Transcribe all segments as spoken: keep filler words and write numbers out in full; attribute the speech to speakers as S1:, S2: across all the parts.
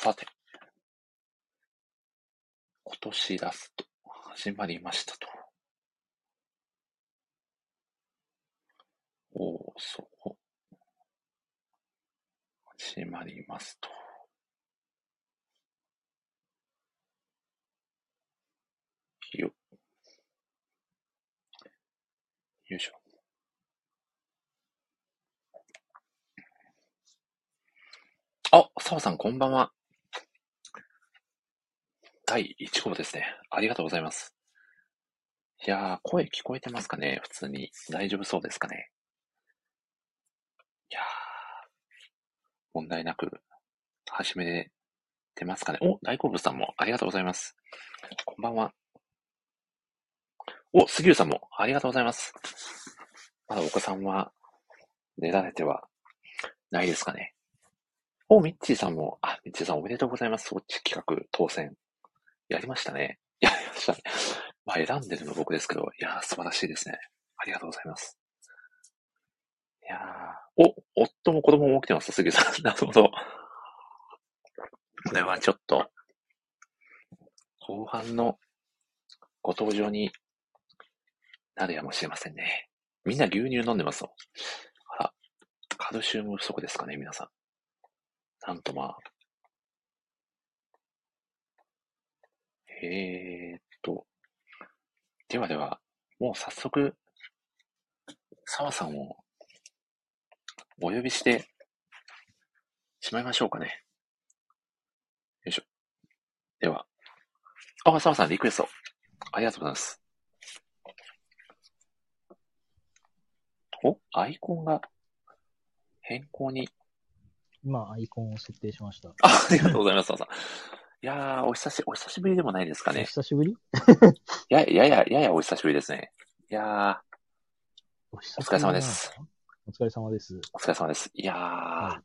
S1: さて、今年ラスト始まりましたと。おー、そう。始まりますと。よ、よいしょ。あ、澤さんこんばんは。だいいち号ですね。ありがとうございます。いやー、声聞こえてますかね？普通に。大丈夫そうですかね？いやー、問題なく始めてますかね？お、大好物さんもありがとうございます。こんばんは。お、杉浦さんもありがとうございます。まだお子さんは寝られてはないですかね？お、ミッチーさんも、あ、ミッチーさんおめでとうございます。そっち企画当選。やりましたね。やりましたね。まあ選んでるの僕ですけど、いやー素晴らしいですね。ありがとうございます。いやー、お、夫も子供も起きてます、杉浦さん。なるほど。これはちょっと、後半のご登場になるやもしれませんね。みんな牛乳飲んでますよ。あら、カルシウム不足ですかね、皆さん。なんとまあ。えーっと、ではでは、もう早速、澤さんをお呼びしてしまいましょうかね。よいしょ。では、あ、澤さんリクエスト。ありがとうございます。お、アイコンが変更に。
S2: 今、アイコンを設定しました。
S1: あ、ありがとうございます、澤さん。いやー、お久し、お久しぶりでもないですか
S2: お
S1: ね。
S2: 久しぶり
S1: や、やや、ややお久しぶりですね。いやー、
S2: お
S1: お疲れ様です。
S2: お疲れ様です。
S1: お疲れ様です。いやー、
S2: はい、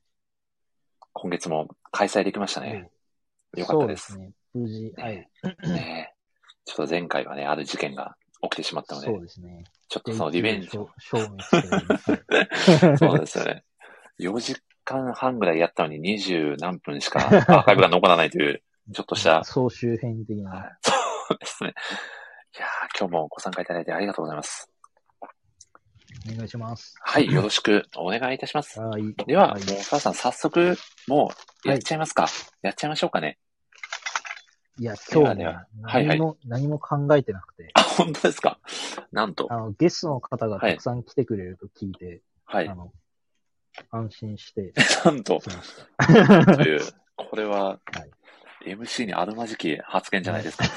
S1: 今月も開催できましたね。よかったです。
S2: そうですね。無事、
S1: ね、
S2: はい。
S1: ねちょっと前回はね、ある事件が起きてしまったので、
S2: そうですね。
S1: ちょっとそのリベンジを。
S2: 消滅してる、
S1: はい、そうなんですよね。よじかんはんぐらいやったのににじゅう何分しかアーカイブが残らないという、ちょっとした。
S2: 総集編的な、
S1: はい。そうですね。いやー、今日もご参加いただいてありがとうございます。
S2: お願いします。
S1: はい、よろしくお願いいたします。
S2: はい。
S1: では、
S2: はい、
S1: もう、澤さん、早速、もう、やっちゃいますか。はい、やっちゃいましょうかね。
S2: いや、今日ね、
S1: はいはい、
S2: 何も、何も考えてなくて。
S1: あ、本当ですか。なんと。
S2: あの、ゲストの方がたくさん来てくれると聞いて、
S1: はい。
S2: あの、安心して。
S1: なんと。という、これは、はい、エムシー にあるまじき発言じゃないですか。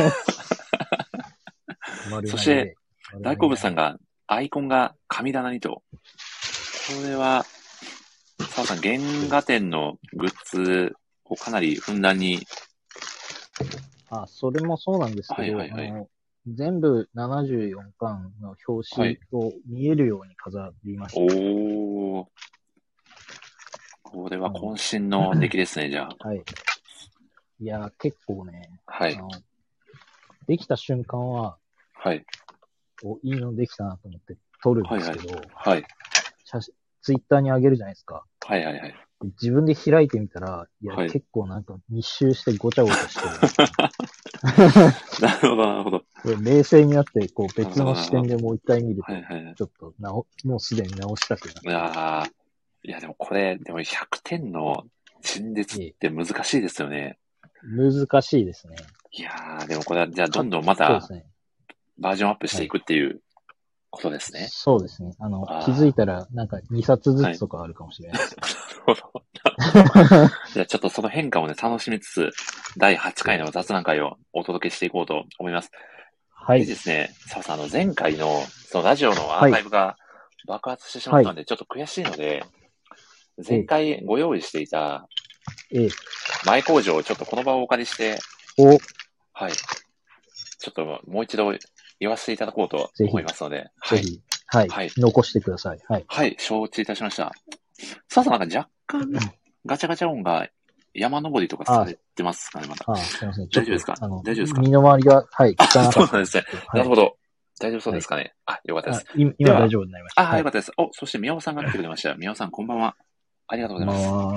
S1: そして、大好物さんが、アイコンが神棚にと。これは、澤さん、原画展のグッズをかなりふんだんに。
S2: あ、それもそうなんですけど、はいはいはい、あの全部ななじゅうよんかんの表紙を見えるように飾りました。
S1: はい、おー。これは渾身の出来ですね、じゃあ。
S2: はい。いや、結構ね、
S1: はい。
S2: あのできた瞬間は、
S1: はい。
S2: お、いいのできたなと思って撮るんですけど、
S1: はいはい。はい、
S2: 写真、ツイッターに上げるじゃないですか。
S1: はいはいはい。
S2: 自分で開いてみたら、いや、はい、結構なんか密集してごちゃごちゃしてる。
S1: なるほど、なるほど。
S2: 冷静になって、こう別の視点でもう一回見ると、
S1: はいはい、
S2: ちょっとなお、もうすでに直したくなる。
S1: いやいやでもこれ、でもひゃくてんの陳列って難しいですよね。
S2: 難しいですね。
S1: いやー、でもこれはじゃあどんどんまたバージョンアップしていくっていうことですね。はい、
S2: そうですね。あの、気づいたらなんかにさつずつとかあるかもしれないです。
S1: はい、なるほど。じゃあちょっとその変化をね、楽しみつつ、だいはちかいの雑談会をお届けしていこうと思います。はい。でですね、澤さん、あの前回のそのラジオのアーカイブが爆発してしまったので、ちょっと悔しいので、前回ご用意していた、前工場をちょっとこの場をお借りして、おはい。ちょっともう一度言わせていただこうと思いますので、
S2: はい。はい。はい。残してください。はい。
S1: はい。承知いたしました。さあさん、なんか若干、ガチャガチャ音が山登りとかされてますかね、まだ。
S2: ああ、すいません。
S1: 大丈夫ですか？大丈夫ですか？
S2: 身の回りが、はい、汚かった。
S1: そうなんですね。なるほど。大丈夫そうですかね。あ、よかったです。
S2: 今大丈夫になりました。
S1: あ、よかったです。お、そして宮尾さんが来てくれました。宮尾さん、こんばんは。ありがとうございます。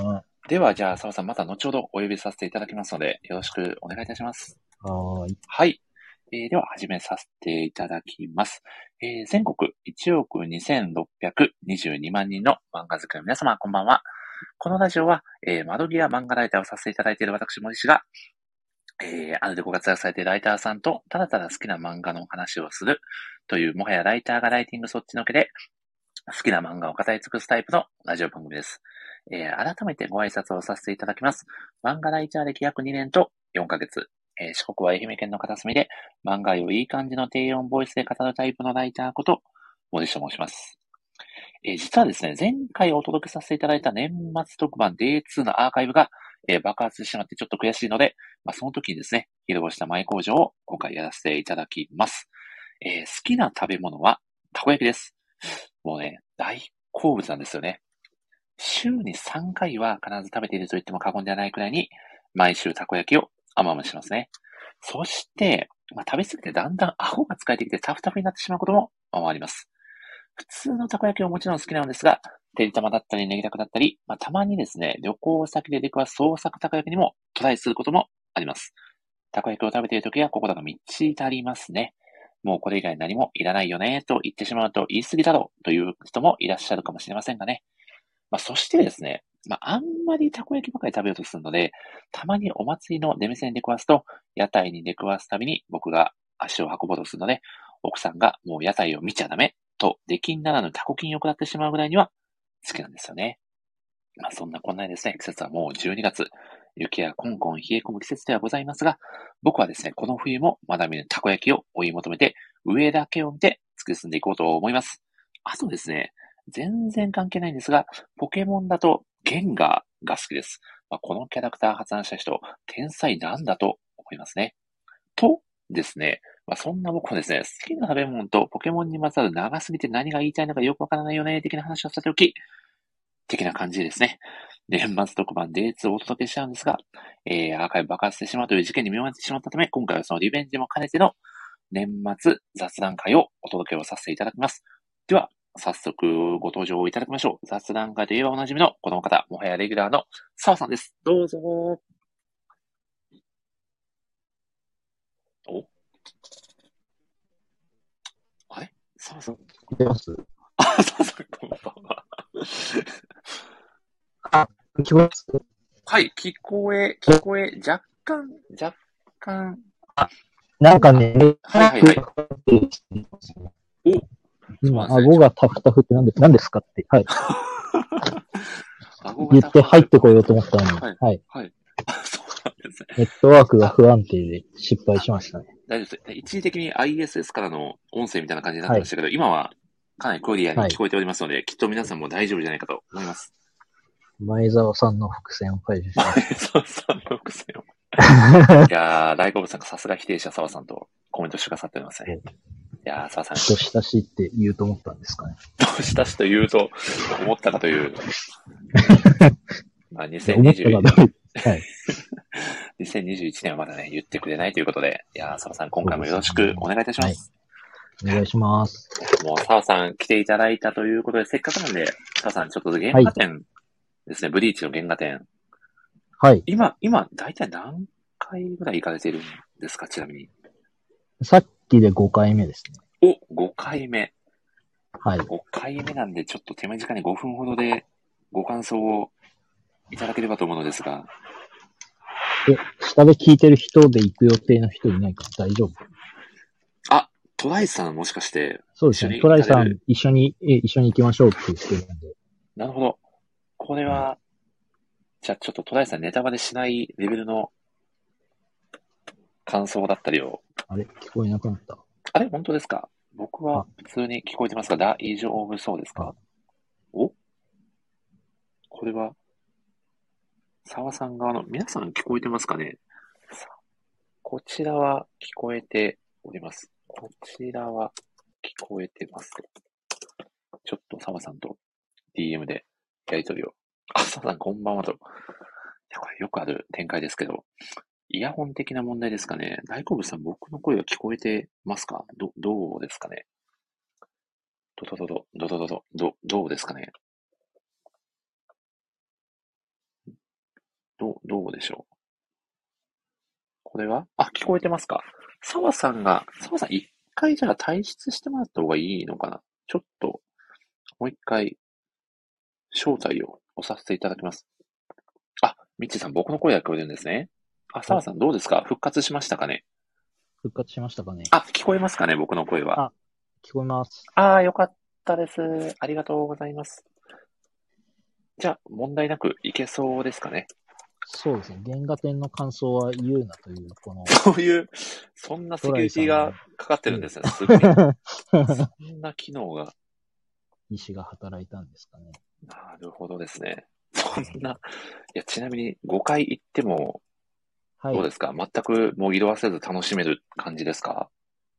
S1: では、じゃあ、澤さん、また後ほどお呼びさせていただきますので、よろしくお願いいたします。
S2: はーい。
S1: はい。えーでは、始めさせていただきます。えー全国いちおくにせんろっぴゃくにじゅうにまん人の漫画好きの皆様、こんばんは。このラジオは、えー窓際漫画ライターをさせていただいている私、森氏が、えー、あるでご活躍されているライターさんと、ただただ好きな漫画の話をするという、もはやライターがライティングそっちのけで、好きな漫画を語り尽くすタイプのラジオ番組です。えー改めてご挨拶をさせていただきます。漫画ライター歴約にねんとよんかげつ。えー四国は愛媛県の片隅で、漫画をいい感じの低音ボイスで語るタイプのライターこと、森下と申します。えー実はですね、前回お届けさせていただいた年末特番 デイツー のアーカイブが、えー爆発してしまってちょっと悔しいので、まあ、その時にですね、昼干した前工場を今回やらせていただきます。えー好きな食べ物はたこ焼きです。もうね、大好物なんですよね。週にさんかいは必ず食べていると言っても過言ではないくらいに、毎週たこ焼きをあまましますね。そして、まあ、食べ過ぎてだんだん顎が疲れてきてタフタフになってしまうこともままあります。普通のたこ焼きはもちろん好きなのですが、てりたまだったりネギタクだったり、まあ、たまにですね、旅行先で出くわす創作たこ焼きにもトライすることもあります。たこ焼きを食べているときは心が満ち足りますね。もうこれ以外何もいらないよね、と言ってしまうと言い過ぎだろうという人もいらっしゃるかもしれませんがね。まあ、そしてですね、まあ、あんまりたこ焼きばかり食べようとするので、たまにお祭りの出店に出くわすと、屋台に出くわすたびに僕が足を運ぼうとするので、奥さんがもう屋台を見ちゃダメと、出禁ならぬタコ禁を食らってしまうぐらいには好きなんですよね。まあ、そんなこんなにですね、季節はもうじゅうにがつ、雪やコンコン冷え込む季節ではございますが、僕はですね、この冬もまだ見ぬたこ焼きを追い求めて、上だけを見て突き進んでいこうと思います。あとですね、全然関係ないんですが、ポケモンだとゲンガーが好きです。まあ、このキャラクター発案した人、天才なんだと思いますね。とですね、まあ、そんな僕はですね、好きな食べ物とポケモンにまつわる長すぎて何が言いたいのかよくわからないよね、的な話をさせておき、的な感じでですね、年末特番 デイツー をお届けしちゃうんですが、えー、アーカイブ爆発してしまうという事件に見舞われてしまったため、今回はそのリベンジも兼ねての年末雑談会をお届けをさせていただきます。では、早速ご登場いただきましょう。雑談会といえばおなじみのこの方、もはやレギュラーの澤さんです。どうぞ。お、あれ澤さん。
S2: 聞こえます？
S1: あ、澤さん、こんばんは。
S2: あ、聞こえます？
S1: はい、聞こえ、聞こえ、若干、若干、
S2: なんかね、
S1: はいはいはい。お、そう
S2: 今、
S1: なんですね。
S2: 顎がタフタフって何です何ですかって、はい。
S1: 顎が
S2: 言って
S1: タフタフ。
S2: 入ってこようと思ったのに、
S1: はい。
S2: はい。
S1: はい。あ、そうなんですね。
S2: ネットワークが
S1: あ、
S2: 不安定で失敗
S1: あ、
S2: しましたね。
S1: 大丈夫です。一時的に アイエスエス からの音声みたいな感じになっ
S2: はい。
S1: てましたけど、今はかなりクリアに
S2: はい。
S1: 聞こえておりますので、きっと皆さんも大丈夫じゃないかと思います。
S2: 前澤さんの伏線を解除しまし
S1: そうそう、伏線を。い
S2: た。
S1: やー、大好物さんがさすが否定者澤さんとコメントしてくださっておりますね。いやー、澤さん、
S2: 人親しいって言うと思ったんですかね。
S1: どうしたしと言うと思ったかという、まあ、
S2: いや思った
S1: 2020、
S2: かどうはい。
S1: にせんにじゅういちねんはまだね、言ってくれないということで、いやー、澤さん、今回もよろし
S2: そうですね。
S1: くお願いいたしま
S2: はい。
S1: す。
S2: お願いします。
S1: もう、澤さん来ていただいたということで、せっかくなんで、澤さん、ちょっと原
S2: はい。
S1: 画展ですね、ブリーチの原画展。
S2: はい。
S1: 今、今、だいたい何回ぐらい行かれているんですか、ちなみに。
S2: さっきでごかいめですね。
S1: お、ごかいめ。
S2: はい。
S1: ごかいめなんで、ちょっと手短にごふんほどでご感想をいただければと思うのですが。
S2: え、下で聞いてる人で行く予定の人いないか大丈夫？
S1: あ、トライさんもしかして
S2: そうですね。
S1: 一緒に
S2: トライさん
S1: 行かれる。
S2: 一緒に、え、一緒に行きましょうって言ってるんで。
S1: なるほど。これ
S2: はい。
S1: は、じゃあちょっとトライさんネタバレしないレベルの感想だったりを。
S2: あれ聞こえなくなった。
S1: あれ本当ですか？僕は
S2: あ、
S1: 普通に聞こえてますが、大丈夫そうです
S2: あ、
S1: か？お、これは、沢さん側の、皆さん聞こえてますかね？さこちらは聞こえております。こちらは聞こえてます。ちょっと沢さんと ディーエム でやりとりを。あ、沢さんこんばんはと。いや、これよくある展開ですけど、イヤホン的な問題ですかね。大好物さん、僕の声は聞こえてますか？ど、どうですかね？どどどど、どどどど、ど、どうですかね？ どう、どうでしょう。これはあ、聞こえてますか？澤さんが、澤さん一回じゃあ退出してもらった方がいいのかな？ちょっと、もう一回、招待を押させていただきます。あ、ミッチーさん、僕の声が聞こえるんですね。あ、澤
S2: お、
S1: さんどうですか？復活しましたかね？
S2: 復活しましたかね。
S1: あ、聞こえますかね？僕の声は。
S2: あ、聞こえます。
S1: ああ、よかったです。ありがとうございます。じゃあ、問題なくいけそうですかね。
S2: そうですね。原画展の感想は言うなという、この、
S1: そういう、そんなセキュリティ
S2: トライさんの、
S1: がかかってるん
S2: え
S1: ですね。すごい。
S2: え、
S1: そんな機能が。
S2: 意思が働いたんですかね。
S1: なるほどですね。そんな、
S2: うん、
S1: いや、ちなみにごかい行っても、
S2: はい。
S1: どうですか？全くもう色褪せず楽しめる感じですか？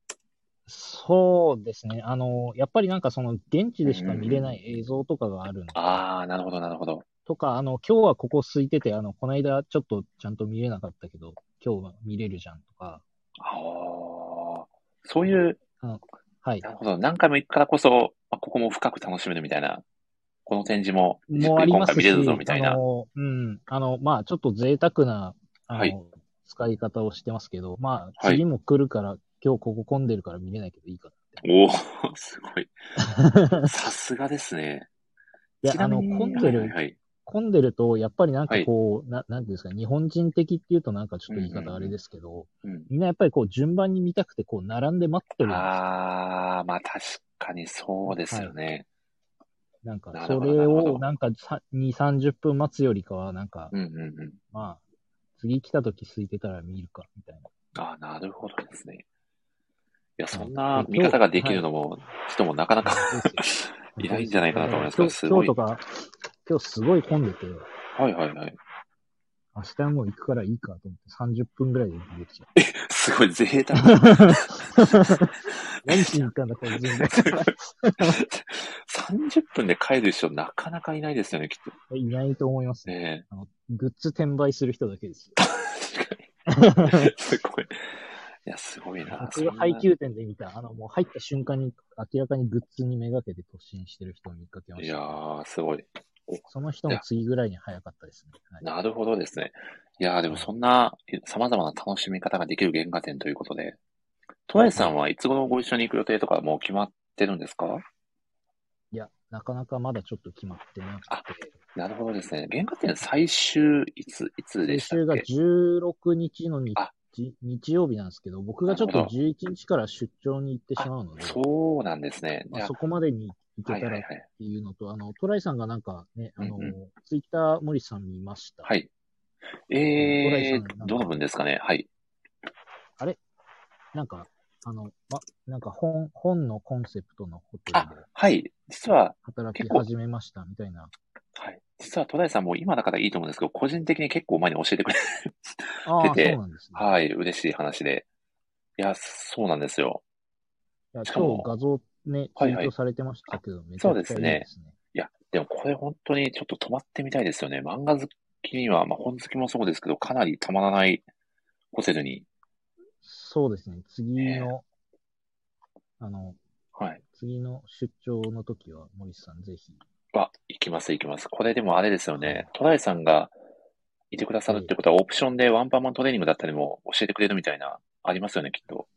S2: そうですね。あの、やっぱりなんかその、現地
S1: うん
S2: でしか見れ
S1: うんうん。
S2: ない映像とかがあるんで、
S1: ああ、なるほど、なるほど。
S2: とか、あの、今日はここ空いてて、あの、この間ちょっとちゃんと見れなかったけど、今日は見れるじゃんとか、
S1: ああ、そういう、
S2: あの、はい。
S1: なるほど。何回も行くからこそ、まあ、ここも深く楽しめるみたいな、この展示もじっくり
S2: もありま
S1: 今回見れるぞ
S2: すし、あ
S1: みたいな。
S2: の、うん、あの、まあ、ちょっと贅沢な、あ
S1: はい、
S2: の、使い方をしてますけど、まあ、
S1: はい。
S2: 次も来るから、今日ここ混んでるから見れないけどいいかなって
S1: おお、すごい。
S2: 思って。
S1: さすがですね。
S2: いや、あの、
S1: ちなみに、はいはい
S2: 混んでる、
S1: はい。
S2: 混んでると、やっぱりなん
S1: はい。
S2: かこう、な、なんていうんですか、日本人的っていうとなんかちょっ
S1: うんう
S2: と言い方あれ
S1: ん
S2: ですけど、
S1: うん。うん。
S2: みんなやっぱりこう、順番に見たくて、こう、並んで待ってるんですよね。
S1: ああ、まあ確かにそうです
S2: はい。
S1: よね。
S2: なんか、
S1: なるほど、な
S2: それを、
S1: るほど。
S2: なんか、さに、さんじゅっぷん待つよりかは、なんか、
S1: うんうんうん。
S2: まあ、次来た時空いてたら見るか、みたい
S1: ああ、なるほどですね。いや、
S2: な。はい。
S1: そんな
S2: で、
S1: 見
S2: 今日、
S1: 方ができ
S2: はい。
S1: るのも、人もなかなか
S2: 本当ですよ。
S1: い
S2: 本当ですよ。
S1: ないんじゃないか
S2: いや、
S1: なと思いますけど、
S2: だから今日、
S1: すごい。
S2: 今日とか、今日すごい混んでて、
S1: はいはいはい。
S2: 明日もう行くからいいかと思ってさんじゅっぷんぐらいで出てきちゃっ
S1: すごい贅沢な。
S2: た。何しに行ったんだ、こいつみたい
S1: すごい。さんじゅっぷんで帰る人なかなかいないですよね、きっと。
S2: な。いないと思いますね。
S1: ね
S2: あの、グッズ転売する人だけですよ。
S1: え。確かに。すごい。いや、すごいな。
S2: 僕が
S1: そんな。
S2: 配給店で見た、あの、もう入った瞬間に明らかにグッズにめがけて突進してる人を見かけま
S1: いや
S2: したけど、
S1: ー、すごい。お、い
S2: その人の
S1: や、
S2: 次ぐらいに早かったですね。はい。
S1: なるほどですね。いやー、でも
S2: はい。
S1: そんな様々な楽しみ方ができる原画展ということで、トライさ
S2: はい。
S1: んはいつ頃ご一緒に行く予定とかもう決まってるんですか？
S2: いや、なかなかまだちょっと決まってなく
S1: あ、
S2: て、
S1: なるほどですね。原画展最終いつ、いつで
S2: 最終が
S1: したっけ？
S2: じゅうろくにちの日、
S1: あ、
S2: 日曜日なんですけど、僕がちょっと
S1: なるほど。
S2: じゅういちにちから出張に行ってし
S1: あ、
S2: まうので、
S1: そうなんですね。
S2: まあ、
S1: じゃ
S2: そこまでに行
S1: あ、
S2: けたらっ
S1: はいはいはい。
S2: ていうのと、あの、トライさんがなんかね、あの、
S1: うんうん。
S2: ツイッター森さん見ました。
S1: はい。
S2: あの、トライさ
S1: えー、どの
S2: んなんか、
S1: 分ですかね。はい。
S2: あれなんか、あの、ま、なんか本、本のコンセプトのホテル
S1: あ、
S2: で
S1: はい。実は、
S2: 働き
S1: 結構、
S2: 始めましたみたいな。
S1: はい。実は戸田さんも今だからいいと思うんですけど、個人的に結構前に教えてくれて
S2: ああ、そう
S1: て、
S2: なんですね。
S1: はい、嬉しい話で。いや、そうなんですよ。
S2: いや、
S1: しかも、
S2: 今日画像ね、ツイー
S1: はいはい。
S2: トされてました
S1: あ、
S2: けど、めち
S1: そう
S2: ゃくちゃ
S1: ですね。
S2: いいですね。
S1: いや、でもこれ本当にちょっと泊まってみたいですよね。漫画好きには、まあ本好きもそうですけど、かなりたまらないホテルに、
S2: そうですね。次
S1: ね。
S2: の、あの、
S1: はい。
S2: 次の出張の時は、森さんぜひ。
S1: は、行きます、行きます。これでもあれですよ
S2: はい。
S1: ね。トライさんがいてくださるっ
S2: ええ。
S1: てことは、オプションでワンパンマントレーニングだったりも教えてくれるみたいな、ありますよね、きっと。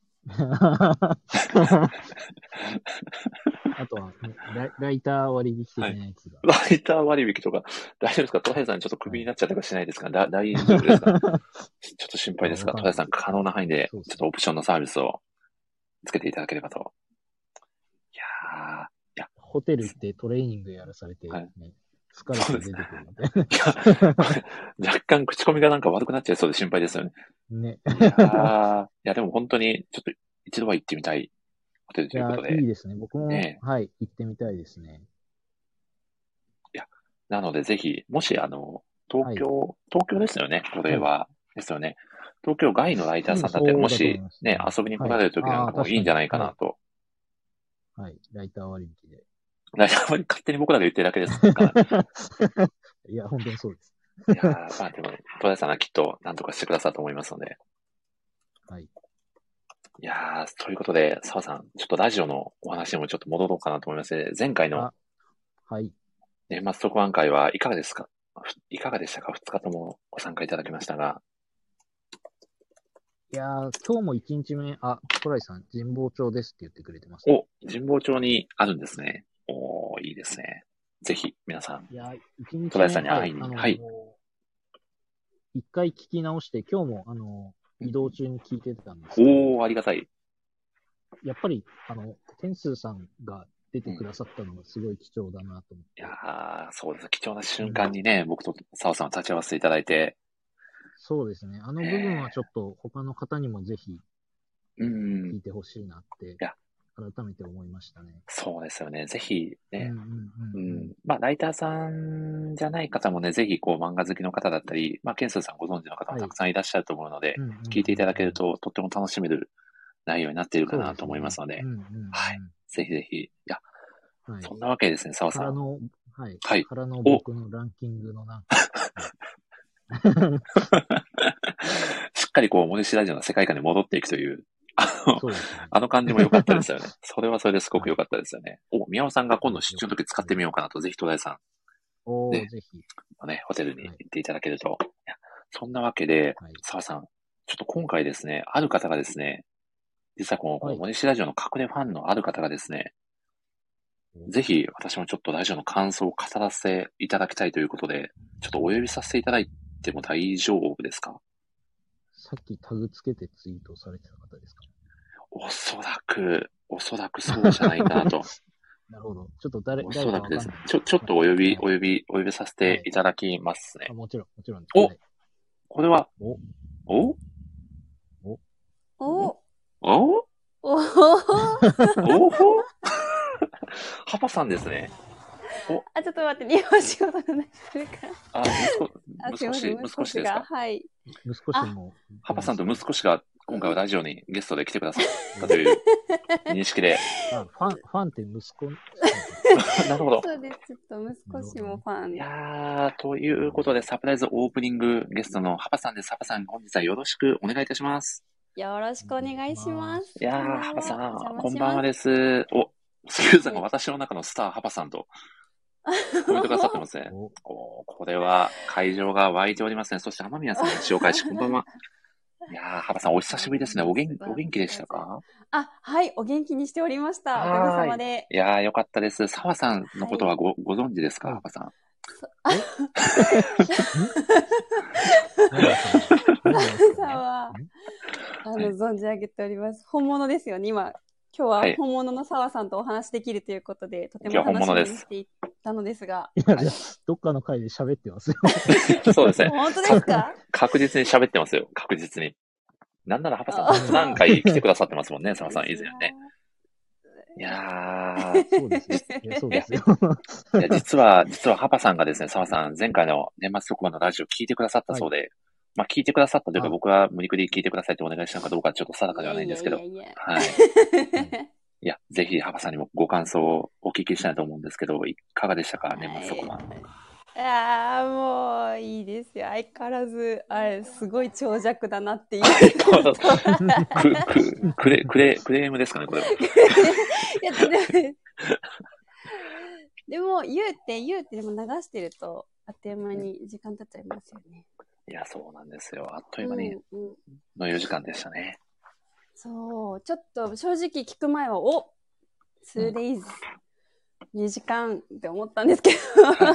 S2: あとは、ね、ライ、ライター割引的
S1: はい。
S2: なやつが。
S1: ライター割引とか、大丈夫ですか？トライさんちょっとク
S2: はい。
S1: ビになっちゃったりとかしないですか？だ、大丈夫ですか？ちょっと心配
S2: あ、
S1: ですが、トライさん
S2: わかんないです。
S1: 可能な範囲で、
S2: そうですね。
S1: ちょっとオプションのサービスをつけていただければと。いやー、いや、
S2: ホテル行ってトレーニングやらされて、
S1: はい。
S2: ね、疲れ
S1: そうです。
S2: て出てくるみたいな。
S1: いや、これ、若干口コミがなんか悪くなっちゃいそうで心配ですよね。
S2: ね。
S1: いやー、いやでも本当に、ちょっと一度は行ってみたいホテルというこ
S2: いや、
S1: とで、
S2: いいですね。僕も、
S1: ね
S2: はい、行ってみたいですね。
S1: え。いや、なのでぜひ、もしあの、東
S2: はい。
S1: 京、東京ですよね、これ
S2: はい。
S1: は。ですよね。東京外のライタ
S2: 多分
S1: ーさんだって、も
S2: そうだと思い
S1: しね、
S2: ますね。
S1: 遊びに来
S2: はい。
S1: られる時なん
S2: ああ、
S1: かもい
S2: 確かに。
S1: いんじゃないか
S2: はい。
S1: なと。
S2: はい。ライター割引で。
S1: ライターは勝手に僕らが言ってるだけですからね。
S2: いや、本当にそうです。
S1: いやー、まあでも、戸田さんはきっと何とかしてくださると思いますので。
S2: はい。
S1: いやー、ということで、澤さん、ちょっとラジオのお話にもちょっと戻ろうかなと思いますね。前回の
S2: あ、はい。
S1: 年末特番会はいかがですか？ いかがでしたか？ふつかともご参加いただきましたが。
S2: いやー、今日もいちにちめ、あ、トライさん、神保町ですって言ってくれてます。
S1: お、神保町にあるんですね。おー、いいですね。ぜひ、皆さん。
S2: いやー、いちにちめ、
S1: トライさんに会いに。
S2: はい。
S1: はい。
S2: 一回聞き直して、今日も、あの、移動中に聞いてたんですけど。
S1: おー、ありがたい。
S2: やっぱり、あの、天数さんが出てくださったのがすごい貴重だなと思って。
S1: うん、いやー、そうです。貴重な瞬間にね、うん、僕と澤さんを立ち会わせていただいて。
S2: そうですね。あの部分はちょっと他の方にもぜひ聞いてほしいなって改めて思いましたね。
S1: そうですよね。ぜひね、うん、まあライターさんじゃない方もね、ぜひこう漫画好きの方だったり、まあケンスーさんご存知の方もたくさんいらっしゃると思うので、はい、聞いていただけるととっても楽しめる内容になっているかなと思いますので、はい、ぜひぜひ、いや、はい、そんなわけですね、澤さん。
S2: からの、はい、
S1: はい、
S2: からの僕のランキングのなんか。
S1: しっかりこう、モデシラジオの世界観に戻っていくという、あの、ね、あの感じも良かったですよね。それはそれですごく良かったですよね。はい、お、宮尾さんが今度出張の時使ってみようかなと、ぜひ戸田さん。
S2: おー、ぜひ。
S1: ね、ホテルに行っていただけると。はい、いやそんなわけで、澤、はい、さん、ちょっと今回ですね、ある方がですね、実はこの、はい、モデシラジオの隠れファンのある方がですね、ぜひ私もちょっとラジオの感想を語らせていただきたいということで、ちょっとお呼びさせていただいても大丈夫ですか？
S2: さっきタグつけてツイートされてた方ですか？
S1: おそらく、おそらくそうじゃないかなと。
S2: なるほど。ちょっと誰、
S1: おそらくです。ちょ、ちょっとお呼び、お呼び、お呼びさせていただきますね。
S2: はい、もちろん、もちろん。
S1: お、はい、これは、
S2: お
S1: お
S2: お
S1: お
S3: お
S1: おおハパさんですね。
S3: おあ、ちょっと待って、今仕事の話するから。
S1: あ、息子、息子氏、息子氏ですか？
S3: はい。
S2: 息子氏も。
S1: ハパさんと息子氏が今回はラジオにゲストで来てくださったという認識で。
S2: あ、ファン、ファンって息子
S1: なるほど。
S3: そうです。ちょっと息子氏もファン。
S1: いやー、ということでサプライズオープニングゲストのハパさんです。ハパさん、本日はよろしくお願いいたします。
S3: よろしくお願いします。
S1: いやー、ハパさん、こんばんはです。お、スキューさんが私の中のスター、ハパさんとコメントくださってますね。お、これは会場が湧いておりますね。そして天宮さんの紹介し、こんばんは。いやー、ハパさん、お久しぶりですね。お元お元気でしたか？
S3: あ、はい、お元気にしておりました。おかげさまで。
S1: いやー、よかったです。澤さんのことはご、はい、ご存知ですか、ハパさん。
S3: さんは、あの、存じ上げております。本物ですよね、今。今日は本物の澤さんとお話できるということで、はい、とても楽しみにしていたのですが。
S2: いや、はい、どっかの回で喋ってますよ。
S1: そうですね。
S3: 本当ですか？
S1: 確実に喋ってますよ。確実に。なんならハパさん何回来てくださってますもんね、澤さん以前ね。いやー。
S2: そうですね。そうですよ。
S1: いや、実は、実はハパさんがですね、澤さん、前回の年末特番のラジオ聞いてくださったそうで、はい、まあ聞いてくださったというか、僕は無理くり聞いてくださいってお願いしたのかどうかちょっと定かではないんですけど、はい。いや、ぜひハパさんにもご感想をお聞きしたいと思うんですけど、いかがでしたか、はい、年末特番。
S3: いやー、もういいですよ。相変わらず、あれ、すごい長尺だなっていう。
S1: く、く、クレ、クレ、クレームですかね、これは。いや
S3: で, でも、言うて、言うて、でも流してると、あっという間に時間経っちゃいますよね。
S1: いや、そうなんですよ。あっという間にのよじかんでしたね。
S3: うんうん、そう、ちょっと正直聞く前は、お ツーデイズ、にじかんって思ったんですけど。はい、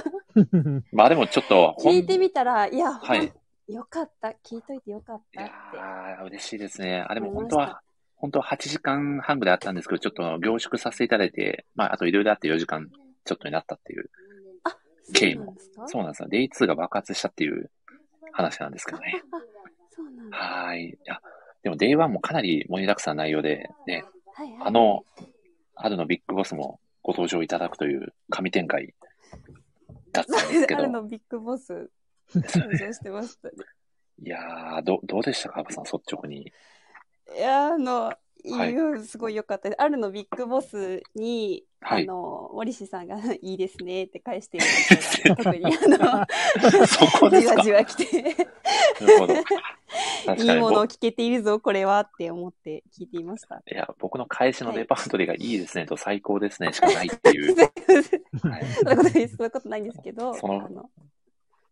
S1: まあでもちょっと。
S3: 聞いてみたら、いや、
S1: はい、
S3: よかった。聞いといてよかったって。
S1: いやー、嬉しいですね。あれも本当は、本当ははちじかんはんぐらいあったんですけど、ちょっと凝縮させていただいて、まああといろいろあってよじかんちょっとになったっていう経緯も。そうなんですよ。デイツーが爆発したっていう話なんですけどね。
S3: そうなんだ。
S1: はい。いや、でもデイワンもかなり盛りだくさん内容で、ね、はいはい、あの、春のビッグボスもご登場いただくという神展開だったんですけど。
S3: 春のビッグボス登場してましたね。
S1: いやー、ど、どうでしたか、ハパさん、率直に。
S3: いや、あの、はい、すごい良かったです。あるのビッグボスに、はい、あの、森氏さんがいいですねって返しているのが、特にあの、
S1: そこですか？
S3: じわじわ来て。
S1: なるほど。
S3: いいものを聞けているぞ、これはって思って聞いていました。
S1: いや、僕の返しのレパートリーがいいですねと最高ですねしかないっていう。
S3: はい、そういうことです。そういうことないんですけど、
S1: その
S3: あの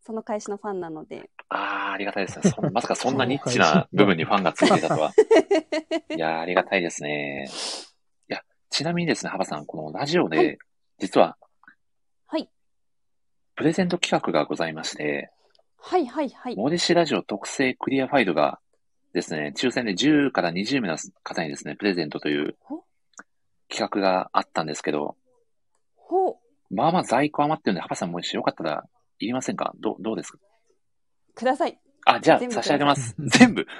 S3: その会社のファンなので。
S1: ああ、ありがたいですね。そまさかそんなニッチな部分にファンがついていたとは。いやー、ありがたいですね。いや、ちなみにですね、幅さん、このラジオで、はい、実は、
S3: はい。
S1: プレゼント企画がございまして、
S3: はいはいはい。
S1: モデシラジオ特製クリアファイルがですね、抽選でじゅうからにじゅうめいの方にですね、プレゼントという企画があったんですけど、
S3: ほう。
S1: まあまあ在庫余ってるんで、幅さんもしよかったらいりませんか？どう、どうですか？
S3: ください。
S1: あ、じゃあ差し上げます。全部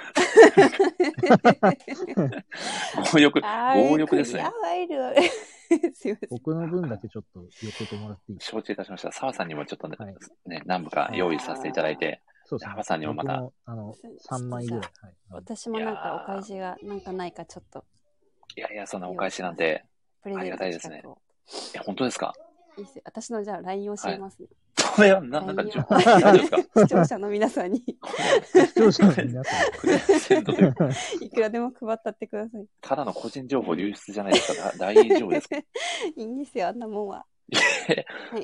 S1: 強力、強力ですね。
S3: やばいる。
S2: すいません。僕の分だけちょっと寄せてもらっていいですか？
S1: 承知いたしました。澤さんにもちょっとね、はい、ね何部か用意させていただいて、
S2: そうですね。
S1: 幅さんにもまた。
S2: もあの、さんまいぐらい。はい、
S3: 私もなんかお返しがなんかないかちょっと。
S1: いやいや、そんなお返しなんて、ありがたいですね。いや、本当ですか？
S3: いいっす。私のじゃあ ライン を教えますね。
S1: それはな、なんか、大丈夫ですか？
S3: 視聴者の皆さんに。
S2: 視聴者の皆さんに。
S1: プレゼントというか。
S3: いくらでも配ったってください。
S1: ただの個人情報流出じゃないですか。大丈夫ですか？い
S3: いんですよ、あんなもんは。
S1: はい、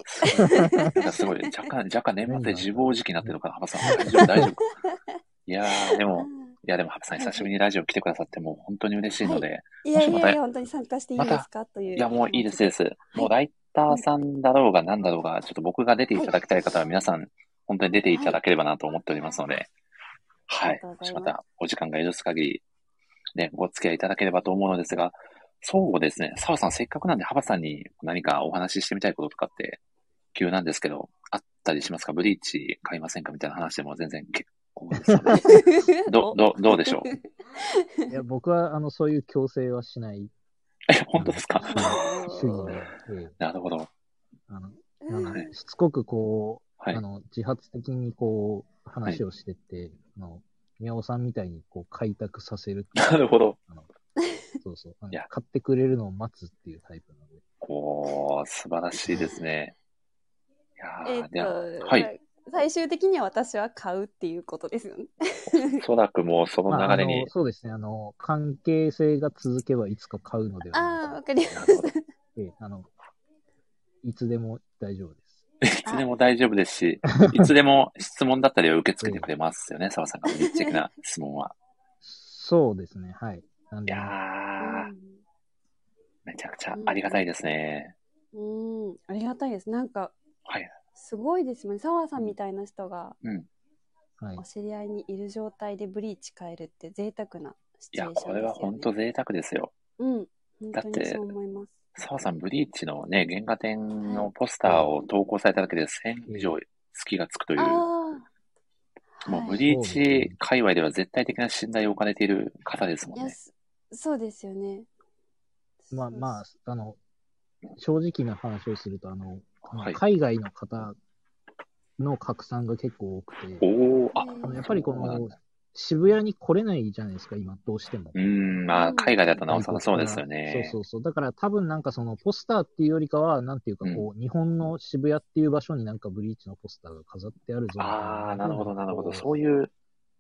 S1: すごい。若干、若干年末で自暴自棄になってるのかな、幅さん。大丈夫、大丈夫。いやー、でも、いや、でも、幅さん、久しぶりにラジオ来てくださって、もう本当に嬉しいので。はい、
S3: いやいやいや、本当に参加していいですか、という。
S1: いや、もういいですです。もうライターさんだろうが何だろうが、ちょっと僕が出ていただきたい方は皆さん、本当に出ていただければなと思っておりますので、はい。もしまたお時間が許す限り、ね、ご付き合いいただければと思うのですが、そうですね、澤さん、せっかくなんで、幅さんに何かお話ししてみたいこととかって、急なんですけど、あったりしますか？ブリーチ買いませんかみたいな話でも全然結構ですので。ど、ど、どうでしょ
S2: う？いや、僕は、あの、そういう強制はしない。
S1: え、本当ですか？
S2: 主義で、ええ。
S1: なるほど。
S2: あの、あの、はい、しつこくこう、はい、あの、自発的にこう、話をしてって、はい、あの、宮尾さんみたいにこう、開拓させるっていう。
S1: なるほど。
S2: あのそうそう。あのいや買ってくれるのを待つっていうタイプなので。
S1: おー、素晴らしいですね。いやー、で
S3: は、はい。最終的には私は買うっていうことですよね。
S1: おそらくもうその流れに、まあ、
S2: そうですね。あの、関係性が続けばいつか買うのではないか。
S3: ああ、わかりました。
S2: ええ、あの、いつでも大丈夫です。
S1: いつでも大丈夫ですし、いつでも質問だったりを受け付けてくれますよね、澤さんが。密的な質問は。
S2: そうですね、はい。なんで
S1: いやー、めちゃくちゃありがたいですね。
S3: うん、ありがたいです。なんか、
S1: はい。
S3: すごいですね。澤さんみたいな人が、
S1: うん。
S3: お知り合いにいる状態でブリーチ変えるって贅沢なシチュエーションですよね。
S1: いや、これは本当贅沢ですよ。
S3: うん。本当にそう思います。
S1: 澤さん、ブリーチのね、原画展のポスターを投稿されただけでせん以上月がつくという、もうブリーチ界隈では絶対的な信頼を置かれている方ですもんね。
S3: そうですよね。
S2: まあまあ、あの、正直な話をすると、あの、はい、海外の方の拡散が結構多くて、
S1: おあ
S2: あのやっぱりこの、渋谷に来れないじゃないですか、今、どうしても。
S1: うん、まあ、海外だとなおさらそうですよね。
S2: そうそうそう。だから多分なんかそのポスターっていうよりかは、なんていうかこう、うん、日本の渋谷っていう場所になんかブリーチのポスターが飾ってあるぞ。
S1: ああ、なるほど、なるほど。そういう。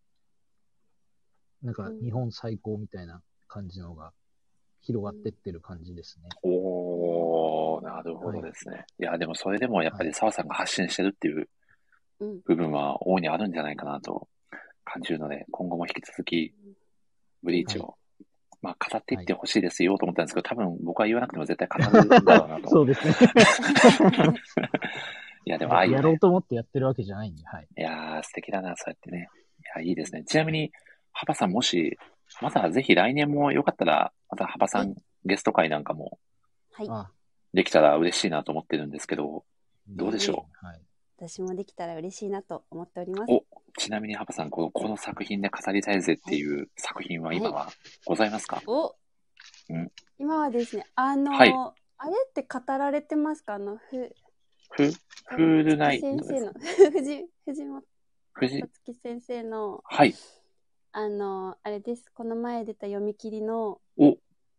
S2: なんか日本最高みたいな感じのが広がってってる感じですね。
S1: おー、なるほどですね。はい、いや、でもそれでもやっぱり澤さんが発信してるっていう部分は大いにあるんじゃないかなと感じるので、今後も引き続きブリーチを、はい、まあ語っていってほしいですよと思ったんですけど、多分僕は言わなくても絶対語るんだろうなと。
S2: そうですね。
S1: いや、でもああいう、ね、
S2: やろうと思ってやってるわけじゃないんで、はい。
S1: いやー、素敵だな、そうやってね。いや、いいですね。ちなみに、幅さんもし、またぜひ来年もよかったら、また幅さんゲスト会なんかも、
S3: はい。
S1: できたら嬉しいなと思ってるんですけど、どうでしょう、
S2: はい、
S3: 私もできたら嬉しいなと思っております。
S1: お、ちなみに幅さん、この、この作品で語りたいぜっていう作品は今はございますか？はい、
S3: お、
S1: うん、
S3: 今はですね、あの、はい、あれって語られてますか？あの、ふ、
S1: ふ、フールナイト
S3: 先生の、藤、藤本月先生の、
S1: はい。
S3: あの、あれです。この前出た読み切りの、
S1: お、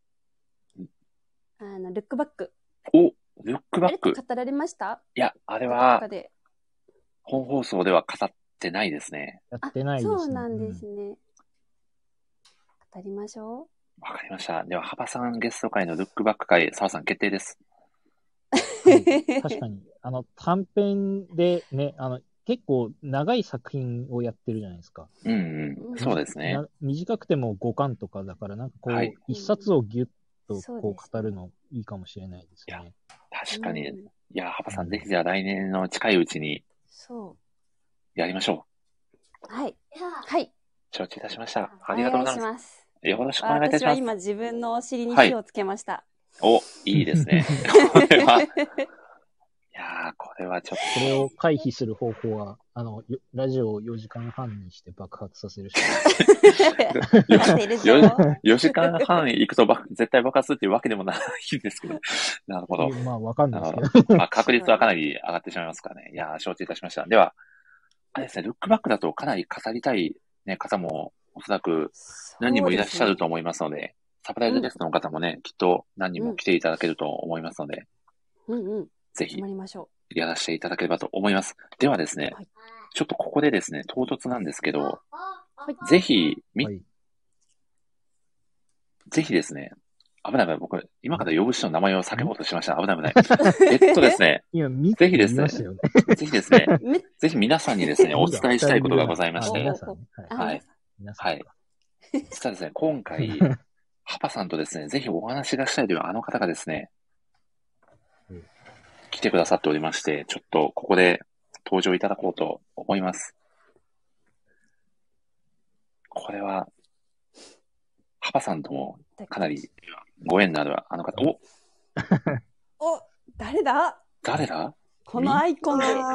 S3: あの、ルックバック。
S1: お、ルックバック。
S3: あれって語られました？
S1: いや、あれは、本放送では語ってないですね。
S2: やってないですね。
S3: そうなんですね。うん、語りましょ
S1: う。わかりました。では、幅さんゲスト会のルックバック会、澤さん決定です。
S2: はい、確かに。あの、短編でね、あの、 結構長い作品をやってるじゃないですか。
S1: うんうん。そうですね。
S2: 短くてもごかんとかだから、なんかこう、はい、一冊をギュッとこう語るのいいかもしれないですね。いや、
S1: 確かに。いや、ハパさん、ぜひじゃあ来年の近いうちに、そう。やりましょ
S3: う。はい。はい。
S1: 承知いたしました。ありがとうございます。よろしくお願いいたします。
S3: 私は今自分のお尻に火をつけました。
S1: はい、お、いいですね。これは。いやー、これはちょっと。
S2: これを回避する方法は、あの、ラジオをよじかんはんにして爆発させるしか
S1: ない。よじかんはん行くと絶対爆発するっていうわけでもないんですけど。なるほど。
S2: まあ、わかんないですけど。
S1: まあ、確率はかなり上がってしまいますからね。いやー、承知いたしました。では、あれですね、ルックバックだとかなり語りたい、ね、方もおそらく何人もいらっしゃると思いますので、でね、サプライズゲストの方もね、うん、きっと何人も来ていただけると思いますので、うんうん、ぜひやらせていただければと思います。ではですね、はい、ちょっとここでですね、唐突なんですけど、はい、ぜひ、み、はい、ぜひですね、危ない危ない、僕、今から呼ぶ人の名前を叫ぼうとしました。危ない危ない。えっとですね、ぜひですね、ぜひですね、ぜひ皆さんにですね、お伝えしたいことがございまして、はい。はい。実はですね、今回、ハパさんとですね、ぜひお話がしたいというあの方がですね、来てくださっておりまして、ちょっとここで登場いただこうと思います。これは、ハパさんともかなりご縁のあるあの方、お
S3: お、誰だ
S1: 誰だ
S3: このアイコンで。こんに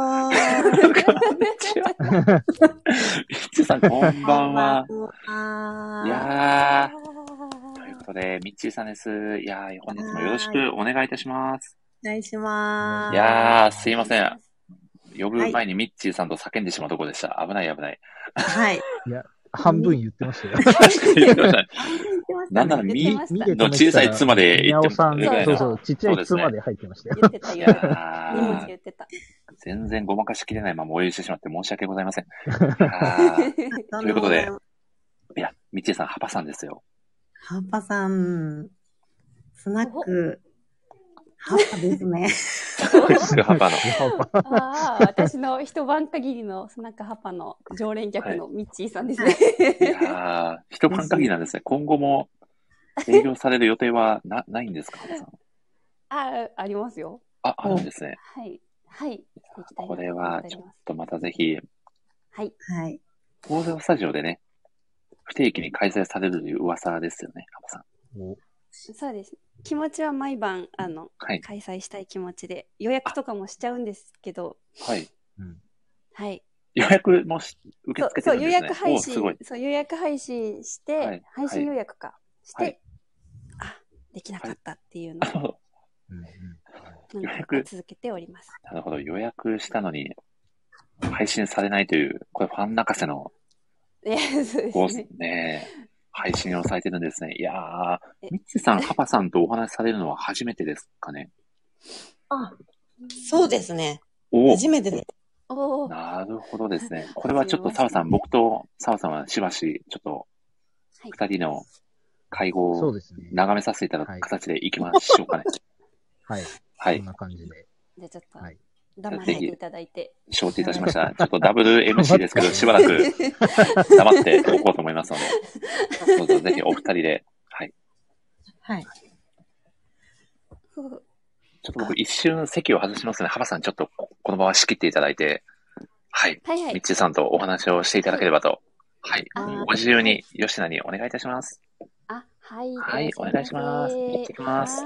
S1: ちは。ミッチーさん、こんばんは。いやー、ということで、ミッチーさんです。いやー、本日もよろしくお願いいたします。
S4: お願いします。
S1: いやー、すいません。呼ぶ前にミッチーさんと叫んでしまうところでした。危ない危ない。
S4: はい。
S2: いや、半分言ってましたよ。
S1: 確かに言ってましたね。なんなら、みの小さいつまで言ってました。
S2: そうそう、ちっちゃいつまで入ってましたよ。
S3: 言ってた、言ってた。に文字言ってた。
S1: 全然ごまかしきれないままお許ししてしまって申し訳ございません。ということで、いや、みちえさん、ハパさんですよ。
S4: ハパさん、スナック、ハパですね。
S1: スナックハパの。
S3: ああ、私の一晩限りのスナックハパの常連客のミッチーさんですね。
S1: いやー、一晩限りなんですね。今後も営業される予定はなないんですか、ハパさん。
S3: あ、ありますよ。
S1: あ、あるんですね。
S3: はい。はい。
S1: これは、ちょっとまたぜひ、
S3: はい。
S4: はい。
S1: 大勢スタジオでね、不定期に開催されるという噂ですよね、ハパさん。
S3: おそうです。気持ちは毎晩、あの、はい、開催したい気持ちで、予約とかもしちゃうんですけど、
S1: はい。
S3: はい。
S1: 予約もし受け付けてるんですね。そう、予約配
S3: 信、そう、予約配信して、はい、配信予約か、して、はい、あ、できなかったっていうのを、予約続けております。
S1: なるほど、予約したのに、配信されないという、これファン泣かせの、
S3: えそうですね。
S1: ね配信をされてるんですね。いやー、ミッチさん、ハパさんとお話しされるのは初めてですかね。
S4: あ、そうですね。初めてです。
S3: お
S1: なるほどですね。これはちょっと澤さん、僕と澤さんはしばし、ちょっと、二人の会合を眺めさせていただく形でいきましょうかね。
S2: はい。
S1: はい。
S2: こんな感じで。
S3: じゃあちょっと、黙っていただいて。
S1: 承知いたしました。ちょっとダブル エムシー ですけど、しばらく黙っておこうと思いますので、どうぞぜひお二人で、はい。
S4: はい。
S1: ちょっと僕一瞬席を外しますので、ハパさんちょっとこの場は仕切っていただいて、はい。はいはい、ミッチーさんとお話をしていただければと。はい。ご自由に、吉名にお願いいたします。
S3: あ、はい。
S1: はい、お願いします。行ってきます。
S3: はい。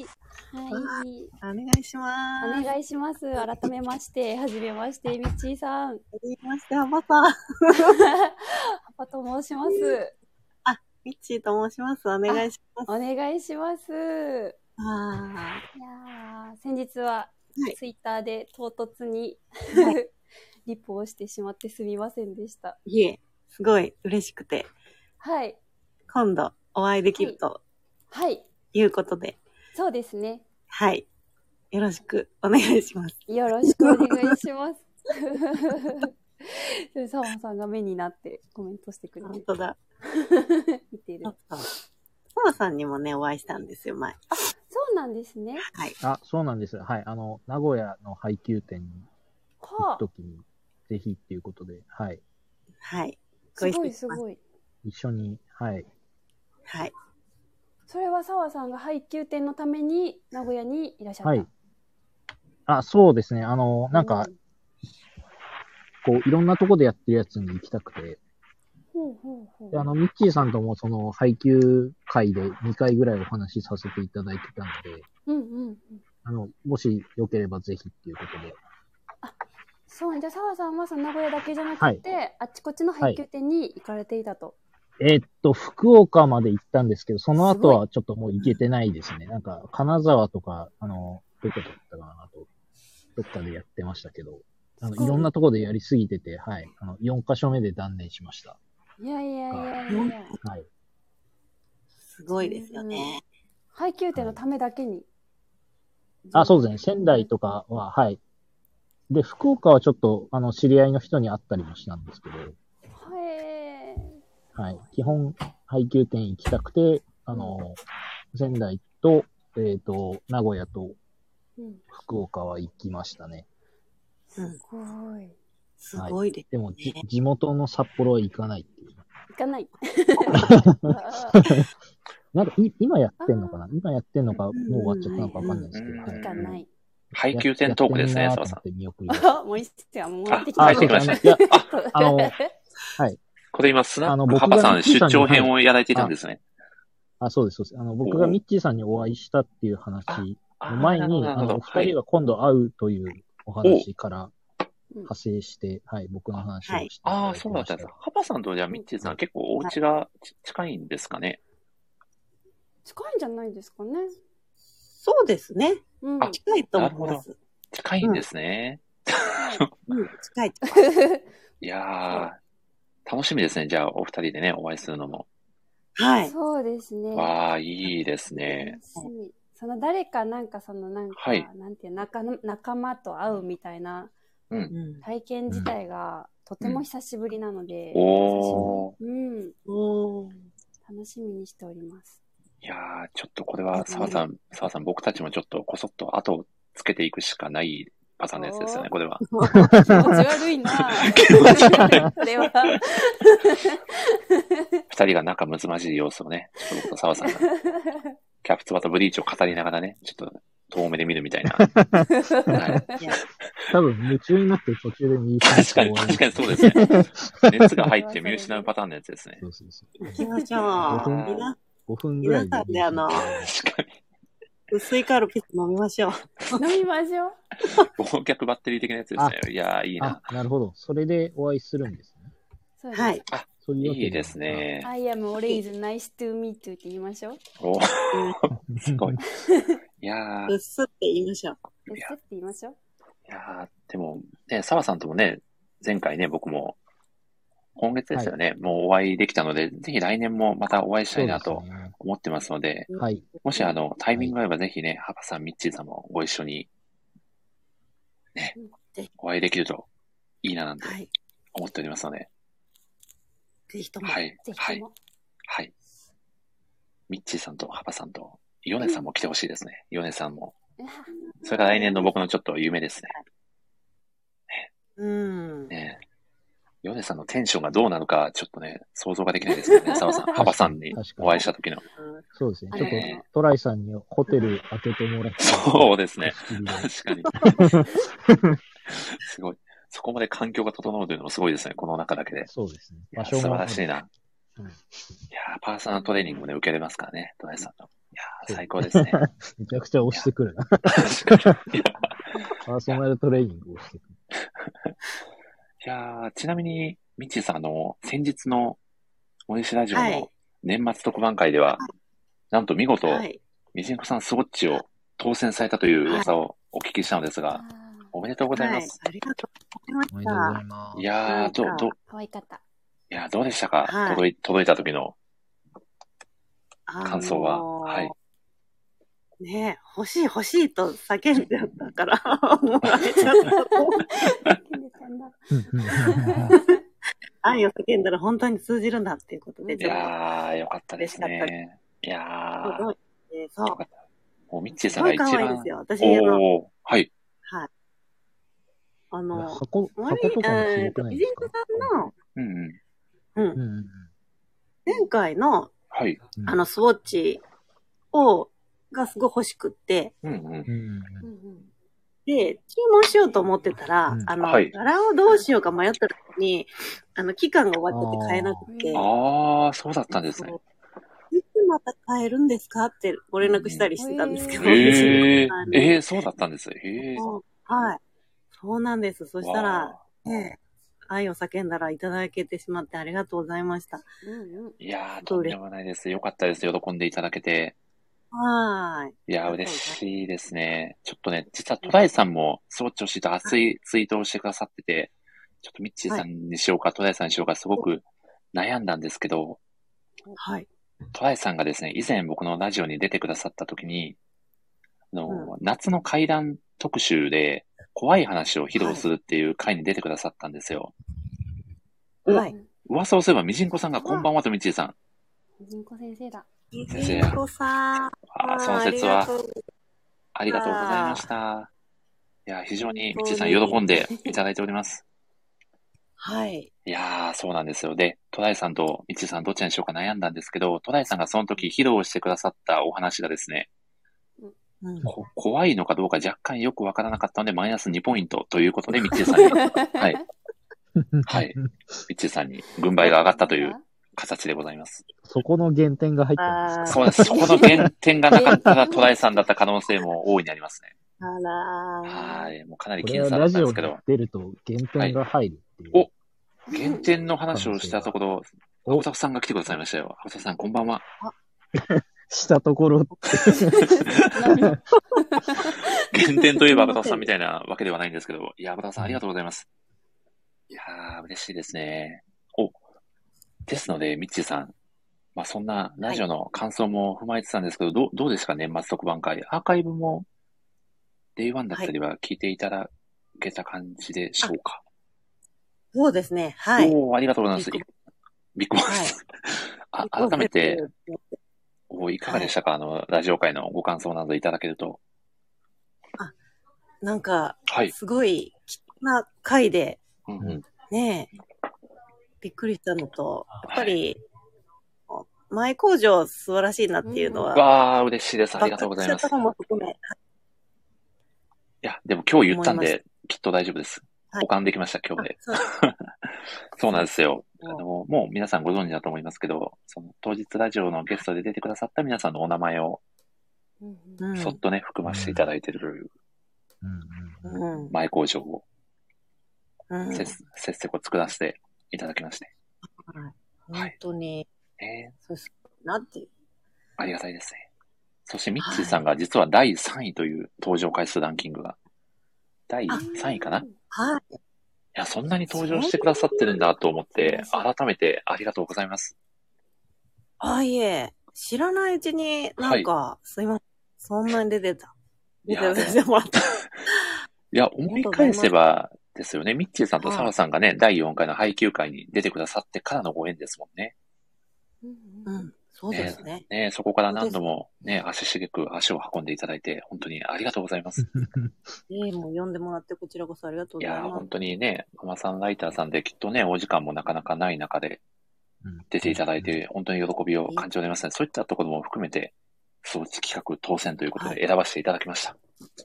S3: はい。
S4: お願いします。
S3: お願いします。改めまして、はじめまして、ミッチーさん。
S4: はじめまして、ハパさん。ハ
S3: パと申します。
S4: あ、ミッチーと申します。お願いします。
S3: お願いします。
S4: あ
S3: いやー、先日は、ツイッターで唐突に、はい、リプをしてしまってすみませんでした。
S4: いえ、すごい嬉しくて。
S3: はい。
S4: 今度お会いできると。
S3: はい。
S4: いうことで。
S3: そうですね。
S4: はい。よろしくお願いします。
S3: よろしくお願いします。澤さんが目になってコメントしてくれて。
S4: 本当だ。
S3: 見てる。
S4: 澤さんにもね、お会いしたんですよ、前。
S3: あ、そうなんですね。
S4: はい。
S2: あ、そうなんです。はい。あの、名古屋の配給店に行くときに、ぜひっていうことで、はい。
S4: はい。
S3: すごいすごい。
S2: 一緒に、はい。
S4: はい。
S3: それは澤さんが配給店のために名古屋にいらっしゃった。はい。
S2: あ、そうですね。あの、なんか、うん、こう、いろんなとこでやってるやつに行きたくて。
S3: ほうほうほう。
S2: で、あの、ミッチーさんともその配給会でにかいぐらいお話しさせていただいてたので、
S3: うんうんうん。
S2: あの、もしよければぜひっていうことで。
S3: あ、そう、じゃあ澤さんはその名古屋だけじゃなくて、はい、あっちこっちの配給店に行かれていたと。
S2: はい、えー、っと、福岡まで行ったんですけど、その後はちょっともう行けてないですね。なんか、金沢とか、あの、どこだったかなと、どっかでやってましたけど、あの、いろんなとこでやりすぎてて、はい。あの、よんかしょめで断念しました。
S3: いやいやいやいや。
S2: はい。
S4: すごいですよね。
S3: 配給店のためだけに。
S2: あ、そうですね。仙台とかは、はい。で、福岡はちょっと、あの、知り合いの人に会ったりもしたんですけど。
S3: へ
S2: ー。はい。基本、配給店行きたくて、あの、仙台と、えっ、ー、と、名古屋と、福岡は行きましたね。
S3: すごい。
S4: すごいです、ね。
S2: でもじ、地元の札幌は行かないっていう。
S3: 行かない。
S2: なんかい、今やってんのかな今やってんのか、もう終わっちゃったのかわかんないですけど。
S3: 行かない。
S1: 配給店トークですね、澤さん。
S3: もういいっすよ、もう入ってき
S1: ました。いや、
S2: あの、はい。
S1: これ今、スナックハバさん出張編をやられていたんですね。
S2: あ、そうです、そうです。あの、僕がミッチーさんにお会いしたっていう話の前に、あの、お二人が今度会うというお話から派生して、はい、僕の話をして。
S1: ああ、そうだったんですか。ハバさんとじゃあミッチーさん結構お家が近いんですかね。
S3: 近いんじゃないですかね。
S4: そうですね。うん、近いと思います。
S1: 近いんですね。
S4: うん、うん、近い。
S1: いやー、楽しみですね。じゃあ、お二人でね、お会いするのも。
S4: はい。
S3: そうですね。
S1: わあ、いいですね。
S3: 楽しみ。その誰かなんかそのなんか、はい、なんていう仲仲間と会うみたいな体験自体がとても久しぶりなので、
S1: うん、おー、
S3: うん、
S4: おー、
S3: 楽しみにしております。
S1: いやー、ちょっとこれは澤さん、澤さん、僕たちもちょっとこそっと後をつけていくしかないパターンのやつですよね、これは。
S3: 気持ち悪いな気持ち悪い。それは。
S1: 二人が仲睦まじい様子をね、ちょっと僕と澤さんが、キャプツバとブリーチを語りながらね、ちょっと遠目で見るみたいな。はい、
S2: 多分夢中になって途中で見
S1: 確かに、確かにそうですね。熱が入って見失うパターンのやつですね。
S2: そうそうそう。
S4: 行きましょう。
S2: ごふんぐらい
S4: で。皆さんであの、
S1: 確かに。
S4: 薄いカルピス飲みましょう。
S3: 飲みましょう。
S1: 忘却バッテリー的なやつですね。いやー、いいな。
S2: なるほど。それでお会いするんですね。
S3: そうです。
S4: はい。
S1: あ、そういういいですね。
S3: I am always nice to meet you って言いましょう。
S1: おすごい。いやー。
S4: うっすって言いましょう。
S3: うっすって言いましょう。
S1: いやー、でも、ね、澤さんともね、前回ね、僕も、今月ですよね、はい、もうお会いできたので、ぜひ来年もまたお会いしたいなと思ってますので、
S2: はい、
S1: もしあの、タイミングがあればぜひね、ハバさん、ミッチーさんもご一緒に、ね、お会いできるといいななんて思っておりますので。
S4: ぜひとも。
S1: はい。
S3: ぜひとも。
S1: はい。はい。ミッチーさんとハバさんと、ヨネさんも来てほしいですね。ヨネさんも。それが来年の僕のちょっと夢ですね。
S4: ねうん。
S1: ねヨネさんのテンションがどうなのか、ちょっとね、想像ができないですけどね、澤さん、ハバさんにお会いした時の。
S2: そうですね。ちょっと、トライさんにホテル開けてもらって。
S1: そうですね。確かに。すごい。そこまで環境が整うというのもすごいですね、この中だけで。
S2: そうですね。
S1: 場所も素晴らしいな。うん、いやパーソナルトレーニングもね、受けれますからね、トライさんの。いや最高ですね。
S2: めちゃくちゃ押してくるな。確かに。パーソナルトレーニングをしてくる。
S1: いやちなみに、ミッチーさん、あの、先日の、モデシラジオの年末特番会では、はい、なんと見事、はい、ミジンコさんスウォッチを当選されたという噂をお聞きしたのですが、はい、おめでとうございます。
S4: はい、ありがとうございました。おめでとうございます。
S1: いやー、ど、ど、
S3: 可愛かった。
S1: いやどうでしたか、はい、届い、届いた時の感想は。あのー、はい。
S4: ねえ、欲しい欲しいと叫んでたから、もらえちゃった。愛を叫んだら本当に通じるんだっていうことで。
S1: いやー、よかったですね。いやー。
S4: すごい。そう。
S1: よかった。もうミッチーさんが一番。
S4: すごい可愛いですよ。私
S1: おー、はい。
S4: はい。 あの、
S2: 箱、
S4: 森
S2: 箱とかもすごくない
S4: 美人
S2: ですか？
S4: 子さんの、
S1: うんうん。
S4: うん。
S2: うんうん
S4: 前回の、
S1: はい。
S2: うん。
S4: あの、スウォッチを、がすごい欲しくって、
S1: うんうん。
S2: うんうん
S4: で、注文しようと思ってたら、
S2: うん
S4: あの、
S1: はい
S4: 柄をどうしようか迷った時に、あの、期間が終わっちゃって買えなくて、
S1: ああ、そうだったんですね。
S4: いつまた買えるんですかってご連絡したりしてたんですけど、
S3: うん
S4: 美人
S1: ええ
S4: 子さんに。
S1: ええそうだったんです。へえ。
S4: はい。そうなんです。そしたら
S1: わ、あ
S4: ね、愛を叫んだらいただけてしまってありがとうございました。
S3: うんうん。
S1: いやー、とんでもないです。よかったです。喜んでいただけて。
S4: はーい。
S1: いやー、嬉しいですね。ちょっとね、実はトライさんも、スウォッチをして熱いツイートをしてくださってて、ちょっとミッチーさんにしようか、トライさんにしようか、すごく悩んだんですけど、
S4: はい。
S1: トライさんがですね、以前僕のラジオに出てくださった時に、あの、
S4: うん
S1: 夏の怪談特集で、怖い話を披露するっていう回に出てくださったんですよ。
S4: はい。
S1: 噂をすれば、みじんこさんがこんばんはとミッチーさん。
S3: みじんこ先生だ。
S4: み
S1: 先生
S4: じんこさん。
S1: あーその説は
S4: ありがとう
S1: ありがとうございました。いや、非常にミッチーさん
S4: 本当に
S1: 喜んでいただいております。
S4: はい。
S1: いやー、そうなんですよ。で、トライさんとミッチーさんどっちにしようか悩んだんですけど、トライさんがその時披露してくださったお話がですね、
S4: うん。
S1: こ怖いのかどうか若干よくわからなかったので、マイナスにポイントということで、ミッチーさんに、はい、はい、ミッチーさんに軍配が上がったという形でございます。
S2: そこの減点が入ったんですか？
S1: そうです。そこの減点がなかったらトライさんだった可能性も大いにありますね。
S4: あらー。
S1: はい。もうかなり
S2: これは
S1: 僅差だ
S2: ラジオに
S1: ったんですけど。
S2: 出ると減点が入るっていう。
S1: お減点の話をしたところ、
S2: お
S1: 青田さんが来てくださいましたよ。青田さん、こんばんは。
S2: したところって。
S1: 減点といえば青田さんみたいなわけではないんですけど、いや、青田さんありがとうございます。いやー、嬉しいですね。お、ですので、ミッチーさん、まあそんなラジオの感想も踏まえてたんですけど、どうどうですか、年末特番会。アーカイブも、デイワンだったりは聞いていただけた感じでしょうか。
S4: そうですね。はい。
S1: おー、ありがとうございます。
S4: ビッ
S1: ビッグボス。あ改めて、おいかがでしたか、はい、あの、ラジオ界のご感想などいただけると。
S4: あ、なんか、
S1: はい、
S4: すごい貴重な回で、
S1: うんうん、
S4: ねえ、びっくりしたのと、やっぱり、はい、前工場素晴らしいなっていうのは。
S1: うん、わー、嬉しいです。ありがとうございます。いや、でも今日言ったんで、きっと大丈夫です。保管できました、今日で。そうそうなんですよ。あの、もう皆さんご存知だと思いますけど、その当日ラジオのゲストで出てくださった皆さんのお名前を、そっとね、含ませていただいているという、前工場を、せ、せっせこ作らせていただきまして。
S4: 本当に、
S1: えー、
S4: そうなって。
S1: ありがたいですね。そしてミッチーさんが実はだいさんいという登場回数ランキングが、だいさんいかな？
S4: はい。
S1: いや、そんなに登場してくださってるんだと思って、改めてありがとうございます。
S4: あ、いえ、知らないうちになんか、はい、すいません。そんなに出てた。出てた、出てもらった。い
S1: や、思い返せばですよね。ミッチーさんと澤さんがね、だいよんかいの配給会に出てくださってからのご縁ですもんね。
S4: うん。そうですね。
S1: ね、ねそこから何度もね、足しげく足を運んでいただいて、本当にありがとうございます。
S4: ええ、もう呼んでもらってこちらこそありがとうございます。
S1: いや、本当にね、ママさんライターさんできっとね、お時間もなかなかない中で出ていただいて、本当に喜びを感じておりますね。そういったところも含めて、装置企画当選ということで選ばせていただきました。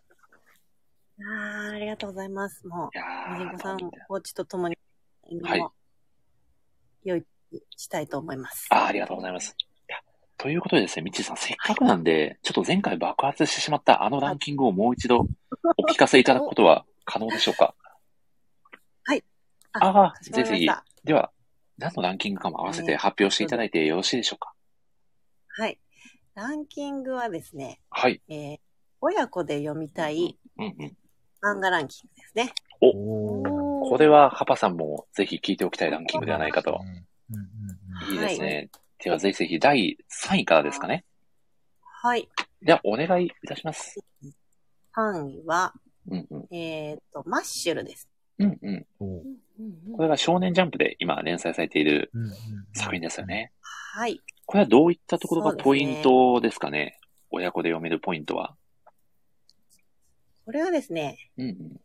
S4: はい、ああ、ありがとうございます。もう、
S1: いや
S4: みじんこさん、コーチとともに、
S1: はい。
S4: 良いしたいと思います。
S1: ああ、ありがとうございます。ということでですね、ミッチーさん、せっかくなんで、はい、ちょっと前回爆発してしまったあのランキングをもう一度お聞かせいただくことは可能でしょうか？
S4: はい。
S1: ああ、ぜひぜひ。では、何のランキングかも合わせて発表していただいてよろしいでしょうか？
S4: はい。ランキングはですね、
S1: はい。
S4: えー、親子で読みたい漫画ランキングですね。
S1: お、これはハパさんもぜひ聞いておきたいランキングではないかと。いいですね。はい、では、ぜひぜひだいさんいからですかね。
S4: はい。
S1: では、お願いいたします。
S4: さんいは、
S1: うんうん、
S4: えっと、マッシュルです。
S1: うんうん。これが少年ジャンプで今連載されている作品ですよね。
S4: はい。
S1: これはどういったところがポイントですかね。親子で読めるポイントは。
S4: ここれはですね、
S1: うんうん、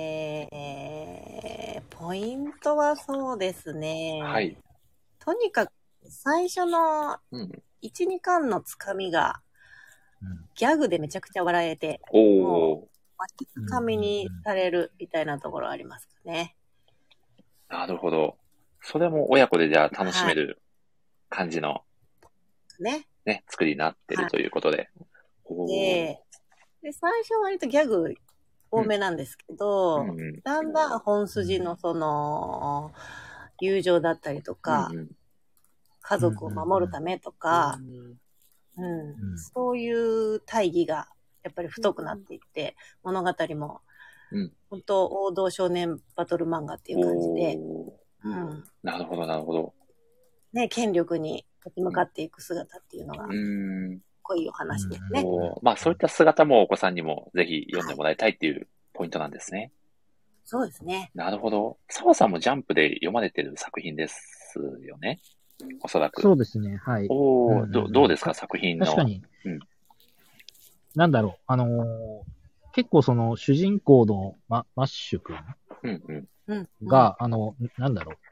S4: えー、ポイントはそうですね。
S1: はい。
S4: とにかく最初の
S1: うん、
S4: いち、にかんのつかみが、ギャグでめちゃくちゃ笑えて、
S1: お
S4: もう、
S1: ー、
S4: わしづかみにされるみたいなところありますかね。
S1: なるほど。それも親子でじゃあ楽し
S4: はい。
S1: める感じの
S4: ね。
S1: ね、作りになってる
S4: は
S1: ということで。お
S4: い。
S1: ー、
S4: で、で最初は割とギャグ多めなんですけど、
S1: うんうん、
S4: だんだん本筋のその、友情だったりとか、
S1: うんうん、
S4: 家族を守るためとか、うん、
S2: うん
S4: そういう大義がやっぱり太くなっていって、物語も、
S1: うん、
S4: 本当王道少年バトル漫画っていう感じで、
S1: おー、
S4: うん、
S1: なるほど、なるほど。
S4: ね、権力に立ち向かっていく姿っていうのが、
S1: うーん。
S4: 濃いお話ですね。
S1: おー、まあそういった姿もお子さんにもぜひ読んでもらいたいっていうポイントなんですね。
S4: そうですね。
S1: なるほど。澤さんもジャンプで読まれてる作品ですよね。おそらく。
S2: そうですね、はい。
S1: おー、
S2: うんうんうん
S1: ど、どうですか作品の。
S2: 確かに、
S1: うん。
S2: なんだろう、あのー結構その主人公のママッシュ君
S1: うんうん。
S4: うん。
S2: が、あの、なんだろう、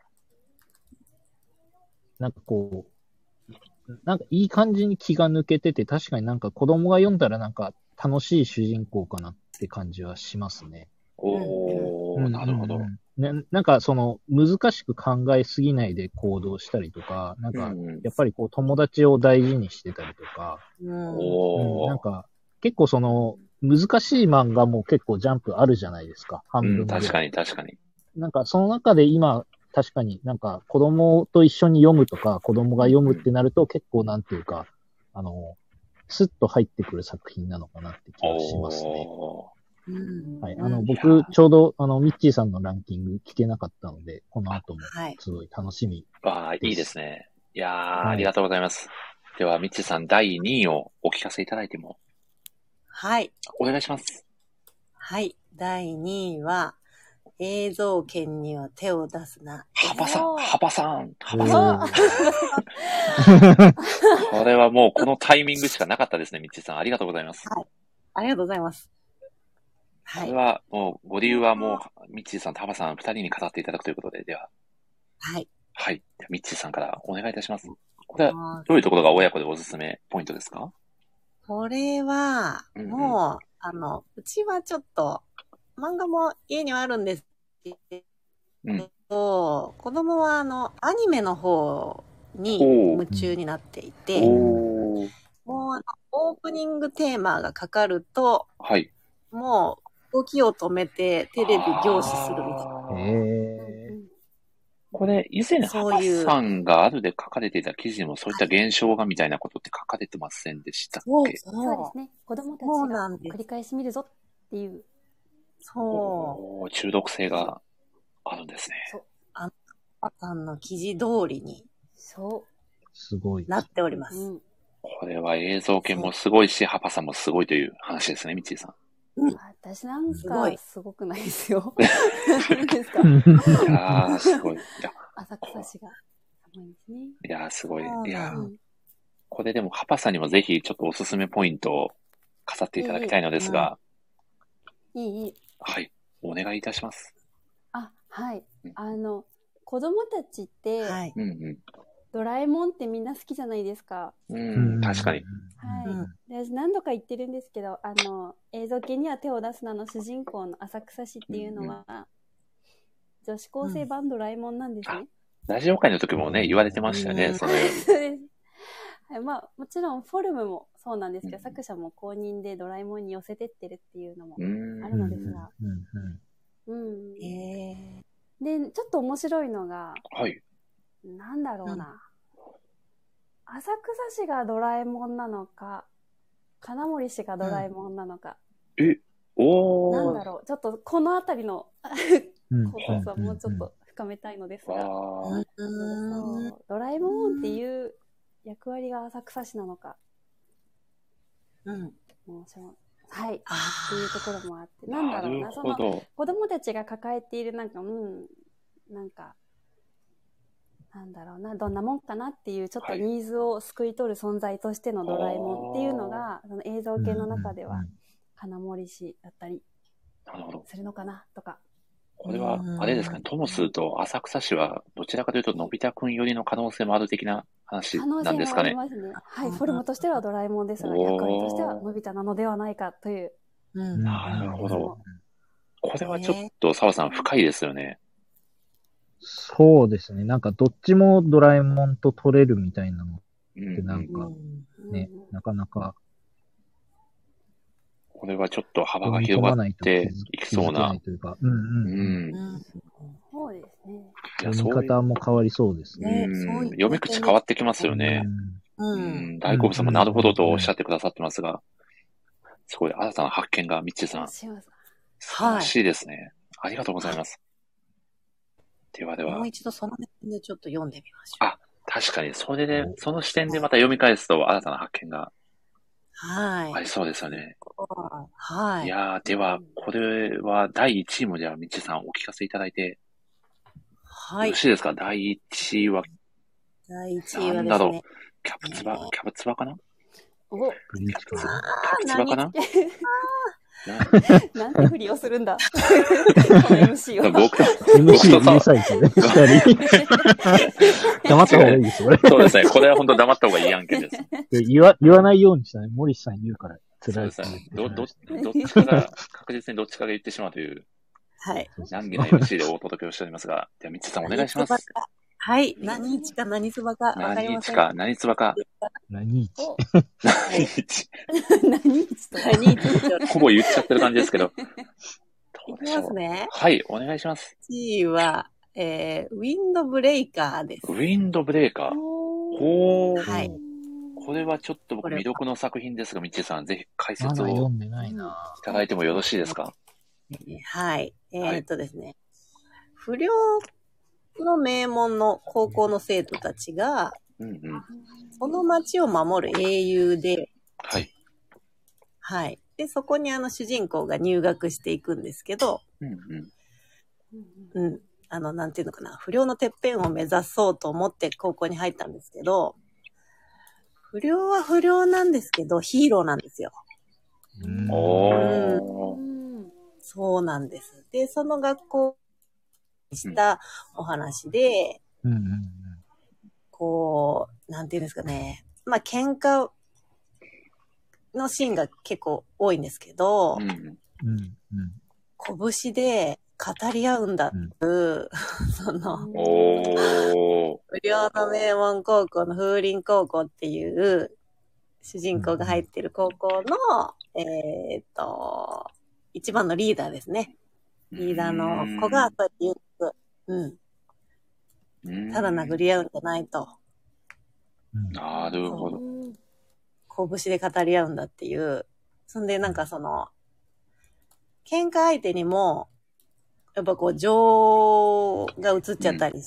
S2: なんかこう、なんかいい感じに気が抜けてて、確かになんか子供が読んだらなんか楽しい主人公かなって感じはしますね。
S1: おー、
S2: うん
S1: なるほど。
S2: ね、なんかその難しく考えすぎないで行動したりとか、なんか
S1: うんうん。
S2: やっぱりこう友達を大事にしてたりとか、
S4: うん。
S2: うん、なん
S1: おー。
S2: か結構その難しい漫画も結構ジャンプあるじゃないですか。半
S1: うん、
S2: 分ぐらい。
S1: 確かに確かに。
S2: なんかその中で今確かになんか子供と一緒に読むとか子供が読むってなると結構なんていうか、あの、スッと入ってくる作品なのかなって気がしますね。
S1: おー。
S4: うん。
S2: はい。あの、
S1: いや
S2: 僕、ちょうど、あの、ミッチーさんのランキング聞けなかったので、この後も
S4: はい。
S2: すごい楽しみ
S1: わあ、い
S2: です。
S1: いですね。いやー、
S2: はい
S1: ありがとうございます。では、みちさんだいにいをお聞かせいただいても
S4: はい。
S1: お願いします。
S4: はい。だいにいは、映像権には手を出すな。
S1: ハパさん、
S3: おー
S1: ハパさん、ハパ
S2: お
S1: さん。
S2: ー
S1: これはもうこのタイミングしかなかったですね、みちさん。ありがとうございます。
S4: はい。ありがとうございます。はい。
S1: これはもう、ご理由はもう、ミッチーさんとハバさん二人に語っていただくということで、では、
S4: はい。
S1: はい。ではミッチーさんからお願いいたします。これは、
S4: あー
S1: どういうところが親子でおすすめポイントですか？
S4: これは、
S1: うんうん
S4: もう、あの、うちはちょっと、漫画も家にはあるんですけ
S1: うん。
S4: ど、子供はあの、アニメの方に
S1: ほう
S4: 夢中になっていて、
S1: おー。
S4: もうあの、オープニングテーマがかかると、
S1: はい。
S4: もう、動きを止めてテレビ凝視するみたいな。
S1: あー
S2: え
S1: これ、以前、ハバ
S4: そういう
S1: さんがあるで書かれていた記事にもそういった現象がみたいなことって書かれてませんでしたっけ？
S4: そう
S3: そうですね。子供たち
S4: そう
S3: が
S4: なんです
S3: 繰り返し見るぞっていう。
S4: そう。
S1: おー中毒性があるんですね。
S3: そう。
S4: あの、パパさんの記事通りに
S3: そ
S2: すごい。
S4: なっておりま
S3: う。
S4: す。
S3: うん。
S1: これは映像系もすごいし、ハパさんもすごいという話ですね、ミッチーさん。
S3: 私なん
S4: すごい
S3: かすごくないですよ。何ですか？
S1: いやー、すごい。いや、
S3: 浅草市が寒いですね。
S1: いやー、すごい。
S4: そう
S1: いやー、
S3: うん。
S1: これでも、ハパさんにもぜひちょっとおすすめポイントを飾っていただきたいのですが、
S3: いい、いい。
S1: はい、お願いいたします。
S3: あ、はい
S1: うん。
S3: あの、子供たちって、
S4: はい。
S1: うんう
S3: ドラえもんってみんな好きじゃないですか。
S1: ん。うん、確かに。
S3: はい。
S4: うん
S3: で私何度か言ってるんですけど、あの、映像系には手を出すなの主人公の浅草市っていうのは、女子高生版ドラえもんなんですね。
S1: ラジオ会の時もね、言われてましたよね、
S4: うん
S1: そのように。
S3: そうです。はい、まあ、もちろんフォルムもそうなんですけど、
S1: うん
S3: 作者も公認でドラえもんに寄せてってるっていうのも
S1: うーん
S3: あるのですが、
S2: うんうん
S3: うん。
S4: え
S3: で、ちょっと面白いのが、
S1: はい。
S3: なんだろうな。浅草市がドラえもんなのか、金森氏がドラえもんなのか、
S1: え、おー。
S3: なんだろう。ちょっとこのあたりの
S2: うん
S3: 考察はもうちょっと深めたいのですが、
S1: わー。
S4: うん
S3: そうドラえもんっていう役割が浅草市なのか、
S4: うん。
S3: もうしょうはい、
S4: あ
S3: っていうところもあって、なんだろうな、
S1: なる
S3: その
S1: ほど。
S3: 子供たちが抱えているなんか、うん、なんか、なんだろうな、どんなもんかなっていうちょっとニーズを救い取る存在としてのドラえもんっていうのが、その映像系の中では金森市だったり
S1: なるほど。
S3: するのかなとか。
S1: これは、あれですかね、トモスと浅草市は、どちらかというと、のび太くん寄りの可能性もある的な話なんですかね。
S3: 可能性もありますね。はい、フォルムとしてはドラえもんですが、役割としてはのび太なのではないかという。
S4: うん、
S1: なるほど。これはちょっと、澤さん、深いですよね。
S2: そうですね。なんか、どっちもドラえもんと取れるみたいなのって、なんか、ね、うん、なかなか、
S1: これはちょっと幅が広がっていきそうな。
S2: というか、うんうんうん。
S3: そうですね。
S2: 読み方も変わりそうですね。
S1: うん、読み口変わってきますよね。うん。大好物さんもなるほどとおっしゃってくださってますが、すごい新たな発見が、ミッチーさん。素晴らしいですね。ありがとうございます。ではでは。
S4: もう一度その目線でちょっと読んでみましょう。
S1: あ、確かに、それで、その視点でまた読み返すと新たな発見が。
S4: はい。
S1: ありそうですよね。
S4: はい。
S1: いやー、では、これはだいいちいもじゃあ、みちさんお聞かせいただいて、はい。よろしいですか？だいいちいは。
S4: だいいちいはですね。
S1: なんだろう。キャプツバ、キャプツバかな？
S3: お、
S2: ブリーチかな？
S1: キャプツバかな？
S3: なんてふりをするんだ。エムシー は。
S1: 僕と、
S2: エムシー うるさいですね。黙った方がいいですよ、
S1: そうですね。これは本当黙った方がいい案件です。
S2: 言わ、言わないようにしたね。森さん言うから辛い
S1: ですね。ど、ど、どっちかが、確実にどっちかが言ってしまうという、
S4: はい。
S1: 難儀な エムシー でお届けをしておりますが、では、みちさんお願いします。
S4: はい。何日か何つばかわかりません。
S1: 何日か何つばか。
S2: 何日
S1: 何日
S3: 何日と
S4: 何日
S1: ほぼ言っちゃってる感じですけど。
S4: いきますね。
S1: はい、お願いします。
S4: いちいは、えー、ウィンドブレイカーです。
S1: ウィンドブレイカー。ほー。
S4: はい。
S1: これはちょっと僕未読の作品ですが、みちさん、ぜひ解説を
S2: 読んでないな。
S1: いただいてもよろしいですか？
S4: はい。えー、っとですね。不良の名門の高校の生徒たちが、
S1: うんうん、
S4: その町を守る英雄で、
S1: はい。
S4: はい。で、そこにあの主人公が入学していくんですけど、
S1: うん
S4: うん。うん。あの、なんていうのかな。不良のてっぺんを目指そうと思って高校に入ったんですけど、不良は不良なんですけど、ヒーローなんですよ。
S1: うん、おー、うん。
S4: そうなんです。で、その学校にしたお話で、
S2: うんうんうん、
S4: こう、なんていうんですかね。まあ、喧嘩のシーンが結構多いんですけど、
S1: うんうん
S4: うん、拳で語り合うんだっていう、うん、その、
S1: おー、
S4: 不良の名門高校の風林高校っていう主人公が入ってる高校の、えー、っと、一番のリーダーですね。リーダーの子がそう言う、うん。ただ殴り合うんじゃないと。
S1: なるほど。
S4: 拳で語り合うんだっていう。そんでなんかその、喧嘩相手にも、やっぱこう情が映っちゃったりして、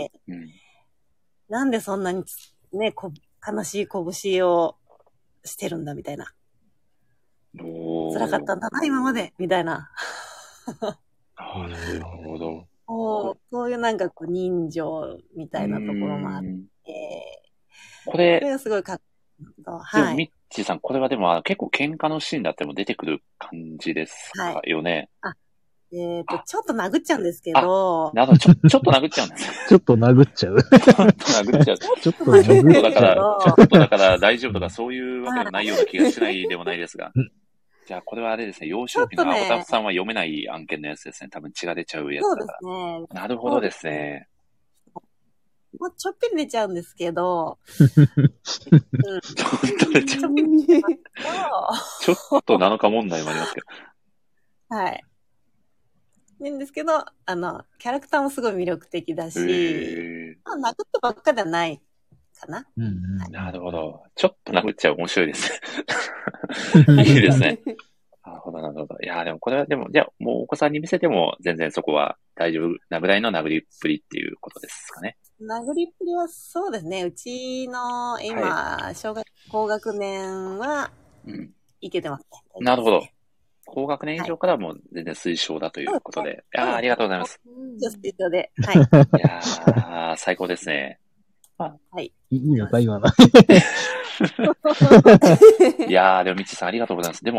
S1: うんうん、
S4: なんでそんなにね、こ悲しい拳をしてるんだみたいな。辛かったんだな、今まで、みたいな。
S1: なるほど。
S4: そうそういうなんかこう人情みたいなところもあって、
S1: これ、
S4: これがすごいかっこいい。
S1: はい。でも、ミッチーさん、これはでも結構喧嘩のシーンだっても出てくる感じですかよね。
S4: はい、あ、えっ、ー、と、ちょっと殴っちゃうんですけど。
S1: なるほど、ちょ、ちょっと殴っちゃうんです。
S2: ちょっと殴っちゃう。
S1: ちょっと殴っちゃう。
S2: ちょっと殴っちゃう。
S1: ちょっとだから、ちょっとだから大丈夫とかそういうわけでもないような気がしないでもないですが。じゃあ、これはあれですね、幼少期の青田さんは読めない案件のやつですね。多分血が出ちゃうやつだから。
S4: そうですね。
S1: なるほどですね。
S4: もうちょっぴり出ちゃうんですけど。
S1: うん、ちょっと出ちゃう。ちょっとなのか問題もありますけど。
S4: はい。なんですけど、あの、キャラクターもすごい魅力的だし、まあ、殴ってばっかではないかな。
S2: うんうん
S1: はい、なるほど。ちょっと殴っちゃう面白いですね。いいですね。なるほど、なるほど。いや、でもこれは、でも、じゃあ、もうお子さんに見せても全然そこは大丈夫なぐらいの殴りっぷりっていうことですかね。
S4: 殴りっぷりはそうですね。うちの今、はい、小学高学年は、いけてますね。
S1: うん、なるほど。高学年以上からもう全然推奨だということで。はい、ああ、ありがとうございます。
S4: 推奨で。はい。
S1: いやー、最高ですね。
S4: まあ、はい。
S2: いいのか、今の。
S1: いやー、でも、みちさんありがとうございます。でも、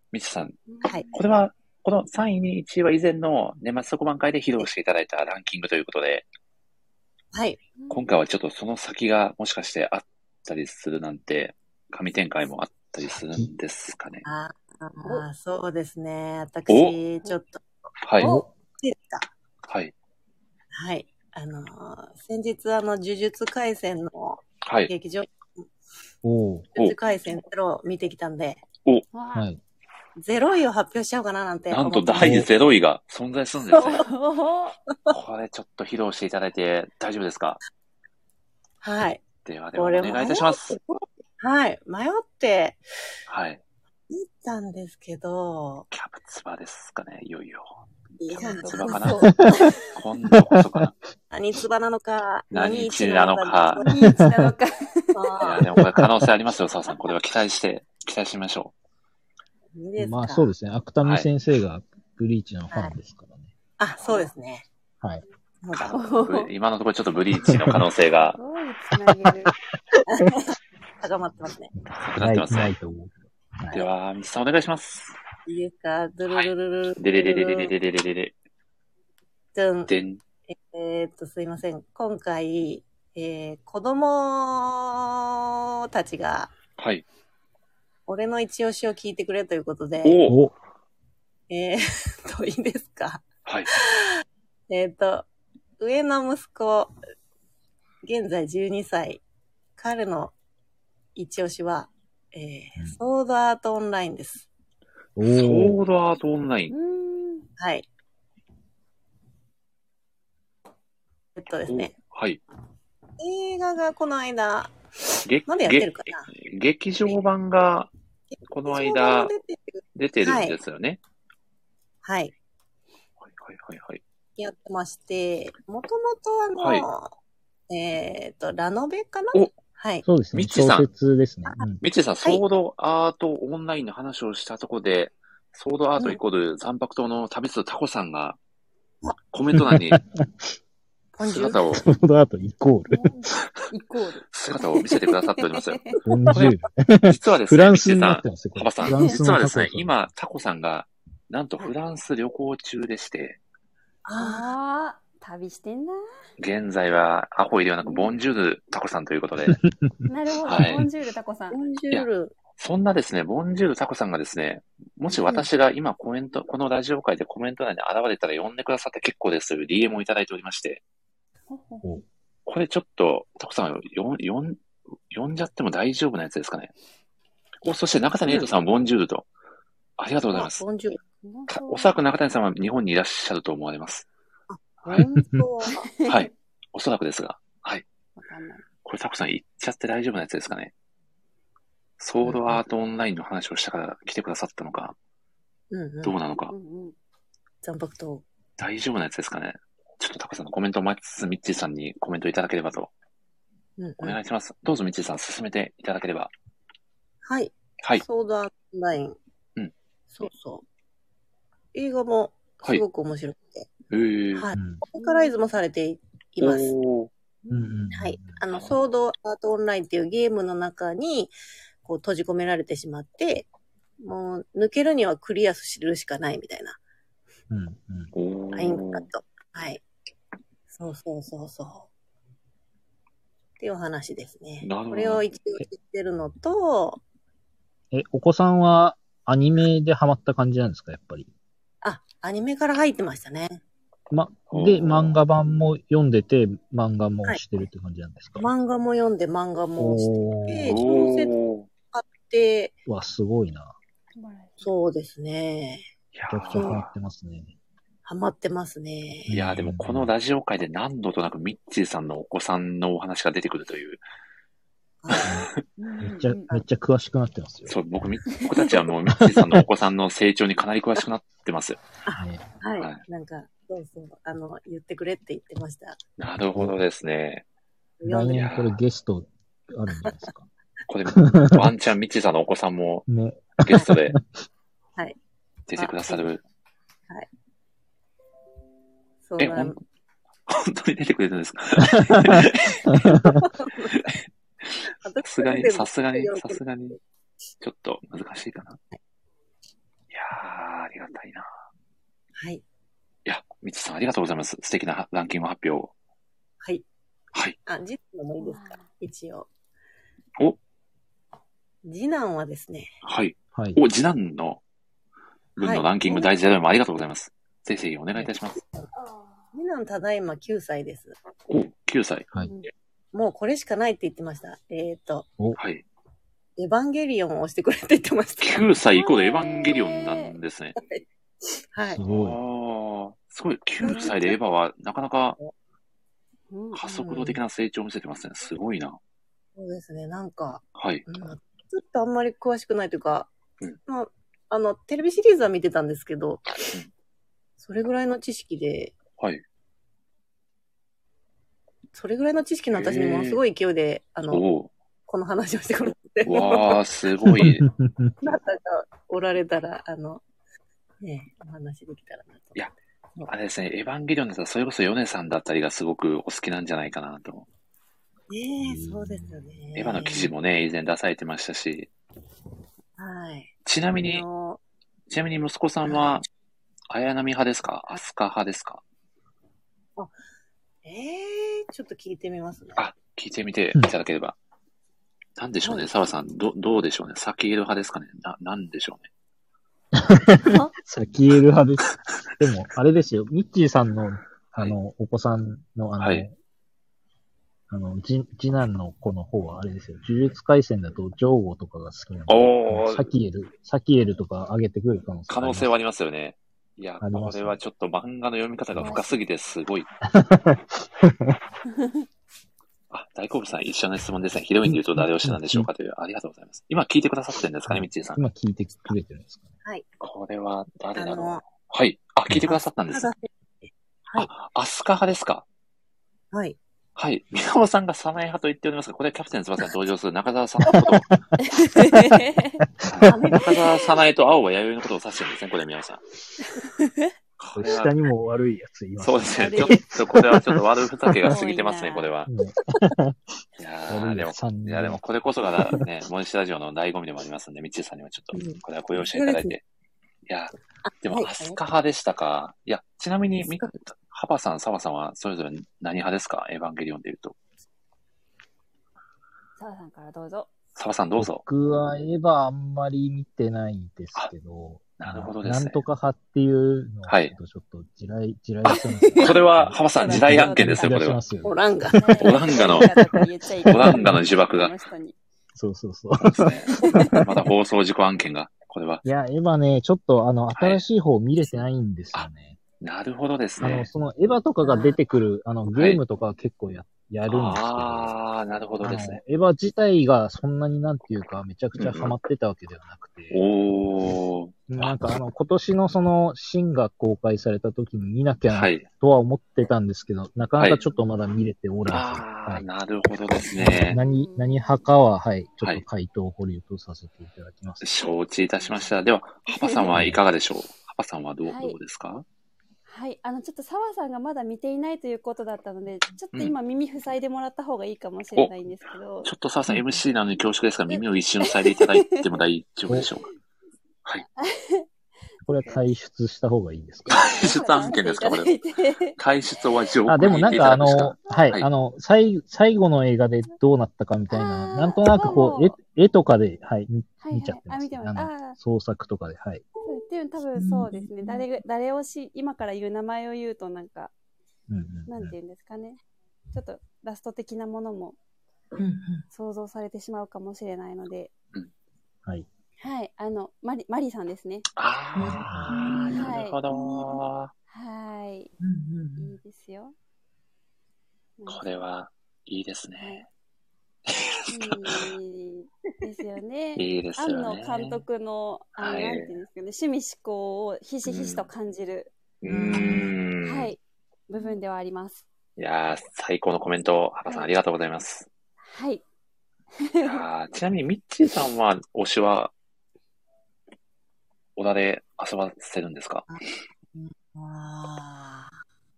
S1: みちさん。
S4: はい。
S1: これは、このさんいにいちいは以前の年末特番会で披露していただいたランキングということで、
S4: はい。
S1: 今回はちょっとその先がもしかしてあったりするなんて、神展開もあったりするんですかね。
S4: ああ、そうですね。私、ちょっと。
S1: はい。
S4: いいですか？
S1: はい。
S4: はい。あのー、先日、あの、呪術廻戦の劇場、
S2: お
S4: 呪術廻戦ゼロを見てきたんで、
S1: お
S2: はい。
S4: ゼロ位を発表しちゃおうかななんて
S1: なんと第ゼロ位が存在するんですね。これちょっと披露していただいて大丈夫ですか？
S4: はい。
S1: ではではお願いいたします。
S4: はい。迷って、
S1: はい。
S4: 見たんですけど、
S1: キャプツバですかね、いよいよ。
S4: キ
S1: ャプツバかな今度こそかな。
S4: 何ツバなのか、
S1: 何一なのか。
S3: 何一なのか。い
S1: や、でもこれ可能性ありますよ、澤さん。これは期待して、期待しましょ
S4: う。いいですか？
S2: まあそうですね。芥見先生がブリーチのファンですからね。
S4: はい、あ、そうですね。
S2: はい。
S1: 今のところちょっとブリーチの可能性が。
S3: すごいつなげる。
S4: 高まってますね。
S1: 高まってますね。
S2: ないと思う。
S1: はい、では、ミスさんお願いします。
S4: いいですか？ドゥルルルル。
S1: デレレレレレレレレレレ。
S4: ドゥン。
S1: でん。
S4: えー、っと、すいません。今回、えー、子供たちが、
S1: はい。
S4: 俺の一押しを聞いてくれということで、
S1: お
S4: えー、っと、いいですか？
S1: はい。
S4: えー、っと、上の息子、現在じゅうにさい。彼の一押しは、えーうん、ソードアートオンラインです。
S1: ソードアートオンライン。
S4: はい。えっとですね。
S1: はい。
S4: 映画がこの間、まだやってるかな。
S1: 劇場版がこの間出てるんですよね。
S4: はい。はい。
S1: はいはいはい。
S4: やってまして、もともとあの、はい、えっと、ラノベかな？
S1: お
S4: はい。
S2: そうですね。
S1: ミッチさん。
S2: 小説ですね。
S1: ミッチさん、ソードアートオンラインの話をしたところで、はい、ソードアートイコール残白刀の旅するタコさんが、コメント欄に、姿を、
S2: ソードアートイコール
S3: イコール。
S1: 姿を見せてくださっておりますよ。
S2: ボンジュール。
S1: 実はですね、
S2: フランスになってますよ。
S1: ミッチさん、幅さん、実はですね、今、タコさんが、なんとフランス旅行中でして、
S3: ああ。旅してんな。
S1: 現在はアホイではなくボンジュールタコさんということで。
S3: なるほど、はい、ボンジュールタコさん。
S4: ボンジュール。
S1: そんなですね、ボンジュールタコさんがですね、もし私が今コメント、うん、このラジオ界でコメント欄に現れたら呼んでくださって結構ですという ディーエム をいただいておりまして、これちょっとタコさん呼ん、呼ん、呼んじゃっても大丈夫なやつですかね。お、そして中谷エイトさんはボンジュールと。ありがとうございます。
S4: ボンジュール。
S1: おそらく中谷さんは日本にいらっしゃると思われます。
S4: はい。
S1: はい。おそらくですが。はい。これタコさん言っちゃって大丈夫なやつですかね。ソードアートオンラインの話をしたから来てくださったのか。うんうん、どうなのか。
S4: 残白刀。
S1: 大丈夫なやつですかね。ちょっとタコさんのコメントを待ちつつ、ミッチーさんにコメントいただければと。うんうん、お願いします。どうぞミッチーさん進めていただければ。
S4: はい。
S1: はい。
S4: ソードアートオンライン。うん。そうそう。映画もすごく面白くて。はい
S1: えー、
S4: はい。ローカライズもされています。はい。あの、ソードアートオンラインっていうゲームの中に、こう閉じ込められてしまって、もう抜けるにはクリアするしかないみたいな。うんうん。アインカット。はい。そうそうそうそう。っていうお話ですね。これを一応知ってるのと、
S2: え、お子さんはアニメでハマった感じなんですか、やっぱり。
S4: あ、アニメから入ってましたね。
S2: ま、で、漫画版も読んでて、漫画もしてるって感じなんですか、
S4: はい、漫画も読んで、漫画もしてて、小説買って、
S2: うわ、すごいな。
S4: そうですね。
S2: めちゃくちゃハマってますね。
S4: ハマってますね。
S1: いやーでもこのラジオ界で何度となくミッチーさんのお子さんのお話が出てくるという。
S2: めっちゃ、めっちゃ詳しくなってますよ。
S1: そう、僕、僕たちはもうミッチーさんのお子さんの成長にかなり詳しくなってます。
S4: はい、はい。はい。なんか、そうそう、あの、言ってくれって言ってました。
S1: なるほどですね。
S2: 来年これゲストあるんじゃないですか。
S1: これ、ワンチャンミッチーさんのお子さんもゲストで出てくださる。
S4: はい。
S1: そうえ、ほん、本当に出てくれるんですかさすがに、さすがに、さすがに、ちょっと難しいかな。 ー、ありがたいな。
S4: はい。
S1: いや、みちさんありがとうございます。素敵なランキング発表を。
S4: はい。
S1: はい。
S4: あ、次男もいいですか？一応。
S1: お
S4: 次男はですね。
S1: はい。
S2: はい。
S1: お、次男の分のランキング、はい、第一弾もありがとうございます。ぜひぜひお願いいたします。
S4: 次男ただいまきゅうさいです。
S1: お、きゅうさい。
S2: はい。
S4: もうこれしかないって言ってました。えっと。
S1: はい。
S4: エヴァンゲリオンを押してくれって言ってました。
S1: きゅうさいイコールエヴァンゲリオンなんですね。
S4: はい。
S2: すご
S1: い。すごい。きゅうさいでエヴァはなかなか加速度的な成長を見せてますね。すごいな。
S4: そうですね。なんか。
S1: はい。
S4: うん、ちょっとあんまり詳しくないというか、
S1: うん、
S4: まあ、あの、テレビシリーズは見てたんですけど、うん、それぐらいの知識で、
S1: はい。
S4: それぐらいの知識の私にものすごい勢いで、あの、この話をしてくれて。
S1: わー、すごい。
S4: なたがおられたら、あの、ね、お話できたらなと。
S1: いや、あれですね、エヴァンゲリオンだったらそれこそヨネさんだったりがすごくお好きなんじゃないかなと。
S4: ねえ、そうですよね。
S1: エヴァの記事もね、以前出されてましたし。
S4: はい。
S1: ちなみに、ちなみに息子さんは、綾波派ですか？飛鳥派ですか？
S4: あ、ええー、ちょっと聞いてみますね。
S1: あ、聞いてみていただければ。なんでしょうね、澤さん、ど、どうでしょうね。サキエル派ですかね。な、なんでしょうね。
S2: サキエル派です。でも、あれですよ、ミッチーさんの、あの、はい、お子さんの、あの、はい、あの、次、次男の子の方はあれですよ、呪術廻戦だと、ジョーゴとかが好きなので、おサキエル、サキエルとか上げてくる可能性
S1: 可能性はありますよね。いや、これはちょっと漫画の読み方が深すぎてすごい。あ、大好物さん、一緒の質問ですね。ヒロインで言うと誰推しなんでしょうかという、ありがとうございます。今聞いてくださってるんですかね、みっちーさん。
S2: 今聞いてくれてるんですかね。
S4: はい。
S1: これは誰だろう。はい。あ、聞いてくださったんです。はい。あ、アスカ派ですか？
S4: はい。
S1: はい。宮尾さんがサナエ派と言っておりますが、これはキャプテン翼に登場する中澤さんのことを。中澤サナエと青は弥生のことを指してるんですね、これ宮尾さん。
S2: これ下にも悪いやついます、
S1: ね。そうですね。ちょっと、これはちょっと悪ふざけが過ぎてますね、これは。いやー、でも、いや、でもこれこそがね、モンシラジオの醍醐味でもありますんで、みっちーさんにはちょっと、これはご容赦いただいて。いや、でも、アスカ派でしたか。いや、ちなみに、ハバさん、サワさんはそれぞれ何派ですか？エヴァンゲリオンで言うと。
S3: サワさんからどうぞ。
S1: サワさんどうぞ。
S2: 僕はエヴァあんまり見てないんですけど、
S1: なるほどですね。
S2: なんとか派っていうの
S1: はい。
S2: ちょっと地雷、地雷してます、
S1: ね。これは、ハバさん、地雷案件ですよ、これは。
S4: オランガ。
S1: オランガの、オランガの呪縛が。
S2: そうそうそう。
S1: そうですね。まだ放送事故案件が、これは。
S2: いや、エヴァね、ちょっとあの、新しい方見れてないんですよね。はい、
S1: なるほどですね。
S2: あの、そのエヴァとかが出てくる、あの、ゲームとか結構や、はい、やるんですけど。
S1: ああ、なるほどですね。
S2: エヴァ自体がそんなになんていうか、めちゃくちゃハマってたわけではなくて。
S1: うん、おー。
S2: なんかあの、今年のその、シンが公開された時に見なきゃな、とは思ってたんですけど、はい、なかなかちょっとまだ見れておらず。
S1: ああ、
S2: はい、
S1: なるほどですね。
S2: 何、何派かは、はい、ちょっと回答を保留とさせていただきます。
S1: 承知いたしました。では、ハパさんはいかがでしょう？ハパさんはどう、はい、どうですか？
S3: はい、あの、ちょっと澤さんがまだ見ていないということだったので、ちょっと今耳塞いでもらった方がいいかもしれないんですけど。
S1: ちょっと澤さん エムシー なのに恐縮ですが、耳を一瞬塞いでいただいても大丈夫でしょうか？はい。
S2: これは退出した方がいいですか？
S1: 退出案件ですかこれは。退出は情報
S2: あ、でもなんかあの、はい、はい、あの、最、最後の映画でどうなったかみたいな、なんとなくこう、絵、絵とかで、はい、見、はいはい、見ちゃってます、ね。あ、見てます。あ創作とかで、はい。
S3: でも多分そうですね。誰、誰をし、今から言う名前を言うとなんか、うんうんうん、なんていうんですかね。ちょっとラスト的なものも想像されてしまうかもしれないので。
S2: うん、はい。
S3: はい。あの、マリ、マリさんですね。
S1: ああ、なるほど。
S3: はい。いいですよ。
S1: これはいいですね。
S3: はい、いいですよね。
S1: いいですよね。
S3: 庵野監督の、あの、はい、なんていうんですかね、趣味思考をひしひしと感じる、
S1: うん、
S3: はい、部分ではあります。
S1: いやー、最高のコメント、ハカさん、はい、ありがとうございます。
S3: はい。
S1: いやちなみに、ミッチーさんは、推しは、小田で遊ばせるんですか？
S4: あ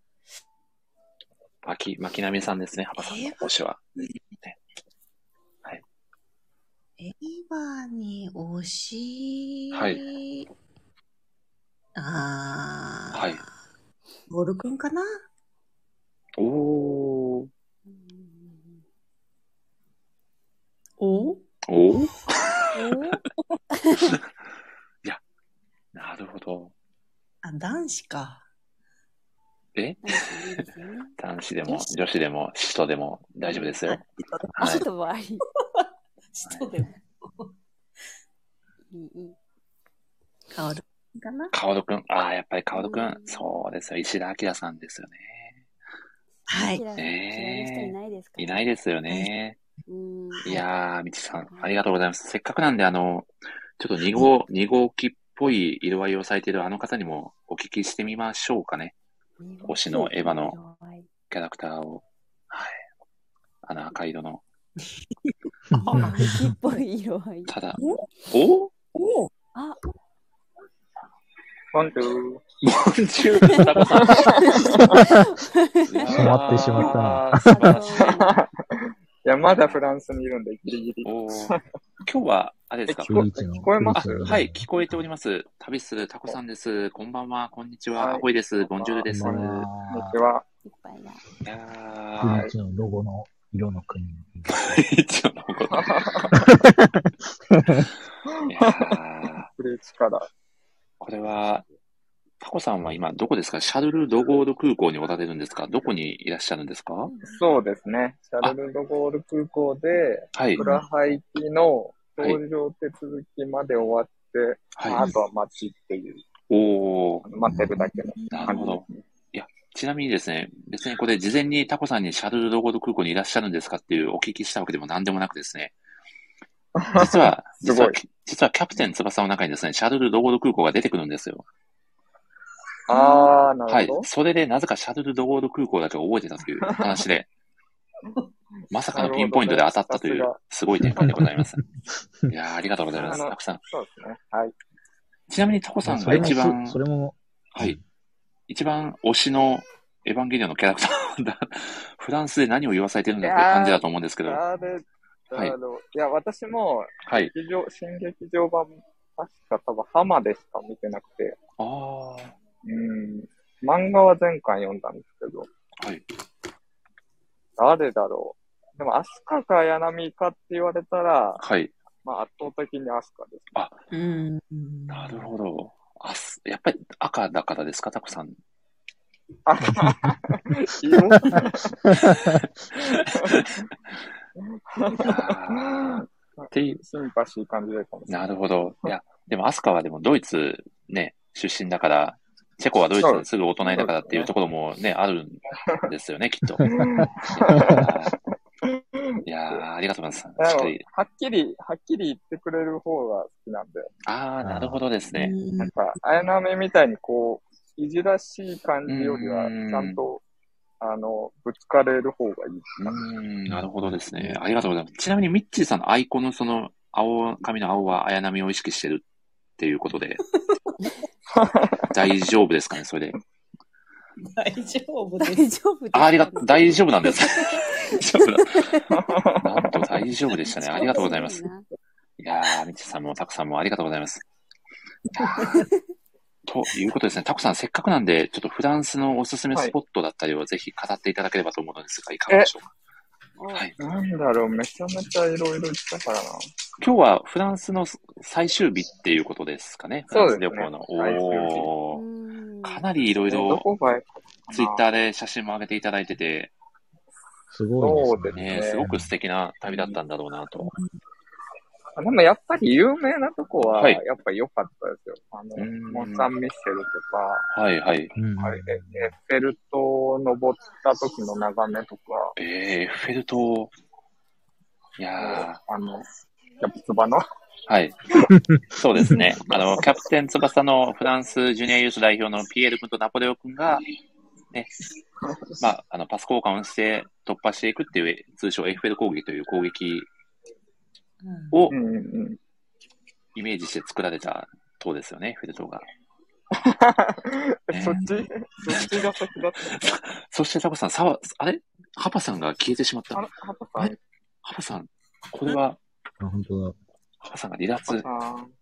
S1: あ。巻、巻波さんですね、ハカさんの推しは。ね、はい。
S4: エヴァに推し、
S1: はい。
S4: あー。
S1: はい。
S4: ボールくんかな。
S1: おー。
S4: お
S1: おおいや、なるほど。
S4: あ、男子か。
S1: え
S3: いいですよね。
S1: 男子でも女子でも使徒でも大丈夫ですよ。
S3: あ、使徒はあり。
S4: 使徒でも。
S3: いい、いい。
S4: かおるかな。
S1: かおるくん。ああ、やっぱりかおるくん。そうですよ。石田明さんですよね。
S4: はい。
S3: 嫌いな人いないですか、
S1: いないですよね。
S3: うん
S1: いやー、みちさん、ありがとうございます。せっかくなんで、あの、ちょっとに号、に号機っぽい色合いをされているあの方にもお聞きしてみましょうかね。推しのエヴァのキャラクターを。はい。あの赤色の。
S3: 黄っぽい色合い。
S1: ただ、お
S4: お
S3: あ
S5: ボンジュー。
S1: ボンジュール、タコさん。
S2: しまってしまったな。
S1: 素晴らしい。
S5: いや、まだフランスにいるんで、ギリギリ。
S1: お今日は、あれですか、
S5: 聞こえます？
S1: はい、聞こえております。旅するタコさんです。こんばんは、こんにちは。アホイです。ボンジュールです。
S5: こんにちは。
S3: いっぱいだ。
S1: いや
S2: ー。フリーチのロゴの色の国。
S1: フリーチのロゴの。いやー。
S5: フリーチから。
S1: これは、タコさんは今どこですか？シャルル・ド・ゴール空港におられるんですか？どこにいらっしゃるんですか？
S5: そうですね。シャルル・ド・ゴール空港で、
S1: はい。
S5: プラハイキの搭乗手続きまで終わって、はい、あとは待ちっていう。
S1: おー。
S5: 待ってるだけの、ね。
S1: なるほど。いや、ちなみにですね、別にこれ事前にタコさんにシャルル・ド・ゴール空港にいらっしゃるんですかっていうお聞きしたわけでも何でもなくですね、実は、実は、実はキャプテン翼の中にですね、シャルル・ド・ゴール空港が出てくるんですよ。
S5: あー、なるほど。
S1: はい。それでなぜかシャルル・ド・ゴール空港だけ覚えてたという話で、まさかのピンポイントで当たったという、すごい展開でございます。いやー、ありがとうございます。たくさん。
S5: そうですね。はい。
S1: ちなみにタコさんが一番、
S2: それも、
S1: はい。一番推しのエヴァンゲリオンのキャラクターだ、フランスで何を言わされてるんだって感じだと思うんですけど。
S5: あれ、はい。いや、私も、はい。劇場、新劇場版、確か多分ハマでしか見てなくて。
S1: ああ。
S5: うん。漫画は前回読んだんですけど。
S1: はい。
S5: 誰だろう。でも、アスカか綾波かって言われたら、
S1: はい。
S5: まあ、圧倒的にアスカです、ね。
S1: あ、うん。なるほど。あす、やっぱり赤だからですか、タコさん。
S5: 赤色っていう、シンパシー感じるかもしれない。
S1: なるほど。いや、でもアスカはでもドイツね、出身だから、チェコはドイツですぐお隣だからっていうところもね、あるんですよね、きっと。いやー、ありがとうございます。しっかり。
S5: はっきり、はっきり言ってくれる方が好きなんで。
S1: あー、なるほどですね。
S5: なんか、綾波みたいにこう、いじらしい感じよりは、ちゃんと、あの、ぶつかれる方がいい。
S1: うん、なるほどですね。ありがとうございます。ちなみにミッチーさんのアイコンのその、青、髪の青は綾波を意識してるっていうことで。大丈夫ですかね、それで。
S4: 大丈夫です。
S3: 大丈夫です、ね。
S1: あ、ありが、大丈夫なんです。大丈夫だ。なんと大丈夫でしたね。ありがとうございます。いやー、みちさんもたくさんもありがとうございます。ということですね。タコさん、せっかくなんで、ちょっとフランスのおすすめスポットだったりをぜひ語っていただければと思うのですが、いかがでしょうか。
S5: はい。なんだろう、めちゃめちゃいろいろ言ったからな。
S1: 今日はフランスの最終日っていうことですかね。フランス旅行の。おー。かなりいろいろ、ツイッターで写真も上げていただいてて、
S2: すごいですね。
S1: ね、すごく素敵な旅だったんだろうなと。
S5: でもやっぱり有名なとこは、やっぱり良かったですよ。はい、あの、モン・サン・ミッシェルとか、
S1: はいはい。
S5: はい、エッフェル塔を登った時の眺めとか。
S1: えー、エッフェル塔。いやー。
S5: あの、キャプツバの
S1: はい。そうですね。あの、キャプテン翼のフランスジュニアユース代表のピエール君とナポレオ君が、ね、まあ、あの、パス交換をして突破していくっていう、通称エッフェル攻撃という攻撃をイメージして作られた塔ですよね、エッフェル塔が。
S5: そっちそっちが先だった。
S1: そしてタコさん、さわ、あれハパさんが消えてしまった。
S5: ハパさん。
S1: ハパさん、これは、
S2: あ、本当だ。
S1: ハパさんが離脱。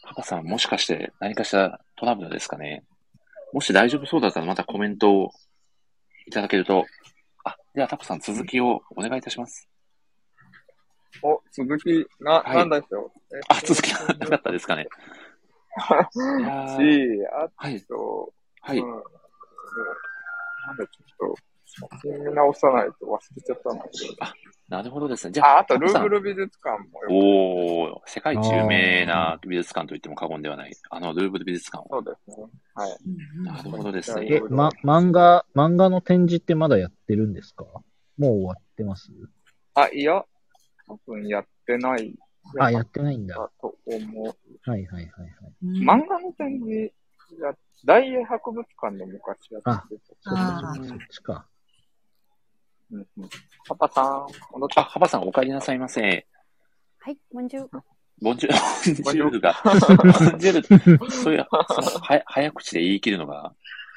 S1: パパさん、もしかして何かしらトラブルですかね。もし大丈夫そうだったらまたコメントをいただけると。あ、ではタコさん続きをお願いいたします。
S5: お、続き、な、はい、なんだっけよ。
S1: あ、続きなかったですかね。
S5: いやし、あと、
S1: はい。はい。うん、
S5: なんでちょっと、写真見直さないと忘れちゃったんだけど。
S1: あ、なるほどですね。じゃあ、
S5: あ、あとルーブル美術館も。
S1: おー、世界一有名な美術館と言っても過言ではない。あのルーブル美術館を。
S5: そうですね。はい。
S1: なるほどですね。
S2: え、ま、漫画、漫画の展示ってまだやってるんですか？もう終わってます？
S5: あ、いや、多分やってない。
S2: あ、やってないんだ。
S5: と思う。
S2: はいはいはいはい。
S5: 漫画の展示や、大英博物館で昔やってた。
S2: あ、そっちか。
S5: うんうん。パパさん、
S1: 戻った。あ、パパさんお帰りなさいませ。
S3: はい、ボンジュール。
S1: ボンジュール、ボンジュールが、ボンジュール、そういう、そのは早口で言い切るのが、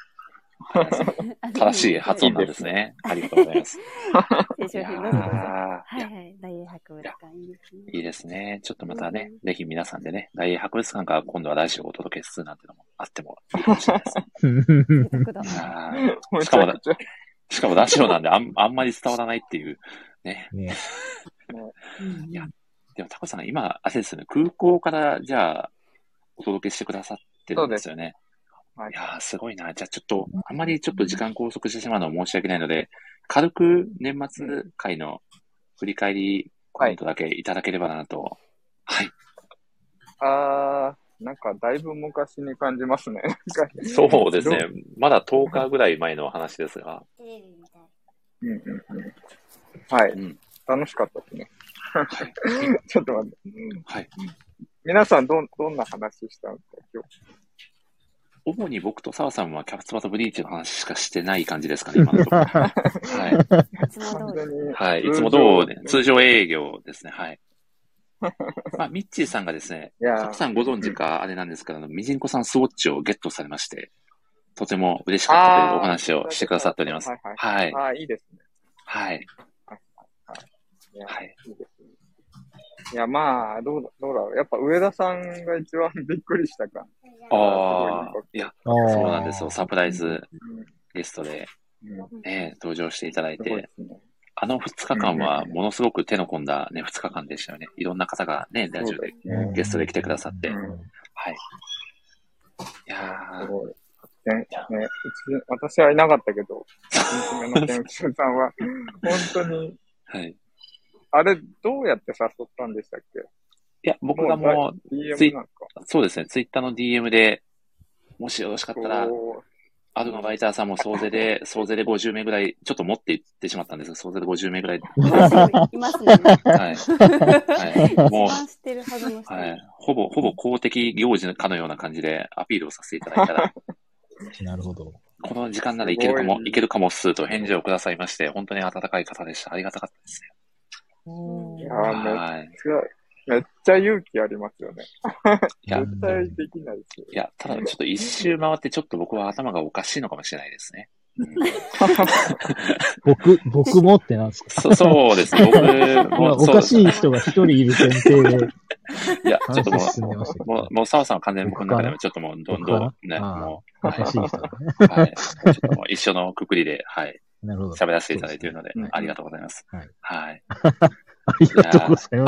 S1: 正しい発音なんですね。ありがとうございます。
S3: いやー、はいはい、大英博物館いいですね。
S1: いいですね。ちょっとまたね、ぜひ皆さんでね、大英博物館から今度はラジオをお届けするなんてのもあってもいいかもしれないですね。しかも、しかもラジオなんであん、あんまり伝わらないっていうね。ねいや、でもタコさん今、あれですよね、空港からじゃあお届けしてくださってるんですよね。はい、いやー、すごいな。じゃあちょっと、あんまりちょっと時間拘束してしまうのは申し訳ないので、軽く年末会の振り返りコメントだけいただければなと。はい。
S5: あー、なんかだいぶ昔に感じますね。
S1: そうですね。まだとおかぐらい前の話ですが。
S5: うんうんうん、はい、うん。楽しかったですね。はい、ちょっと待って。
S1: はい。
S5: 皆さんど、どんな話したんですか、今日。
S1: 主に僕と澤さんはキャプツバとブリーチの話しかしてない感じですかね、今のところ。はい。
S3: いつも通り。
S1: はい。いつも通り、通常営業ですね。はい。まあ、ミッチーさんがですね、澤さんご存知かあれなんですけど、ミジンコさんスウォッチをゲットされまして、とても嬉しかったというお話をしてくださっております。はい。はい。
S5: ああ、いいですね。
S1: はい。
S5: はい。いいですね。いや、まあ、どうだ、どうだろう。やっぱ上田さんが一番びっくりしたか。
S1: ああ、いや、そうなんですよ。サプライズゲストで、ね、登場していただいて、あのふつかかんはものすごく手の込んだね、ふつかかんでしたよね。いろんな方がね、ラジオでゲストで来てくださって。はい。いやー。
S5: ね、ね、うち、私はいなかったけど、娘の天津さんは、本当に、
S1: はい。
S5: あれ、どうやって誘ったんでしたっけ？
S1: いや、僕がもう、
S5: ディーエム なんか
S1: そうですね、ツイッターの ディーエム で、もしよろしかったら、アドのライターさんも総勢で、総勢でごじゅうめいぐらい、ちょっと持っていってしまったんですが、総勢でごじゅうめいぐらい。
S3: いますね。
S1: はい。はい。もう、
S3: はい。
S1: ほぼ、ほぼ公的行事かのような感じでアピールをさせていただいたら、
S2: なるほど。
S1: この時間ならいけるかも、いけるかもっすと返事をくださいまして、本当に温かい方でした。ありがたかったですね。
S5: いやー、めっちゃ、めっちゃ勇気ありますよね。いや、絶対できないですよ。
S1: いや、ただちょっと一周回ってちょっと僕は頭がおかしいのかもしれないですね。うん、
S2: 僕、僕もってなんですか？
S1: そそうですね。僕も。
S2: おかしい人が一人いる前提で。
S1: いや、ちょっともう、もう、もう澤さんは完全に僕の中ではちょっともう、どんどんね、も
S2: う、おかしい人だね。
S1: はい。ちょっともう一緒のくくりで、はい。
S2: なるほど。
S1: 喋らせていただいているので、ありがとうございます。はい。はい。
S2: ありがとうございます。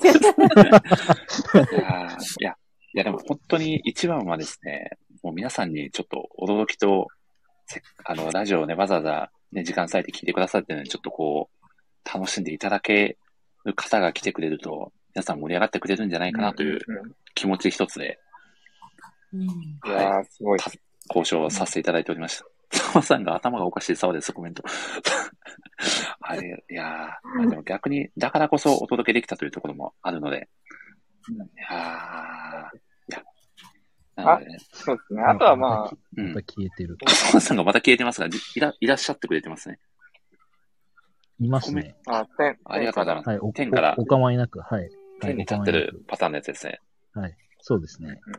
S1: いや、いやでも本当に一番はですね、もう皆さんにちょっと驚きと、あの、ラジオをね、わざわざね、時間割いて聞いてくださってるので、ちょっとこう、楽しんでいただける方が来てくれると、皆さん盛り上がってくれるんじゃないかなという気持ち一つで、
S5: うんうん、はい、いやすごい。
S1: 交渉させていただいておりました。澤さんが頭がおかしいそうです、コメント。あれ、いやー、でも逆に、だからこそお届けできたというところもあるので、うん、いやー、いや、
S5: あ、ね、そうですね。あとはまあ、
S2: また消えてる。
S1: 澤さんがまた消えてますが、いら、いらっしゃってくれてますね。
S2: いますね。
S5: あ、天。
S1: ありがとうございます。
S2: はい、お
S1: 天から。
S2: お構いなく、はい。
S1: 天に立ってるパターンのやつですね。
S2: はい、そうですね。
S1: うん、い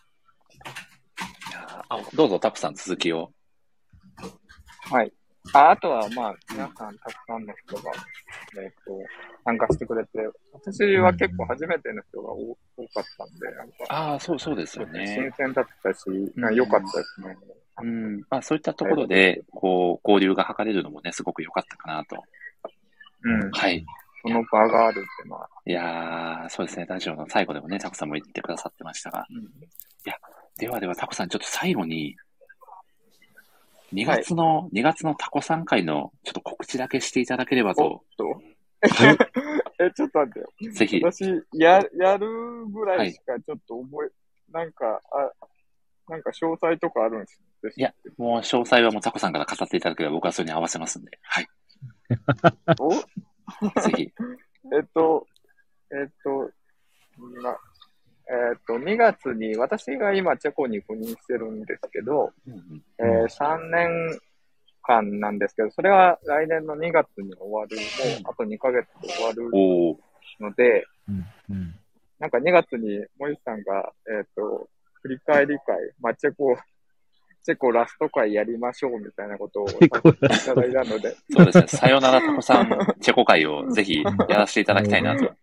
S1: やあ、どうぞタップさん続きを。
S5: はい。あ、あとは、まあ、皆さん、たくさんの人が、えっと、参加してくれて、私は結構初めての人が多かったんで、なんか。
S1: ああ、そう、そうですよね。
S5: 新鮮だったし、良かったですね。
S1: うん。まあ、そういったところで、こう、交流が図れるのもね、すごく良かったかなと。
S5: うん。
S1: はい。
S5: その場があるってのは。
S1: いやー、そうですね。ラジオの最後でもね、タコさんも言ってくださってましたが。うん、いや、ではではタコさん、ちょっと最後に、にがつの、はい、にがつのタコさん会のちょっと告知だけしていただければと。
S5: はい、え、ちょっと待ってよ。
S1: ぜひ。
S5: 私、や、やるぐらいしかちょっと覚え、はい、なんか、あ、なんか詳細とかあるんです
S1: よ。いや、もう詳細はもうタコさんから語っていただければ僕はそれに合わせますんで。はい。
S5: お
S1: ぜひ。
S5: えっと、えっと、な、えっと、にがつに、私が今チェコに赴任してるんですけど、うんうん、えー、さんねんかんなんですけど、それは来年のにがつに終わる、もうあとにかげつで終わるので、
S2: うんうん、
S5: なんかにがつに森さんが、えっと、振り返り会、まあ、チェコ、チェコラスト会やりましょうみたいなことをさせていただいたので。
S1: そうですね。さよならタコさんチェコ会をぜひやらせていただきたいなと。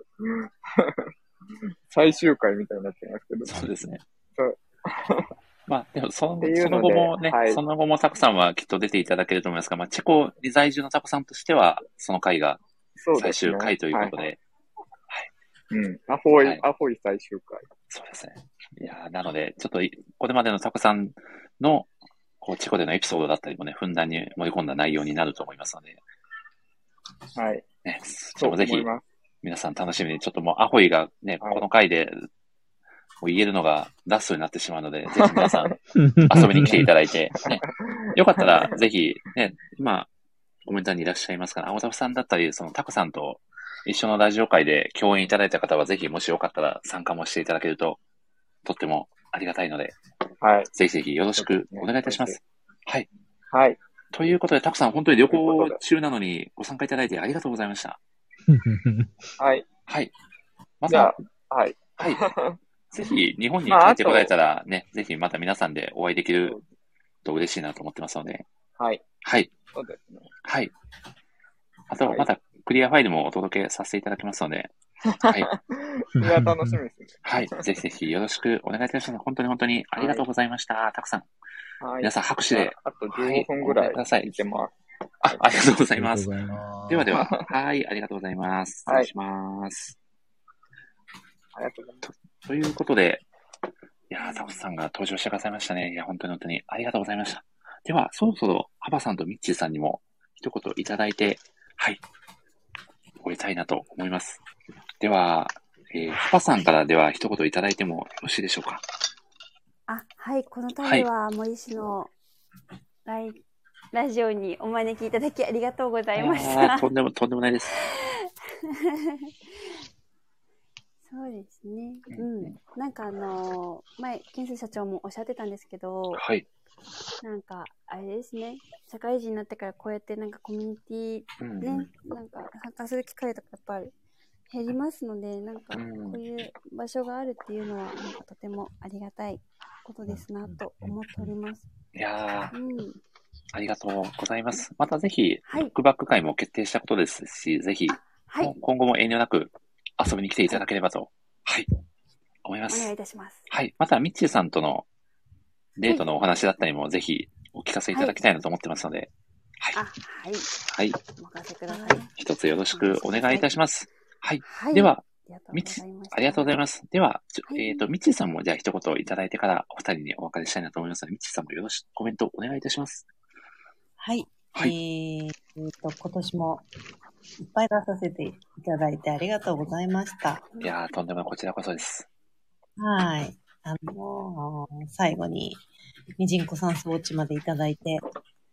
S5: 最終回みたいになってますけど。
S1: そうですね。まあ、でもその、その後もね、はい、その後もタコさんはきっと出ていただけると思いますが、まあ、チェコに在住のタコさんとしては、その回が最終回ということで。
S5: はい。うん。アホイ、はい、アホイ最終回。
S1: そうですね。いやなので、ちょっと、これまでのタコさんの、こう、チェコでのエピソードだったりもね、ふんだんに盛り込んだ内容になると思いますので。
S5: はい。
S1: ね、そちらもぜひ、皆さん楽しみに、ちょっともうアホイがね、はい、この回で、もう言えるのがラストになってしまうので、ぜひ皆さん遊びに来ていただいて、ね、よかったらぜひ、ね、今、コメントにいらっしゃいますから、青田さんだったり、そのタコさんと一緒のラジオ会で共演いただいた方は、ぜひもしよかったら参加もしていただけると、とってもありがたいので、
S5: はい。
S1: ぜひぜひよろしくお願いいたします。はい。
S5: はい。
S1: ということで、タコさん本当に旅行中なのにご参加いただいてありがとうございました。
S5: はい。
S1: はい。ま
S5: た、はい。
S1: はい。ぜひ、日本に帰ってこられたらね、ぜひまた皆さんでお会いできると嬉しいなと思ってますので。
S5: はい。
S1: はい。
S5: そうですね。
S1: はい。あと、またクリアファイルもお届けさせていただきますので。はい。
S5: それは楽しみですね。
S1: はい。ぜひぜひよろしくお願いいたします。本当に本当にありがとうございました。はい、たくさん。
S5: はい。
S1: 皆さん拍手で。
S5: あとじゅうごふんぐらい見てます。
S1: あ、ありがとうございます。ではでは、はい、ありがとうございます。失礼します。
S5: ありがとうございます。
S1: ということで、いやー、タコさんが登場してくださいましたね。いや、本当に本当にありがとうございました。では、そろそろ、ハバさんとミッチーさんにも一言いただいて、はい、終えたいなと思います。では、えー、ハバさんからでは一言いただいてもよろしいでしょうか。
S3: あ、はい、この度は森氏のライ、はい、ラジオにお招きいただきありがとうございました。
S1: とんでも、とんでもないです。
S3: そうですね。うん。なんかあのー、前、ケンス社長もおっしゃってたんですけど、
S1: はい。
S3: なんか、あれですね。社会人になってからこうやってなんかコミュニティで、うん、なんか参加する機会とかやっぱり減りますので、なんかこういう場所があるっていうのは、なんかとてもありがたいことですなと思っております。
S1: いやー。
S3: うん。
S1: ありがとうございます。またぜひ、はい、ロックバック会も決定したことですし、ぜひ、はい、今後も遠慮なく遊びに来ていただければと、はい、思います。
S3: お願いいたします。
S1: はい。また、ミッチーさんとのデートのお話だったりも、ぜひお聞かせいただきたいなと思ってますので、はい。
S3: はい。あ、はい。
S1: はい。
S3: お任せください。
S1: 一つよろしくお願いいたします。はい。はい、では、ミッチー、ありがとうございます。では、はい、えっと、ミッチーさんもじゃあ一言いただいてから、お二人にお別れしたいなと思いますので、ミッチーさんもよろしくコメントお願いいたします。
S4: はい。はい、えーと、今年もいっぱい出させていただいてありがとうございました。
S1: いやー、とんでもない、こちらこそです。
S4: はい。あのー、最後に、みじんこさんスウォッチまでいただいて、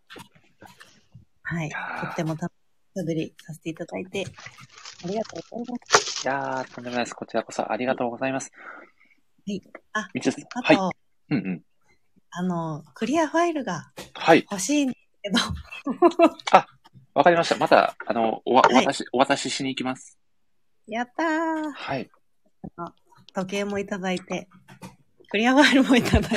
S4: はい。とっても楽しい喋りさせていただいて、ありがとうございます。
S1: いやー、とんでもないです。こちらこそありがとうございます。
S4: はい。あ、
S1: みちさん、
S4: あと、
S1: はい、うんうん。
S4: あの、クリアファイルが欲しいんですけど。
S1: あ、わかりました。また、あの、おわ、お渡し、はい、お渡ししに行きます。
S4: やったー。
S1: はい。
S4: あの時計もいただいて、クリアファイルもいただい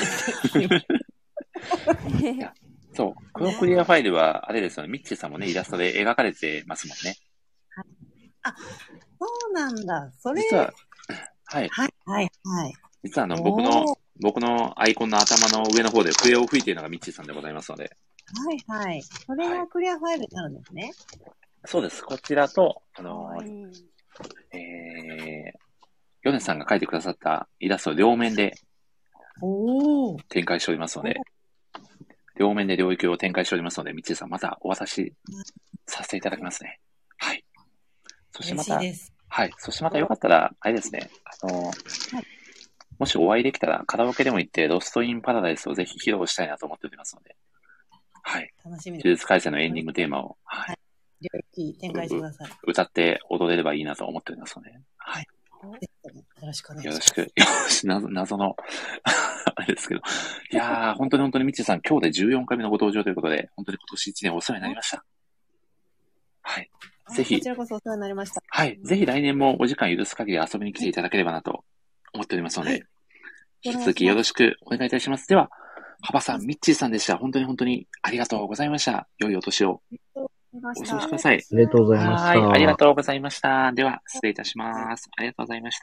S4: て。
S1: いやそう。このクリアファイルは、あれですよね。ミッチーさんもね、イラストで描かれてますもんね。
S4: はい、あ、そうなんだ。それ。
S1: 実は、 はい。
S4: はい、はい、はい。
S1: 実はあの、僕の、僕のアイコンの頭の上の方で笛を吹いているのがミッチーさんでございますので。
S4: はい、はい。それがクリアファイルになるんですね。
S1: はい、そうです。こちらと、あのー、えー、ヨネさんが描いてくださったイラストを両面で展開しておりますので、両面で領域を展開しておりますので、ミッチーさんまたお渡しさせていただきますね。はい。そしてまた、はい。そしてまたよかったら、あれですね、あのー、はい、もしお会いできたらカラオケでも行ってロストインパラダイスをぜひ披露したいなと思っておりますので、はい。
S4: 楽しみです。
S1: 呪術廻戦のエンディングテーマを、はい。はい、
S4: 領域展開してください。
S1: 歌って踊れればいいなと思っておりますので、はい。
S4: よろしくお願いします。
S1: よろしく。よし、謎、謎の、あれですけど。いやー、本当に本当にミッチーさん、今日でじゅうよんかいめのご登場ということで、本当に今年いちねんお世話になりました。はい。ぜひ。
S4: こちらこそお世話になりました。
S1: はい。ぜひ来年もお時間許す限り遊びに来ていただければなと思っておりますので、はい、引き続きよろしくお願いいたします。では、幅さん、ミッチーさんでした。本当に本当にありがとうございました。良いお年をお過ごしください。
S2: ありがとうございました。
S1: はい。ありがとうございました。では、失礼いたします。ありがとうございました。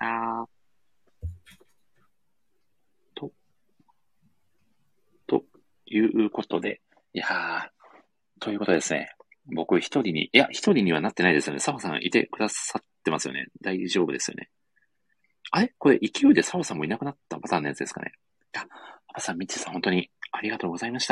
S1: と、ということで、いやー、ということですね。僕一人に、いや、一人にはなってないですよね。サオさんいてくださってますよね。大丈夫ですよね。あれこれ勢いでサオさんもいなくなったパターンのやつですかね。いや、パパさん、ミッチーさん本当にありがとうございました。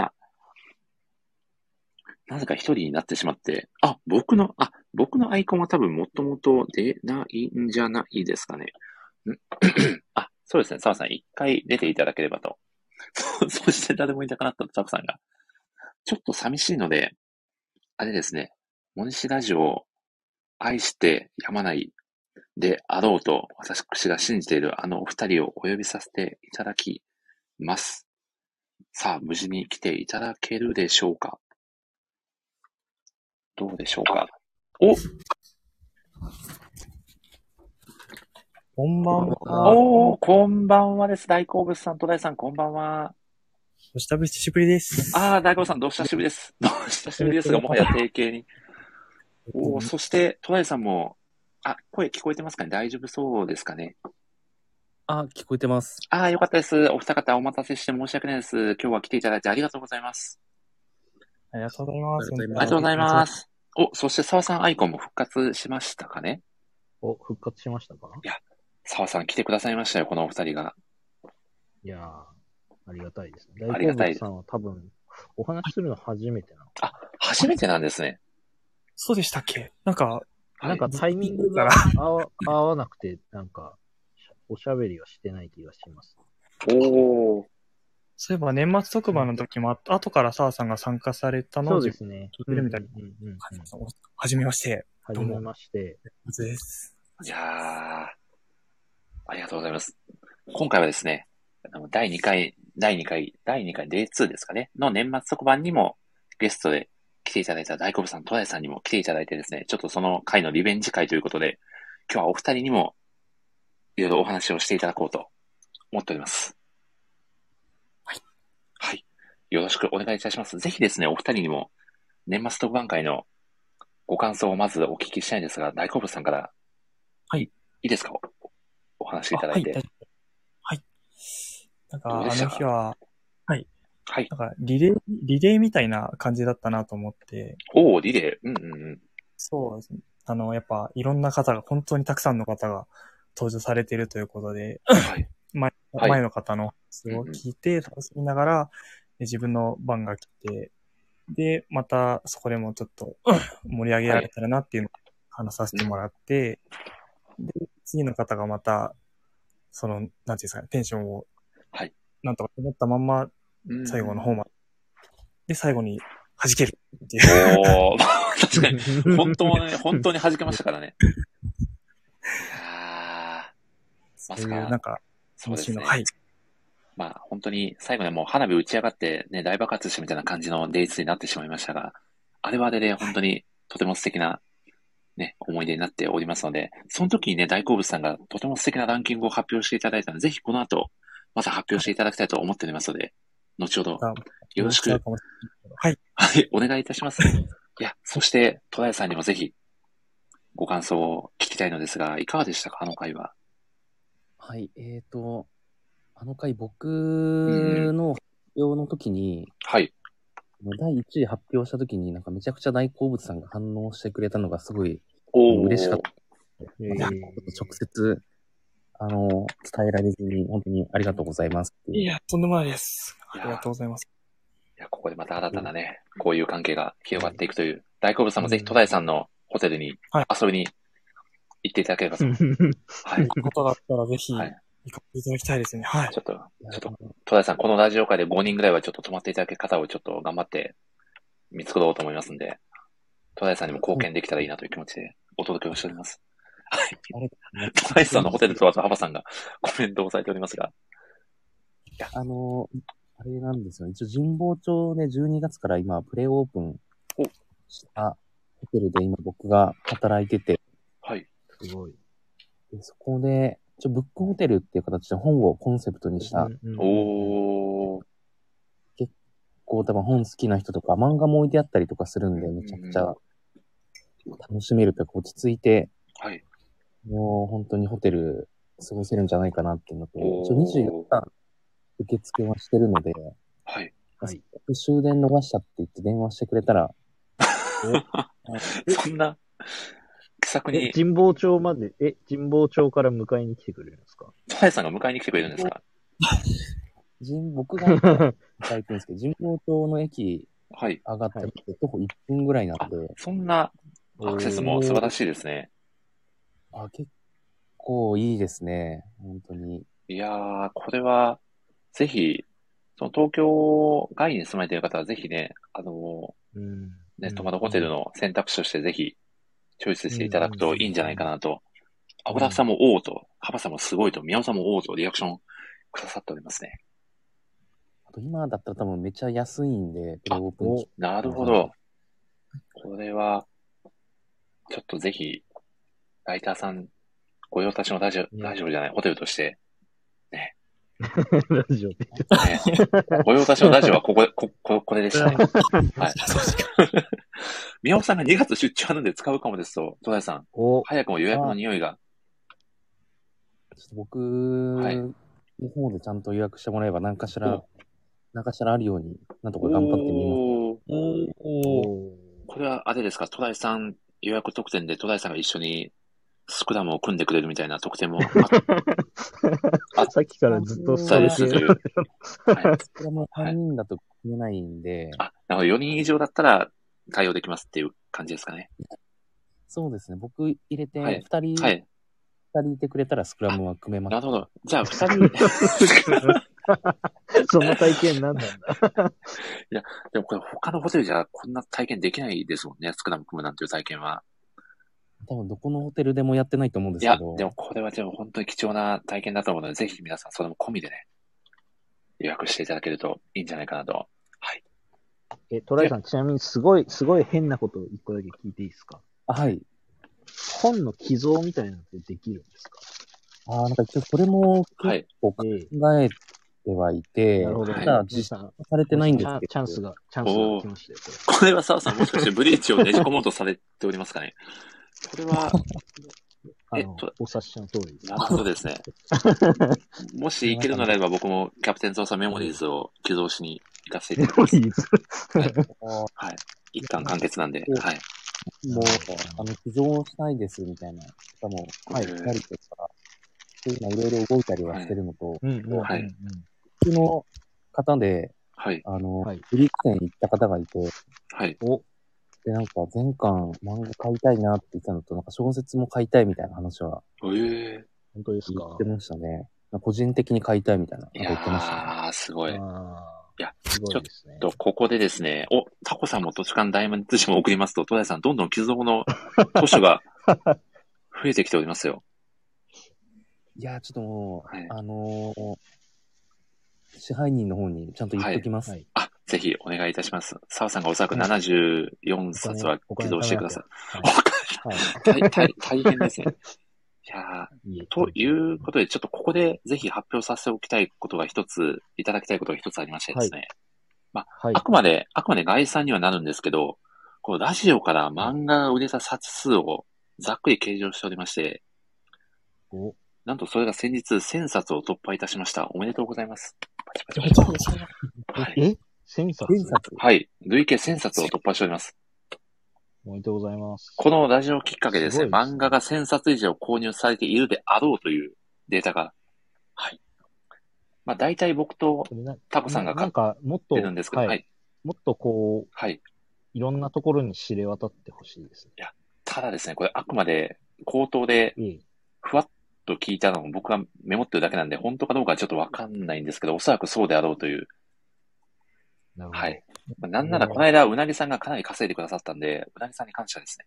S1: なぜか一人になってしまって、あ、僕の、あ、僕のアイコンは多分もともと出ないんじゃないですかね。んあ、そうですね。サオさん一回出ていただければと。そして誰もいなくなったサオさんが。ちょっと寂しいので、あれですね。モニシラジオを愛してやまないであろうと、私が信じているあのお二人をお呼びさせていただきます。さあ、無事に来ていただけるでしょうか。どうでしょうか。お
S6: こんばんは。
S1: おー、こんばんはです。大好物さんと大さん、こんばんは。
S6: お久しぶりです。
S1: あー、大好物さん、どう久しぶりです。どう久しぶりですが、もはや定型に。おー、そして、戸田さんも、あ、声聞こえてますかね。大丈夫そうですかね。
S6: あ、聞こえてます。
S1: あー、よかったです。お二方お待たせして申し訳ないです。今日は来ていただいてありがとうございます。
S6: ありがとうございます。
S1: ありがとうございます。お、そして澤さんアイコンも復活しましたかね。
S2: お、復活しましたか。
S1: いや、澤さん来てくださいましたよ、このお二人が。
S2: いやー、ありがたいですね。大好物さんは多分、お話しするの初めてなの。
S1: あ、初めてなんですね。
S6: そうでしたっけ。なんか、
S2: なんかタイミングが合わ、合わなくて、なんか、おしゃべりはしてない気がします。
S1: おー。
S6: そういえば年末特番の時も、後から澤さんが参加されたのを
S2: そうですね。
S6: 聞いてるみたいな。はじめまして。
S2: はじめまして。
S6: です。
S1: いやー、ありがとうございます。今回はですね、だいにかい、だいにかい、だいにかい デイツー ですかね、の年末特番にもゲストで来ていただいた大好物さん、戸田さんにも来ていただいてですね、ちょっとその回のリベンジ会ということで、今日はお二人にもいろいろお話をしていただこうと思っております。はい。はい。よろしくお願いいたします。ぜひですね、お二人にも年末特番会のご感想をまずお聞きしたいんですが、大好物さんから、
S6: はい。
S1: いいですか お, お話しいただいて。
S6: はい。はい。なんか、あの日は、はい。
S1: はい。
S6: なんか、リレー、リレーみたいな感じだったなと思って。
S1: おー、リレー。うんうんうん。
S6: そうですね。あの、やっぱ、いろんな方が、本当にたくさんの方が登場されているということで、はい、前, 前の方の質を聞いて、楽しみながら、うんうん、自分の番が来て、で、また、そこでもちょっと盛り上げられたらなっていうのを話させてもらって、はい、で、次の方がまた、その、なんていうんですかね、テンションを、
S1: はい。
S6: なんとか思ったまんま、最後の方まで、で、最後に弾けるっていう。
S1: おー、確かに、本当に、本当に弾けましたからね。いやー、まさか、
S6: なんか、
S1: そうですね。
S6: はい。
S1: まあ、本当に、最後にはもう花火打ち上がって、ね、大爆発したみたいな感じのデイツになってしまいましたが、あれはあれで本当に、とても素敵な、ね、思い出になっておりますので、その時にね、大好物さんがとても素敵なランキングを発表していただいたので、ぜひこの後、また発表していただきたいと思っておりますので、後ほど、よろしく、
S6: はい。
S1: はい、お願いいたします。いや、そして、戸田さんにもぜひ、ご感想を聞きたいのですが、いかがでしたか、あの回は。
S7: はい、えっと、あの回僕の発表の時に、
S1: はい。
S7: だいいちい発表した時になんかめちゃくちゃ大好物さんが反応してくれたのがすごい嬉しかった。えー、直接、あの、伝えられずに本当にありがとうございます。
S6: いや、とんでもないです。ありがとうございます。
S1: いや、ここでまた新たなね、こういう関係が広がっていくという、大好物さんもぜひ戸田井さんのホテルに遊びに行っていただければと。はい。
S6: 行くことがあったらぜひ、行かせていただきたいですね。はい。
S1: ちょっと、ちょっと、戸田井さん、このラジオ界でごにんぐらいはちょっと泊まっていただける方をちょっと頑張って見つけようと思いますんで、戸田井さんにも貢献できたらいいなという気持ちでお届けをしております。はい。戸田井さんのホテルとはとハバさんがコメントをされておりますが。
S7: いや、あの、あれなんですよね。一応神保町でじゅうにがつから今プレオープンしたホテルで今僕が働いてて。
S1: はい。
S2: すごい。
S7: でそこで、一応ブックホテルっていう形で本をコンセプトにした。うん
S1: うん、おー。
S7: 結構多分本好きな人とか漫画も置いてあったりとかするんで、めちゃくちゃ楽しめるというか落ち着いて、
S1: はい。
S7: もう本当にホテル過ごせるんじゃないかなっていうのと、一応にじゅうよっか受付はしてるので、
S1: はい。
S7: はい。終電逃したって言って電話してくれたら、
S1: そんな、気さくに。
S2: 神保町まで、え、神保町から迎えに来てくれるんですか？
S1: 戸田井さんが迎えに来てくれるんですか？
S7: 神僕が迎えてるんですけど、神保町の駅上がって徒歩いっぷんぐらいなんで、はい、
S1: そんなアクセスも素晴らしいですね。
S7: あ、結構いいですね。本当に。
S1: いやー、これは、ぜひ、その東京外に住まれている方はぜひね、あのー、うん、ね、泊まるホテルの選択肢としてぜひ、チョイスしていただくといいんじゃないかなと。あぶらさんもおーと、ハバさんもすごいと、宮尾さんもおーとリアクションくださっておりますね。
S7: あと今だったら多分めっちゃ安いんで、プレオープン。
S1: なるほど。これは、ちょっとぜひ、ライターさん、御用達のラジオ、ラジオじゃない、ホテルとして、ね。
S2: ラジオで。
S1: ね。御用達のラジオはここ、こ、こ、これでしたね。はい。宮尾さんがにがつ出張なんで使うかもですと、戸田さん。早くも予約の匂いが。
S7: ちょっと僕の方でちゃんと予約してもらえば何かしら、何かしらあるように、なんとか頑張ってみます。
S1: おー。これはあれですか、戸田さん予約特典で戸田さんが一緒にスクラムを組んでくれるみたいな特典も
S2: あさっきからずっと
S1: そうですという。はい。
S7: スクラムはさんにんだと組めないんで。
S1: あ、なるほど。よにん以上だったら対応できますっていう感じですかね。
S7: そうですね。僕入れてふたり、はい。ふたりいてくれたらスクラムは組めます。
S1: なるほど。じゃあふたり。
S2: その体験何なんだ
S1: いや、でもこれ他のホテルじゃこんな体験できないですもんね。スクラム組むなんていう体験は。
S7: 多分どこのホテルでもやってないと思うんですけど。
S1: いや、でもこれはでも本当に貴重な体験だと思うので、ぜひ皆さんそれも込みでね、予約していただけるといいんじゃないかなと。はい。
S2: え、トライさん、ちなみにすごい、すごい変なことを一個だけ聞いていいですか？
S7: はい。
S2: 本の寄贈みたいなのってできるんですか？
S7: ああ、なんか一応それも結構考えてはいて、
S2: なるほど。
S7: ただ実施されてないんですけど。
S2: チャンスが、チャンスが来ましたよ、こ
S1: れ。これは澤さんもしかしてブリーチをねじ込もうとされておりますかね？これは、
S2: えっと、お察しの通り。
S1: なるほどですね。もし行けるのであれば僕もキャプテン翼メモリーズを寄贈しに行かせていただきます。はい。はい。一貫完結なんで、はい。
S7: もう、あの、寄贈したいですみたいな方も、はい、二人とか、そういうのいろいろ動いたりはしてるのと、
S1: はい。
S7: 普通の方で、
S1: はい。
S7: あの、ブリック店行った方がいて、
S1: はい。
S7: おで、なんか全巻漫画買いたいなって言ってたのと、なんか小説も買いたいみたいな話は、
S1: えー、
S2: 本当ですか？
S7: 言ってましたね。個人的に買いたいみたいな、なんか言ってましたね。
S1: ああ、すごい。
S2: あ
S1: いや、すごいですね、ちょっとここでですね、お、タコさんも図書館ダイヤモンド通信も送りますと、戸田さんどんどん寄贈の図書が増えてきておりますよ。
S7: いや、ちょっともう、はい、あのー、支配人の方にちゃんと言っときます。
S1: はい、あ、ぜひお願いいたします。澤さんがおそらくななじゅうよんさつは寄贈してください。はい、大, 大変ですね。いやー、ということで、ちょっとここでぜひ発表させておきたいことが一つ、いただきたいことが一つありましてですね。はい、まあ、はい、あくまで、あくまで概算にはなるんですけど、このラジオから漫画が売れた冊数をざっくり計上しておりまして、 なんとそれが先日せんさつを突破いたしました。おめでとうございます。パチパチパチ。
S2: はい、え ?せん 冊 ?せん 冊
S1: はい。累計せんさつを突破しております。
S2: おめでとうございます。
S1: このラジオきっかけでですね、漫画がせんさつ以上購入されているであろうというデータが、はい。まあ大体僕とタコさんが買ってるんですけど、はい。
S2: もっとこう、
S1: はい。
S2: いろんなところに知れ渡ってほしいですね。
S1: いや、ただですね、これあくまで口頭で、ふわっと聞いたのを僕がメモってるだけなんで、本当かどうかはちょっとわかんないんですけど、おそらくそうであろうという。はい。まあ、なんならこの間、うなぎさんがかなり稼いでくださったんで、うなぎさんに感謝ですね。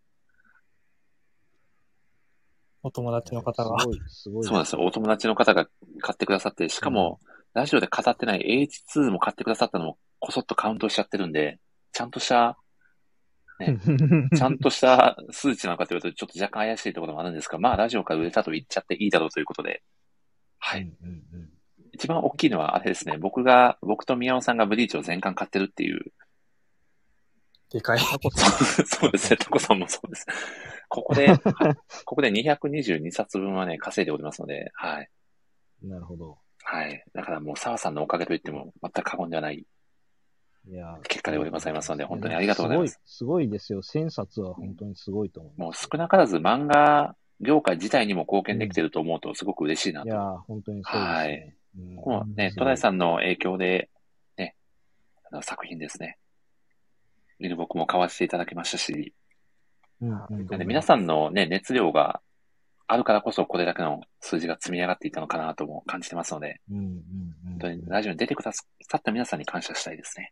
S6: お友達の方が。
S2: すごい、すごい。
S1: そうなんですよ。お友達の方が買ってくださって、しかも、うん、ラジオで語ってない エイチツー も買ってくださったのもこそっとカウントしちゃってるんで、ちゃんとした、ね、ちゃんとした数値なのかというと、ちょっと若干怪しいところもあるんですが、まあ、ラジオから売れたと言っちゃっていいだろうということで、はい。うんうんうん、一番大きいのはあれですね、僕が、僕と宮尾さんがブリーチを全巻買ってるっていう。
S6: でかい。
S1: そうですね、タコさんもそうです。ここで、はい、ここでにひゃくにじゅうにさつぶんはね、稼いでおりますので、はい。
S2: なるほど。
S1: はい。だからもう澤さんのおかげと言っても全く過言ではない。いや結果でございますので、本当にありがとうございます。
S2: すごい、すごいですよ。せんさつは本当にすごいと思います。
S1: もう少なからず漫画業界自体にも貢献できてると思うとすごく嬉しいなと。
S2: うん、いや本当にそうですね。はい。
S1: うん、このね、戸田さんの影響で、ね、あの作品ですね。見る僕も買わせていただきましたし、うんうん、で皆さんのね、熱量があるからこそこれだけの数字が積み上がっていたのかなとも感じてますので、うんうんうん、本当にラジオに出てくださった皆さんに感謝したいですね。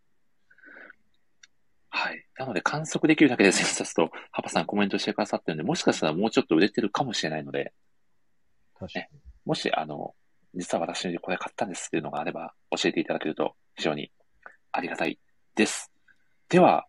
S1: はい。なので観測できるだけでせんさつと、ハパさんコメントしてくださってるんで、もしかしたらもうちょっと売れてるかもしれないので、
S2: 確かに。
S1: ね、もし、あの、実は私これ買ったんですっていうのがあれば、教えていただけると非常にありがたいです。では、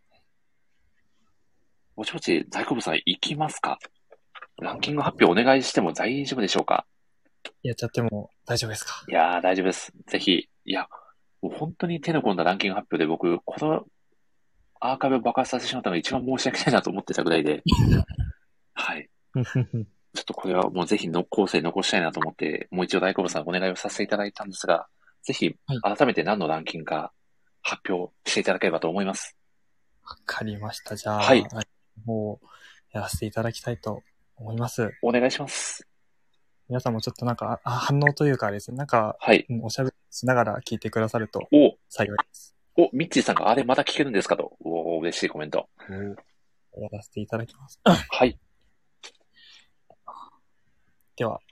S1: ぼちぼち大好物さん行きますか？ランキング発表お願いしても大丈夫でしょうか？
S6: やっちゃっても大丈夫ですか？
S1: いやー、大丈夫です。ぜひ、いや、もう本当に手の込んだランキング発表で僕、このアーカイブを爆発させてしまったのが一番申し訳ないなと思ってたぐらいで、はい。ちょっとこれはもうぜひの後世残したいなと思って、もう一度大好物さんお願いをさせていただいたんですが、ぜひ、改めて何のランキングか発表していただければと思います。
S6: わかりました。じゃあ、
S1: はい。
S6: もう、やらせていただきたいと思います。
S1: お願いします。
S6: 皆さんもちょっとなんか、あ反応というかですね、なんか、
S1: はい、
S6: おしゃべりしながら聞いてくださると、幸いです。
S1: お、ミッチーさんがあれまた聞けるんですかと。お嬉しいコメント。
S6: やらせていただきます。
S1: はい。
S6: では、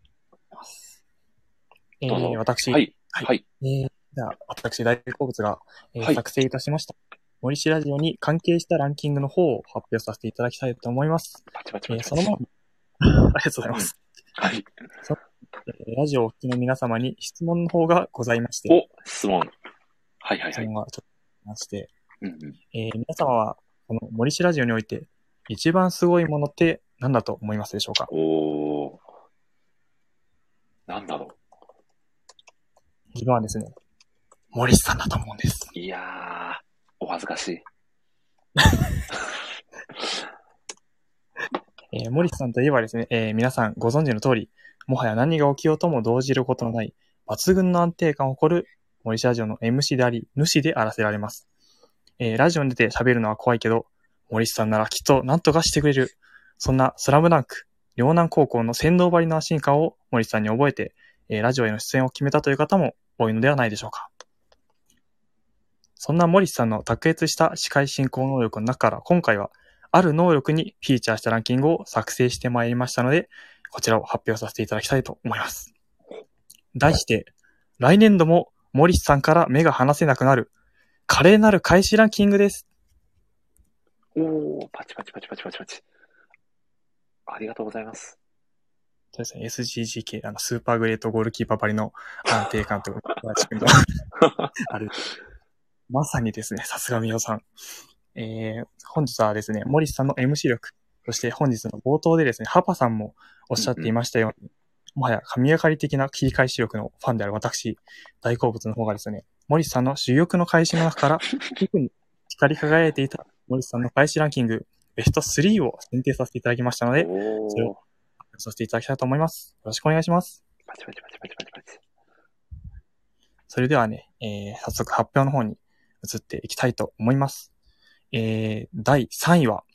S6: えー、私、
S1: はい。はい。
S6: えー、じゃあ、私、大好物が、えーはい、作成いたしました。森氏ラジオに関係したランキングの方を発表させていただきたいと思います。
S1: パチパチパチパチ。
S6: えー、そのまま、ありがとうございます。
S1: はい。
S6: そえー、ラジオをお聞きの皆様に質問の方がございまして。
S1: お、質問。はいはいはい。
S6: 質問がちょっとありまして、
S1: うんうん
S6: えー、皆様は、この森氏ラジオにおいて、一番すごいものって何だと思いますでしょうか？
S1: おー。なんだろう。
S6: 自分はですね、森氏さんだと思うんです。
S1: いやー、お恥ずかしい。
S6: えー、森氏さんといえばですね、えー、皆さんご存知の通り、もはや何が起きようとも動じることのない、抜群の安定感を誇る森氏ラジオの エムシー であり、主であらせられます。えー、ラジオに出て喋るのは怖いけど、森氏さんならきっと何とかしてくれる。そんなスラムダンク、陵南高校の先導張りの安心感を森氏さんに覚えて、えー、ラジオへの出演を決めたという方も多いのではないでしょうか。そんな森氏さんの卓越した司会進行能力の中から今回はある能力にフィーチャーしたランキングを作成してまいりましたので、こちらを発表させていただきたいと思います。題して、来年度も森氏さんから目が離せなくなる華麗なる開始ランキングです。
S1: おー、パチパチパチパチパチパチ。ありがとうございます。
S6: そうですね、エスジージー 系、あの、スーパーグレートゴールキーパーばりの安定感とある。まさにですね、さすがみおさん。えー、本日はですね、森氏さんの エムシー 力、そして本日の冒頭でですね、ハパさんもおっしゃっていましたように、うんうん、もはや神がかり的な切り返し力のファンである私、大好物の方がですね、森氏さんの珠玉の開始の中から、特に光り輝いていた森氏さんの開始ランキング、ベストスリーを選定させていただきましたので、それを発表させていただきたいと思います。よろしくお願いします。
S1: パチパチパチパチパチパチ。
S6: それではね、えー、早速発表の方に移っていきたいと思います。えー、だいさんいは、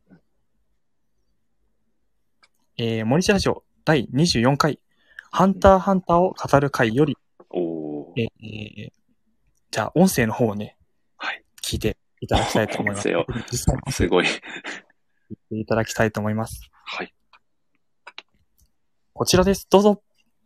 S6: えー、森地ラジオだいにじゅうよんかい、ハンターハンターを語る会より、
S1: お
S6: えー、じゃあ音声の方をね、
S1: はい、
S6: 聞いていただきたいと思います。
S1: 音声をすごい。
S6: 聞いていただきたいと思います。
S1: はい。
S6: こちらです。どうぞ。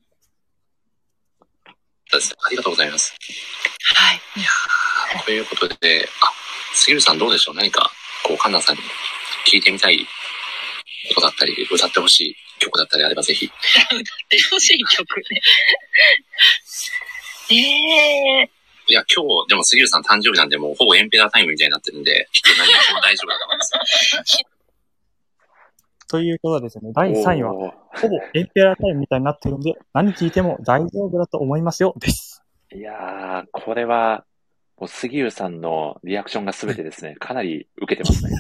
S1: ありがとうございます。
S4: はい。
S1: いやー、ということで、あ、杉浦さんどうでしょう？何か、こう、カンナさんに聞いてみたいことだったり、歌ってほしい曲だったりあればぜひ。
S8: 歌ってほしい曲ね。ええー。
S1: いや、今日、でも杉浦さん誕生日なんで、もうほぼエンペラータイムみたいになってるんで、きっと何も大丈夫だと思います。
S6: ということですね。だいさんいは、ほぼエンペラータイムみたいになってるんで、何聞いても大丈夫だと思いますよ、です。
S1: いやー、これは、もう杉浦さんのリアクションがすべてですね、かなり受けてますね。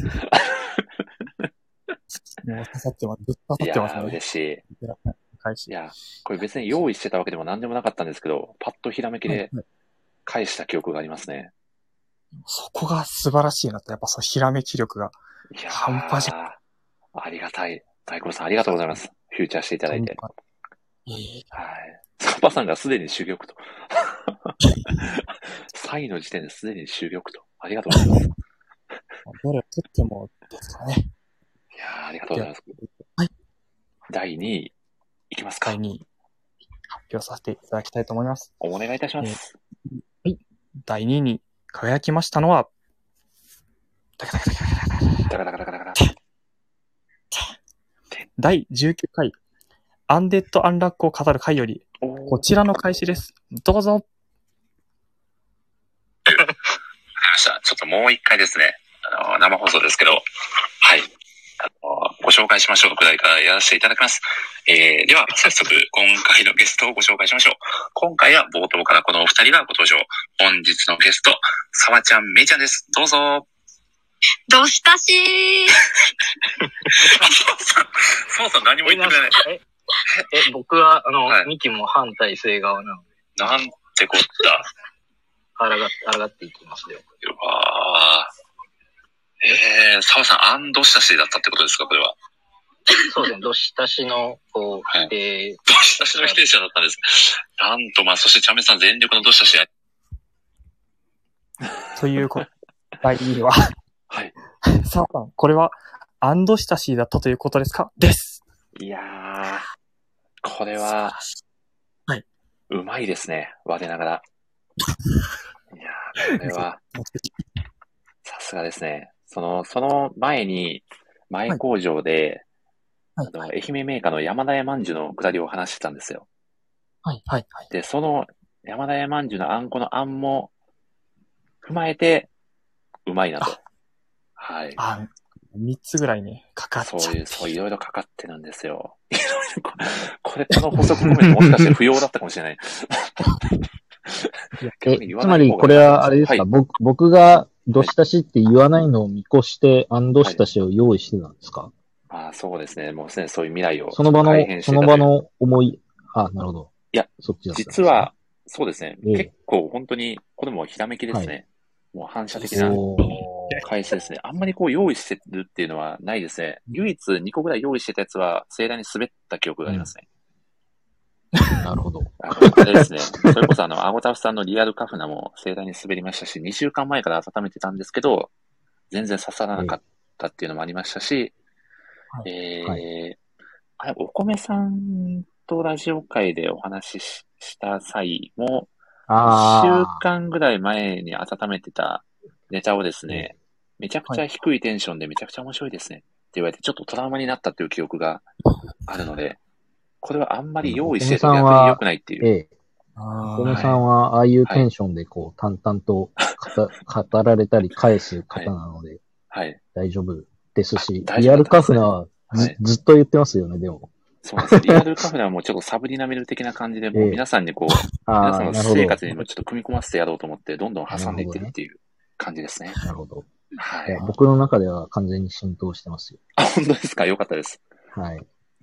S6: もう刺さってます。ずっと刺さってますね。
S1: いやー、嬉しい。いや、これ別に用意してたわけでも何でもなかったんですけど、パッとひらめきで返した記憶がありますね。
S6: そこが素晴らしいなと、やっぱそのひらめき力が半端じゃ。
S1: ありがたい。大久保さんありがとうございます。フューチャーしていただいて。はい。サパさんがすでに珠玉と。さんいの時点ですでに珠玉と。ありがとうございます。
S6: どれを取ってもですかね。
S1: いやー、ありがとうございます。
S6: はい。
S1: だいにい、いきますか。
S6: だいにい、発表させていただきたいと思います。
S1: お願いいたします。
S6: はい。だいにいに輝きましたのは、ダカダカダカダカダカダカダカダカダだいじゅうきゅうかい、アンデッド・アンラックを語る会より、こちらの開始です。どうぞ。わか
S1: りました。ちょっともう一回ですね、あの、生放送ですけど、はい。あの、ご紹介しましょう。くらいからやらせていただきます。えー、では、早速、今回のゲストをご紹介しましょう。今回は冒頭からこのお二人がご登場。本日のゲスト、さわちゃん、めいちゃんです。どうぞ。
S8: どしたしー。
S1: あ、そうさん、そうさん何も言ってくれない。
S9: え、え、僕は、あの、はい、ミキも反対性側なので。
S1: なんてこった。
S9: あらがって、あらがっていきますよ。
S1: うわー。えー、澤さん、アンドしたしだったってことですか、これは。
S9: そうですね、どしたしの、こう、否定、はい。
S1: どしたしの否定者だったんです。なんと、まあ、そして、チャメさん全力のどしたし。
S6: ということ、だいにいは。
S1: はい。
S6: さあ、これは、アンドしたしだったということですか？です。
S1: いやー、これは、
S6: はい。
S1: うまいですね、我ながら。いやー、これは、さすがですね。その、その前に、前工場で、はいあの、愛媛メーカーの山田屋まんじゅうのくだりを話してたんですよ。
S6: はい、はい、はい。
S1: で、その山田屋まんじゅうのあんこのあんも踏まえて、うまいなと。はい。
S6: あ、三つぐらいね、かかっちゃう。
S1: そういう、そう、いろいろかかってるんですよ。いろいろ、これ、この補足コメントもしかして不要だったかもしれない。
S2: え、つまりこれはあれですか、はい、僕、僕がどしたしって言わないのを見越して、アンドしたしを用意してたんですか？
S1: はい、あそうですね。もうすでにそういう未来を。
S2: その場の、その場の思い、あなるほど。
S1: いや、そっちだったんですね、実は、そうですね。えー、結構本当に、これもひらめきですね。はい、もう反射的な返しですね。あんまりこう用意してるっていうのはないですね。唯一にこぐらい用意してたやつは盛大に滑った記憶がありますね。
S2: うん、なるほど。
S1: あの、あれですね。それこそあの、アゴタフさんのリアルカフナも盛大に滑りましたし、にしゅうかんまえから温めてたんですけど、全然刺さらなかったっていうのもありましたし、はい、えー、はい、あれ、お米さんとラジオ会でお話しした際も、いっしゅうかんぐらい前に温めてたネタをですね、めちゃくちゃ低いテンションでめちゃくちゃ面白いですねって言われて、ちょっとトラウマになったっていう記憶があるので、これはあんまり用意してると逆に良くないっていう。
S2: ええ。お米さんはああいうテンションでこう、淡々と語られたり返す方なので、
S1: はい。
S2: 大丈夫ですし、リアルカフナは ず,、はい、ずっと言ってますよね、でも。
S1: そうです。リアルカフナはもうちょっとサブリナメル的な感じで、もう皆さんにこう、ええ、皆さんの生活にもちょっと組み込ませてやろうと思って、どんどん挟んでいってるっていう感じですね。
S2: なるほど。
S1: はい。
S2: 僕の中では完全に浸透してますよ。
S1: あ、本当ですか？よかったです。
S2: はい。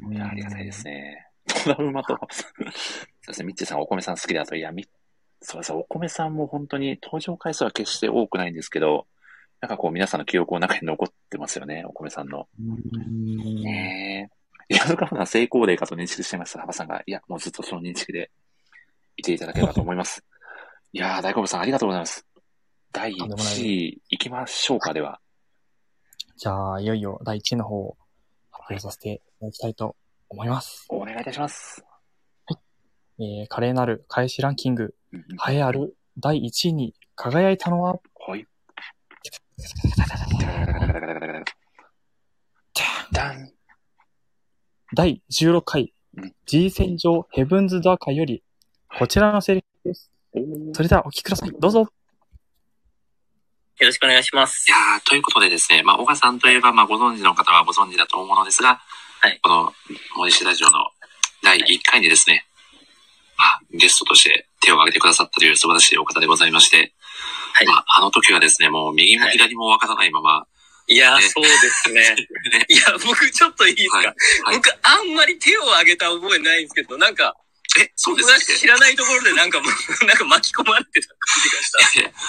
S1: いや、ありがたいですね。トラウマと、そうですね、ミッチーさんがお米さん好きだと、いや、み、そうですね、お米さんも本当に登場回数は決して多くないんですけど、なんかこう皆さんの記憶の中に残ってますよね、お米さんの。ねえ。いや、それか普段成功例かと認識してました、幅さんが。いや、もうずっとその認識でいていただければと思います。いやー、大好物さんありがとうございます。だいいちい行きましょうか、では。
S6: じゃあ、いよいよだいいちいの方を発表させていただきたいと思います。
S1: お願いいたします。
S6: はい。えー、華麗なる返しランキング、栄えあるだいいちいに輝いたのは、
S1: はい。
S6: だいじゅうろっかい、G 戦場ヘブンズドア会より、こちらのセリフです。それではお聞きください。どうぞ。
S9: よろしくお願いします。
S1: いやー、ということでですね、まあ、小川さんといえば、まあ、ご存知の方はご存知だと思うのですが、はい。この、森氏ラジオのだいいっかいにですね、まあ、ゲストとして手を挙げてくださったという素晴らしいお方でございまして、はい。まあ、あの時はですね、もう右も左も分からないまま、はい、
S9: いやー、そうですね。いや、僕ちょっといいですか、はいはい、僕あんまり手を挙げた覚えないんですけど、なんか、
S1: え、そうですね。
S9: 知らないところでなんか、なんか巻き込まれてた感じがした。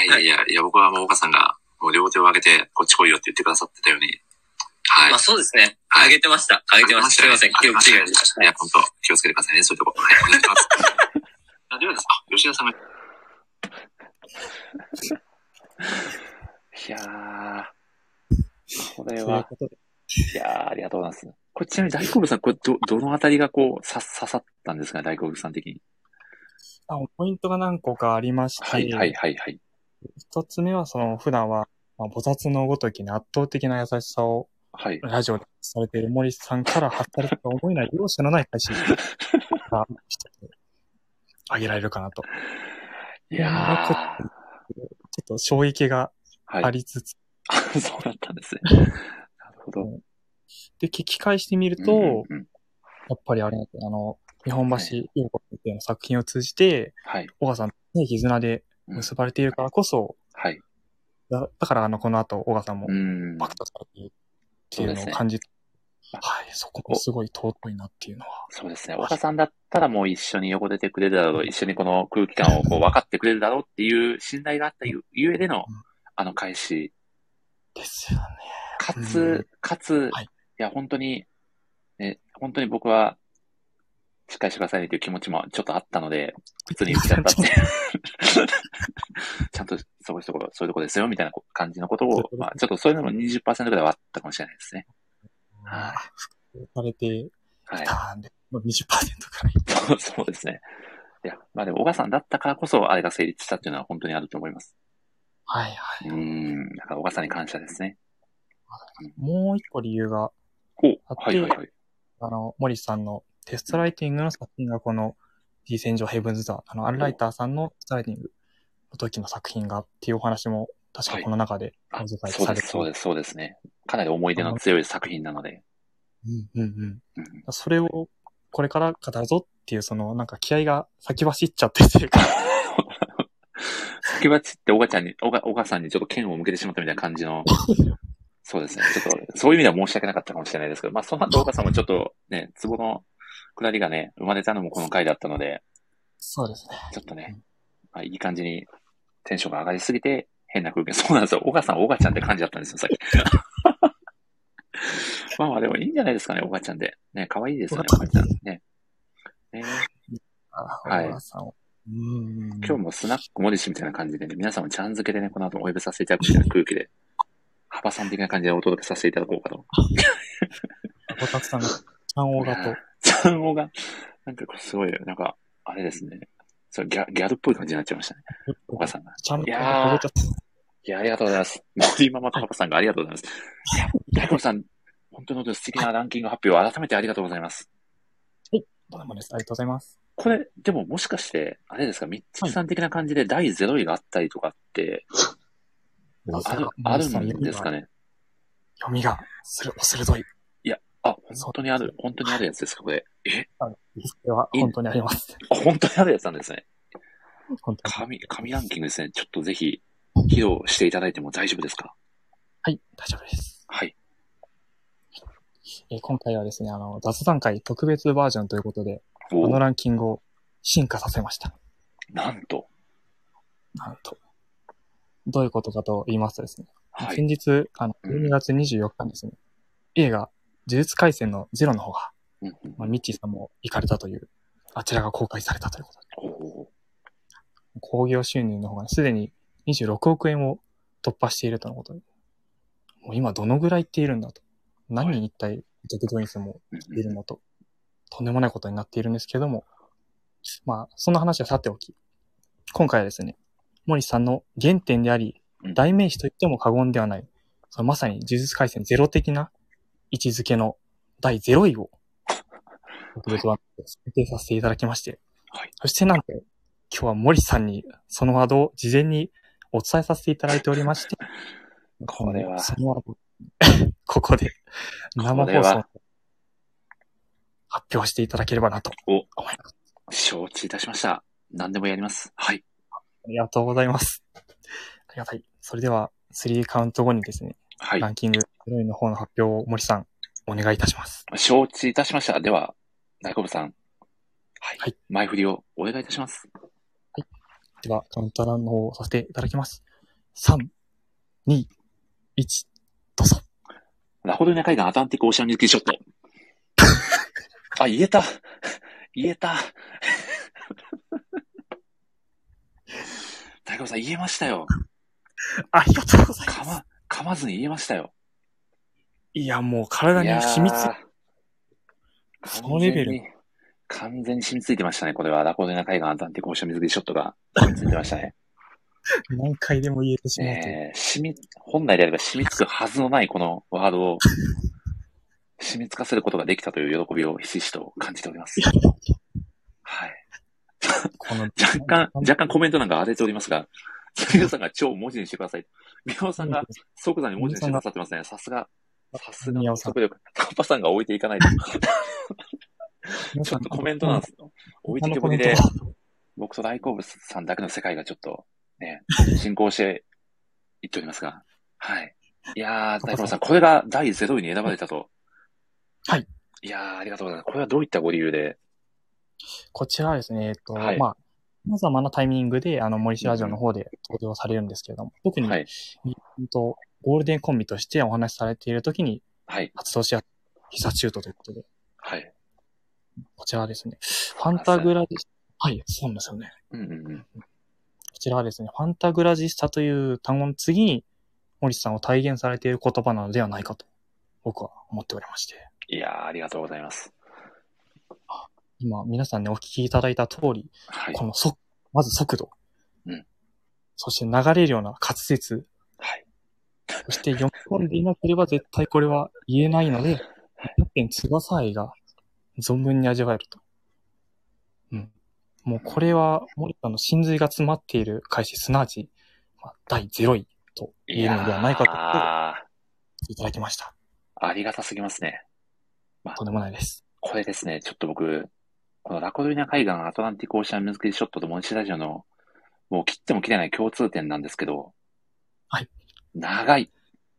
S1: いやいやいや、いや、僕はもう岡さんがもう両手を挙げて、こっち来いよって言ってくださってたように。
S9: はい。まあそうですね。挙げてました。挙げてました。すいません。気をつけてください。
S1: いや、本当気をつけてくださいね。そういうとこ。はい。お願いします。ではです。あ、吉田さんが。いやー、これは。いやー、ありがとうございます。これちなみに大好物さん、これど、どのあたりがこう、さ、刺さったんですかね、大好物さん的に。
S6: あ、ポイントが何個かありまして。
S1: はいはいはいはい。
S6: 一つ目は、その、普段は、まあ、菩薩のごときに圧倒的な優しさを、
S1: はい。
S6: ラジオでされている森さんから発されたと思えない容赦のない配信が、あげられるかなと。
S1: いやー。
S6: ちょっと衝撃がありつつ。
S1: はい、そうだったんですね。なるほど。
S6: で、聞き返してみると、うんうんうん、やっぱりあれなんですよ、あの、日本橋陽子先生の作品を通じて、はい。小川さんの絆で結ばれているからこそ、うん、はい。だ, だから、あの、この後、小川さんも、バクとされているっていうのを感じて、ね、はい、そこもすごい尊いなっていうのは。
S1: そうですね。小川さんだったらもう一緒に横出てくれるだろう、一緒にこの空気感をこう分かってくれるだろうっていう信頼があったゆえでの、うん、あの返し。
S6: ですよね。
S1: かつ、うん、かつ、はい、いや、本当に、ね、本当に僕は、しっかりしてくださいねという気持ちもちょっとあったので、普通に言っちゃったって。ちゃんとそういうところ、そういうところですよ、みたいな感じのことを、まあ、ちょっとそういうのも にじゅっパーセント ぐらいはあったかもしれないですね。
S6: はい。されていたんで、はい、にじゅっパーセント くらい。
S1: そう、そうですね。いや、まあでも、小川さんだったからこそ、あれが成立したっていうのは本当にあると思います。
S6: はいはい。
S1: うん、だから小川さんに感謝ですね。
S6: もう一個理由があって、はいはいはい、あの、森さんのテストライティングの作品がこの G 戦場ヘブンズザー、あの、アンライターさんのテストライティングの時の作品がっていうお話も確かこの中で
S1: ご紹介されて、はい、そうです、そうです、そうですね。かなり思い出の強い作品なので。
S6: うんうんうん。うん、それをこれから語るぞっていうそのなんか気合が先走っちゃってっていうか。
S1: 先走って小川ちゃんに、小川、小川さんにちょっと剣を向けてしまったみたいな感じの。そうですね。ちょっと、そういう意味では申し訳なかったかもしれないですけど、まあその後小川さんもちょっとね、ツボの下りがね、生まれたのもこの回だったので。
S6: そうですね。
S1: ちょっとね、まあいい感じにテンションが上がりすぎて、変な空気。そうなんですよ。小川さん、小川ちゃんって感じだったんですよ、さっき。まあまあでもいいんじゃないですかね、小川ちゃんで。ね、可愛いですよね、小川ちゃん。ね。ねはい。うん今日もスナックモディシみたいな感じでね、皆さんもちゃん付けでね、この後お呼びさせていただくみたいな空気で、幅さん的な感じでお届けさせていただこうかと。
S6: おたくさんが、ちゃんおがと。
S1: ちゃんおが、なんかすごい、なんか、あれですね。そうギャ、ギャルっぽい感じになっちゃいましたね。お母さんが。
S6: ちゃんと
S1: いやー、いや、ありがとうございます。森ママとパパさんがありがとうございます。いや、大悟さん、本当に素敵なランキング発表を改めてありがとうございます。
S6: はい、どうもです。ありがとうございます。
S1: これ、でももしかして、あれですか、ミッチーさん的な感じでだいゼロいがあったりとかって、はい、ある、あるんですかね。
S6: 読みが、する、鋭い。
S1: いや、あ、本当にある、本当にあるやつですか、これ。え
S6: これは、本当にあります。
S1: あ、本当にあるやつなんですね。神、神ランキングですね。ちょっとぜひ、披露していただいても大丈夫ですか？
S6: はい、大丈夫です。
S1: はい。
S6: えー、今回はですね、あの、雑談会特別バージョンということで、あのランキングを進化させました。
S1: なんと。
S6: なんと。どういうことかと言いますとですね、
S1: はい、
S6: 先日、あの、じゅうにがつにじゅうよっかにですね、うん、映画、呪術廻戦のゼロの方が、うんうんまあ、ミッチーさんも行かれたという、あちらが公開されたということで、興行収入の方がすで、ね、ににじゅうろくおくえんを突破しているとのことで、もう今どのぐらい行っているんだと、何人一体顧客動員数もいるのと、とんでもないことになっているんですけども、まあ、そんな話はさておき、今回はですね、森さんの原点であり、代名詞と言っても過言ではない、そのまさに呪術廻戦ゼロ的な位置づけのだいゼロいを特別ワードで設定させていただきまして、はい、そしてなんと今日は森さんにそのワードを事前にお伝えさせていただいておりまして、
S1: これは
S6: そのワードここで生放送発表していただければなと思い
S1: ます。承知いたしました。何でもやります。はい。
S6: ありがとうございます。ありがたい。それでは、スリーカウント後にですね、はい、ランキングゼロいの方の発表を森さん、お願いいたします。
S1: 承知いたしました。では、大久保さん、はい。はい、前振りをお願いいたします。
S6: はい。では、カウントダウンの方をさせていただきます。さん、に、いち、どうぞ。
S1: ラホルネ海岸アトランティックオーシャンミルキーショット。あ、言えた。言えた。大久保さん言えましたよ。
S6: ありがとうございます。
S1: 噛ま、噛まずに言えましたよ。
S6: いや、もう体に染みついて、そのレベル。
S1: 完全に染みついてましたね。これはラコルネ海岸アトランティックオーシャンミルキーショットが染みついてましたね。
S6: 何回でも言えてしまうと。
S1: えー、染み、本来であれば染みつくはずのないこのワードを染みつかせることができたという喜びをひしひしと感じております。はい。この若干、若干コメントなんか荒れておりますが、皆さんが超文字にしてください。宮尾さんが即座に文字にしてくださってますね。さすが、さすが、速力。カッパさんが置いていかないと。ちょっとコメントなんですよ。置いてけぼりで、僕と大好物さんだけの世界がちょっと、ね、進行していっておりますが。はい。いやー、大久保さん、これがだいゼロいに選ばれたと。
S6: はい。
S1: いやー、ありがとうございます。これはどういったご理由で？
S6: こちらはですね、えっと、はい、まあ、様々なタイミングで、あの、森氏ラジオの方で登場されるんですけれども、うん、特に、はい、とゴールデンコンビとしてお話しされているときに、はい。発動し合った必殺シュートということで。
S1: はい。
S6: こちらはですね、ファンタグラジスタ、はい、そうなんですよね。
S1: うんうんうん。
S6: こちらはですね、ファンタグラジスタという単語の次に、森さんを体現されている言葉なのではないかと、僕は思っておりまして。
S1: いやー、ありがとうございます。
S6: 今、皆さんにお聞きいただいた通り、はい、この速、まず速度。
S1: うん。
S6: そして流れるような滑舌。
S1: はい。
S6: そして読み込んでいなければ絶対これは言えないので、キャプテン翼愛が存分に味わえると。うん。もうこれは、森さんの真髄が詰まっている開始、すなわち、まあ、だいゼロいと言えるのではないかと、いただきました。
S1: ありがたすぎますね。
S6: まあ、とんでもないです。
S1: これですね、ちょっと僕、このラコルーニャ海岸アトランティックオーシャンミルキーショットとモンシラジオの、もう切っても切れない共通点なんですけど、
S6: はい。
S1: 長い。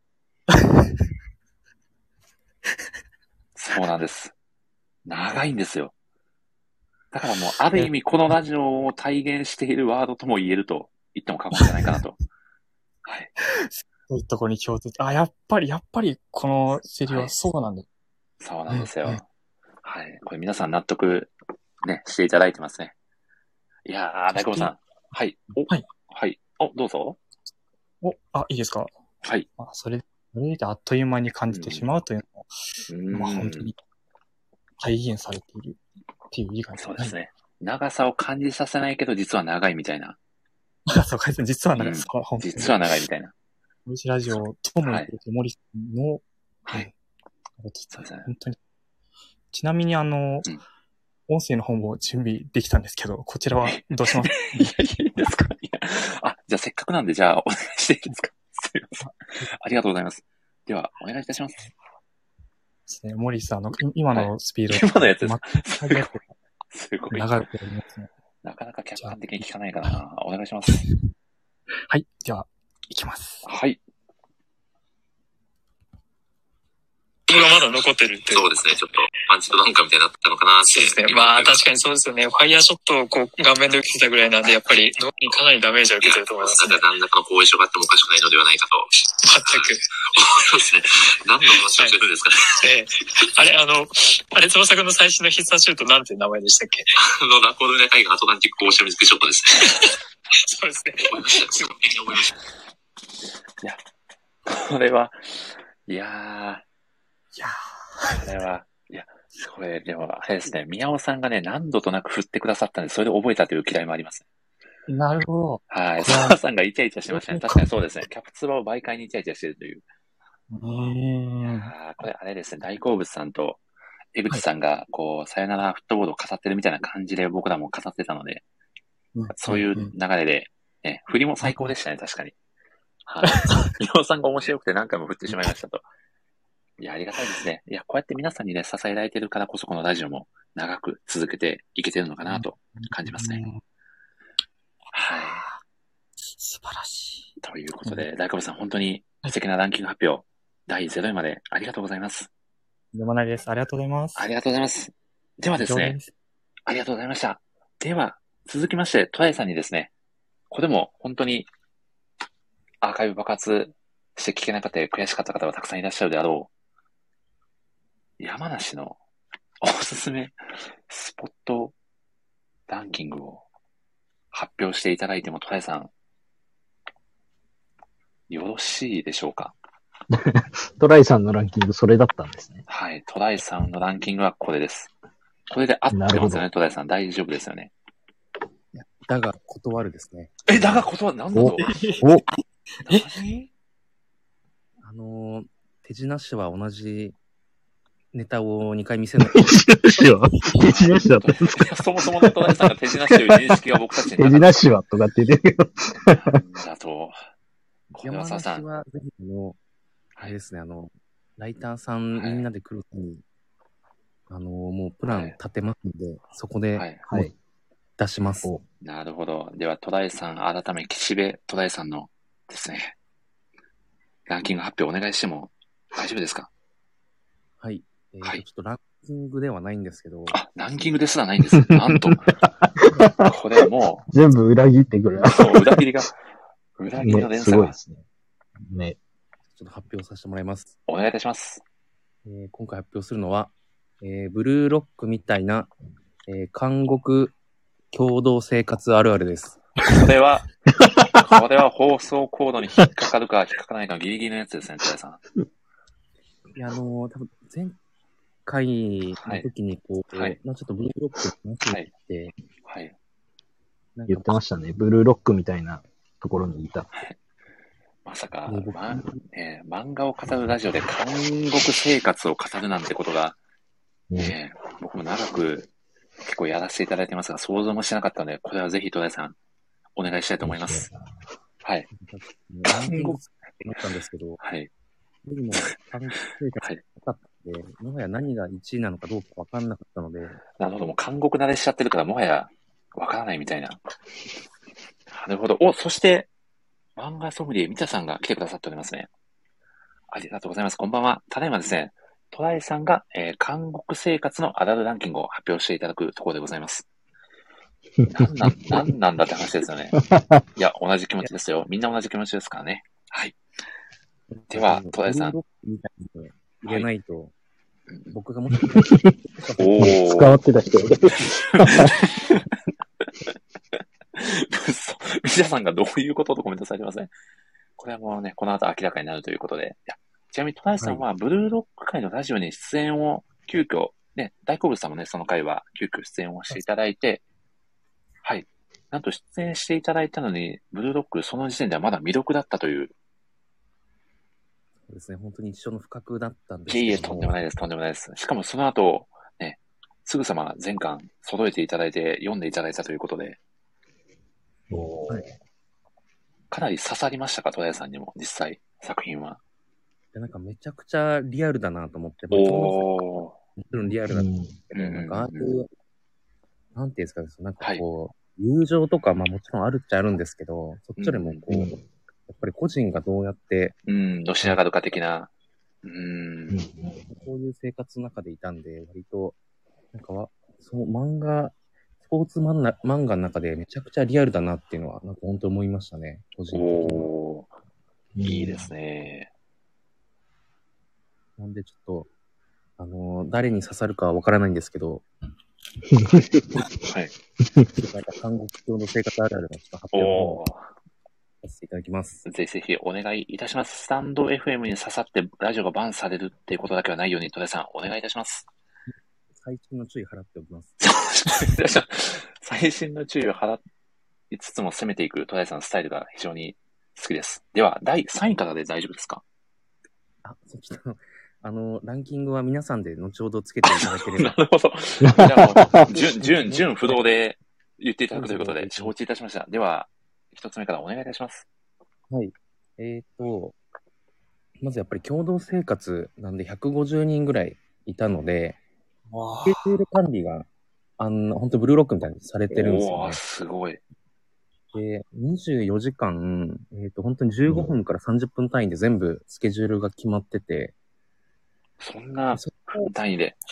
S1: そうなんです。長いんですよ。だからもう、ある意味このラジオを体現しているワードとも言えると言っても過言じゃないかなと。はい。
S6: そういうところに共通点。あ、やっぱり、やっぱり、このセリはそうなんだ、はい。
S1: そうなんですよ。うんうん、はい。これ皆さん納得、ね、していただいてますね。いやー、大久保さん。はい。お、はい。はい。お、どうぞ。
S6: お、あ、いいですか。
S1: はい。
S6: まあ、それ、それであっという間に感じてしまうというのを、うん、まあ本当に体現されているっていう理解
S1: ですね。そうですね。長さを感じさせないけど、実は長いみたいな。
S6: そうか、実は長い、うん、
S1: 本当に実は長いみたいな。
S6: 森氏ラジオとも言ってる森さんの、
S1: はい。
S6: そうですね。本当に。ちなみにあの、うん、音声の方も準備できたんですけど、こちらはどうしますか？
S1: いや、いいですか？いや、あ、じゃあせっかくなんで、じゃあお願いしていいですか？すいません。ありがとうございます。では、お願いいたします。
S6: ですね、森さんの今のスピード、
S1: はい、今のやつです。すごい。すごい。
S6: 長くなりますね。
S1: なかなか客観的に聞かないからな。お願いします。
S6: はい。では、いきます。
S1: はい。
S9: プがまだ残ってるって。
S10: そうですね。ちょっとパンチとダンカーみたいになったのかなって。
S9: そうですね。まあ確かにそうですよね。ファイヤーショットをこう顔面で受けてたぐらいなんで、やっぱり脳にかなりダメージを受けてると思います、
S10: ね。ただ何らかの後遺症があってもおかしくないのではないかと。
S9: 全く。
S10: そうですね。何の話をしてるんですかね。
S9: はい、えー、あれ、あの、あれ、翼くんの最新の必殺シュートなんて名前でしたっけ？
S10: あの、ラコルネ海岸アトランティックオーシャンミズクショットですね。
S9: そうですね。
S10: 思いました。すごい思いました。
S1: いや、これは、いやー、
S6: いや
S1: ーこれは、いや、これ、でも、あれですね、宮尾さんがね、何度となく振ってくださったんで、それで覚えたという嫌いもあります。
S6: なるほど。
S1: はい。澤さんがイチャイチャしてましたね。確かにそうですね。キャプツバを媒介にイチャイチャしてるという。
S6: うーん。
S1: あこれ、あれですね、大好物さんと江口さんが、こう、さよならフットボールを飾ってるみたいな感じで僕らも飾ってたので、うん、そういう流れで、ね、振りも最高でしたね、確かに。はい。宮尾さんが面白くて何回も振ってしまいましたと。いや、ありがたいですね。いや、こうやって皆さんにね、支えられてるからこそこのラジオも長く続けていけてるのかなと感じますね。はい。
S6: 素晴らしい。
S1: ということで、大久保さん、本当に素敵なランキング発表、だいゼロいまでありがとうございます。
S6: とんでもないです。ありがとうございます。
S1: ありがとうございます。ではですね、ありがとうございました。では、続きまして、トライさんにですね、これも本当にアーカイブ爆発して聞けなかった悔しかった方はたくさんいらっしゃるであろう、山梨のおすすめスポットランキングを発表していただいても、トライさん、よろしいでしょうか？
S2: トライさんのランキング、それだったんですね。
S1: はい、トライさんのランキングはこれです。これで合ってますよね、トライさん。大丈夫ですよね。
S7: だが、断るですね。
S1: え、だが断る、なんだと？
S2: おお
S1: 何？
S7: あのー、手品師は同じネタをにかい見せない。
S2: 手品師は手品師だった。
S1: そもそものトライさんが手品師という認識が僕たちに
S2: 手品師はとかって言ってるけど。
S1: なんだと。
S7: 山梨はぜひの、あれですね、あの、ライターさんみんなで来るときに、あのー、もうプラン立てますので、はい、そこで、はいはい、出します。
S1: なるほど。では、トライさん、改め、岸辺トライさんのですね、ランキング発表お願いしても大丈夫ですか？
S7: はい。えーはい、ちょっとランキングではないんですけど。
S1: あ、ランキングですらないんです。なんと。これはもう。
S2: 全部裏切ってくる。
S1: そう、裏切りが、裏切りの連鎖が、
S2: ね。すごいですね。ね。
S7: ちょっと発表させてもらいます。
S1: お願いいたします。
S7: えー、今回発表するのは、えー、ブルーロックみたいな、えー、監獄共同生活あるあるです。
S1: これは、これは放送コードに引っかかるか引っかからないかギリギリのやつですね、トライさん。
S7: いや、あのー、多分前回の時にこう、はい、まあちょっとブルーロックの話をして、
S1: はい。
S2: はい、言ってましたね。ブルーロックみたいなところにいた。はい、
S1: まさか、まえー、漫画を語るラジオで監獄生活を語るなんてことが、ね、えー、僕も長く結構やらせていただいてますが、想像もしなかったので、これはぜひトライさん、お願いしたいと思います。はい。
S7: 監獄ってなったんですけど、
S1: はい。
S7: でも、監獄生活なかったので、はい、もはや何がいちいなのかどうかわかんなかったので。
S1: なるほど、もう監獄慣れしちゃってるから、もはやわからないみたいな。なるほど。お、そして、漫画ソムリエ、みたさんが来てくださっておりますね。ありがとうございます。こんばんは。ただいまですね、トライさんが、えー、監獄生活のあるあるランキングを発表していただくところでございます。なんなん、なんなんだって話ですよね。いや、同じ気持ちですよ。みんな同じ気持ちですからね。はい。では、トライさん。
S7: みたいに入れないと、はい、僕がもし
S2: お使わってた人。
S1: ミシャさんがどういうこととコメントされてますね。これはもうね、この後明らかになるということで。いやちなみにトライさんは、ブルーロック会のラジオに出演を急遽、ね、大好物さんもね、その回は急遽出演をしていただいて、はい。なんと出演していただいたのに、ブルーロックその時点ではまだ未読だったという。
S7: そうですね、本当に一緒の不覚だったんですけど。
S1: いえいえ、とんでもないです、とんでもないです。しかもその後、ね、すぐさま全巻揃えていただいて、読んでいただいたということで。
S2: おー。
S1: かなり刺さりましたか、トライさんにも、実際、作品は。
S7: なんかめちゃくちゃリアルだなと思って、
S1: おー。
S7: もちろんリアルだと思うんですけど、うん、なんかああいう、なんていうんですかね、なんかこう、はい、友情とか、まあもちろんあるっちゃあるんですけど、そっちよりもこう、うん、やっぱり個人がどうやって、
S1: うん、のし上がるか的な。 うーん。
S7: そういう生活の中でいたんで、割と、なんかわ、その漫画、スポーツ漫画漫画の中でめちゃくちゃリアルだなっていうのは、なんか本当思いましたね、個人的に。
S1: おー、いいですね。
S7: なんでちょっと、あのー、誰に刺さるかはわからないんですけど、
S1: はい。
S7: なんか韓国教の生活あるあるのちょっと発表をさせていただきます。
S1: ぜひぜひお願いいたします。スタンド エフエム に刺さってラジオがバンされるっていうことだけはないように、戸田さんお願いいたします。
S7: 最新の注意払っておきます。
S1: 最新の注意を払いつつも攻めていく戸田さんのスタイルが非常に好きです。では、だいさんいからで大丈夫ですか？
S7: あ、そっちの、あの、ランキングは皆さんで後ほどつけていただければ。
S1: なるほど。じゃあもう、順、順、順不動で言っていただくということで、承知いたしました。では、一つ目からお願いいたします。
S7: はい。えっと、まずやっぱり共同生活なんでひゃくごじゅうにんぐらいいたので、スケジュール管理が、あの、本当ブルーロックみたいにされてるんですよね。
S1: おー、すごい。
S7: で、にじゅうよじかん、えっと、本当にじゅうごふんからさんじゅっぷん単位で全部スケジュールが決まってて、
S1: そんな単位で。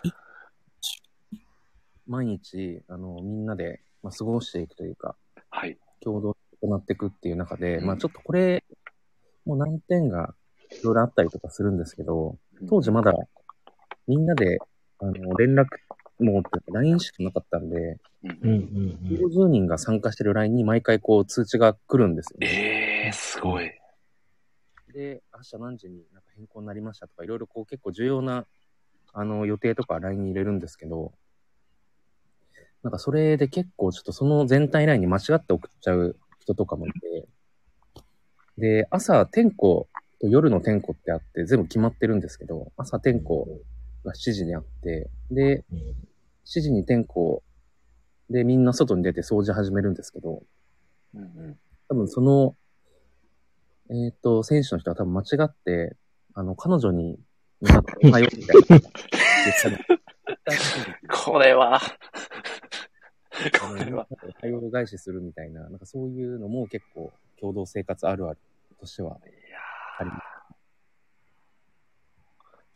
S7: 毎日、あの、みんなで、まあ、過ごしていくというか、
S1: はい。
S7: 共同行っていくっていう中で、うん、まあちょっとこれ、もう難点がいろいろあったりとかするんですけど、当時まだみんなで、あの、連絡網って ライン しかなかったんで、ごじゅうにんが参加してる ライン に毎回こう通知が来るんですよ
S1: ね。えー、すごい。
S7: で、明日何時になんか変更になりましたとか、いろいろこう結構重要な、あの、予定とか ライン に入れるんですけど、なんかそれで結構ちょっとその全体ラインに間違って送っちゃう人とかもいて、で、朝点呼と夜の点呼ってあって全部決まってるんですけど、朝点呼がしちじにあって、で、しちじに点呼でみんな外に出て掃除始めるんですけど、
S1: うんうん、
S7: 多分その、えっと、選手の人は多分間違って、あの、彼女に向かっておはようみたいな言ったの。
S1: これは、
S7: これは。おはよう返しするみたいな、なんかそういうのも結構共同生活あるあるとしてはあります。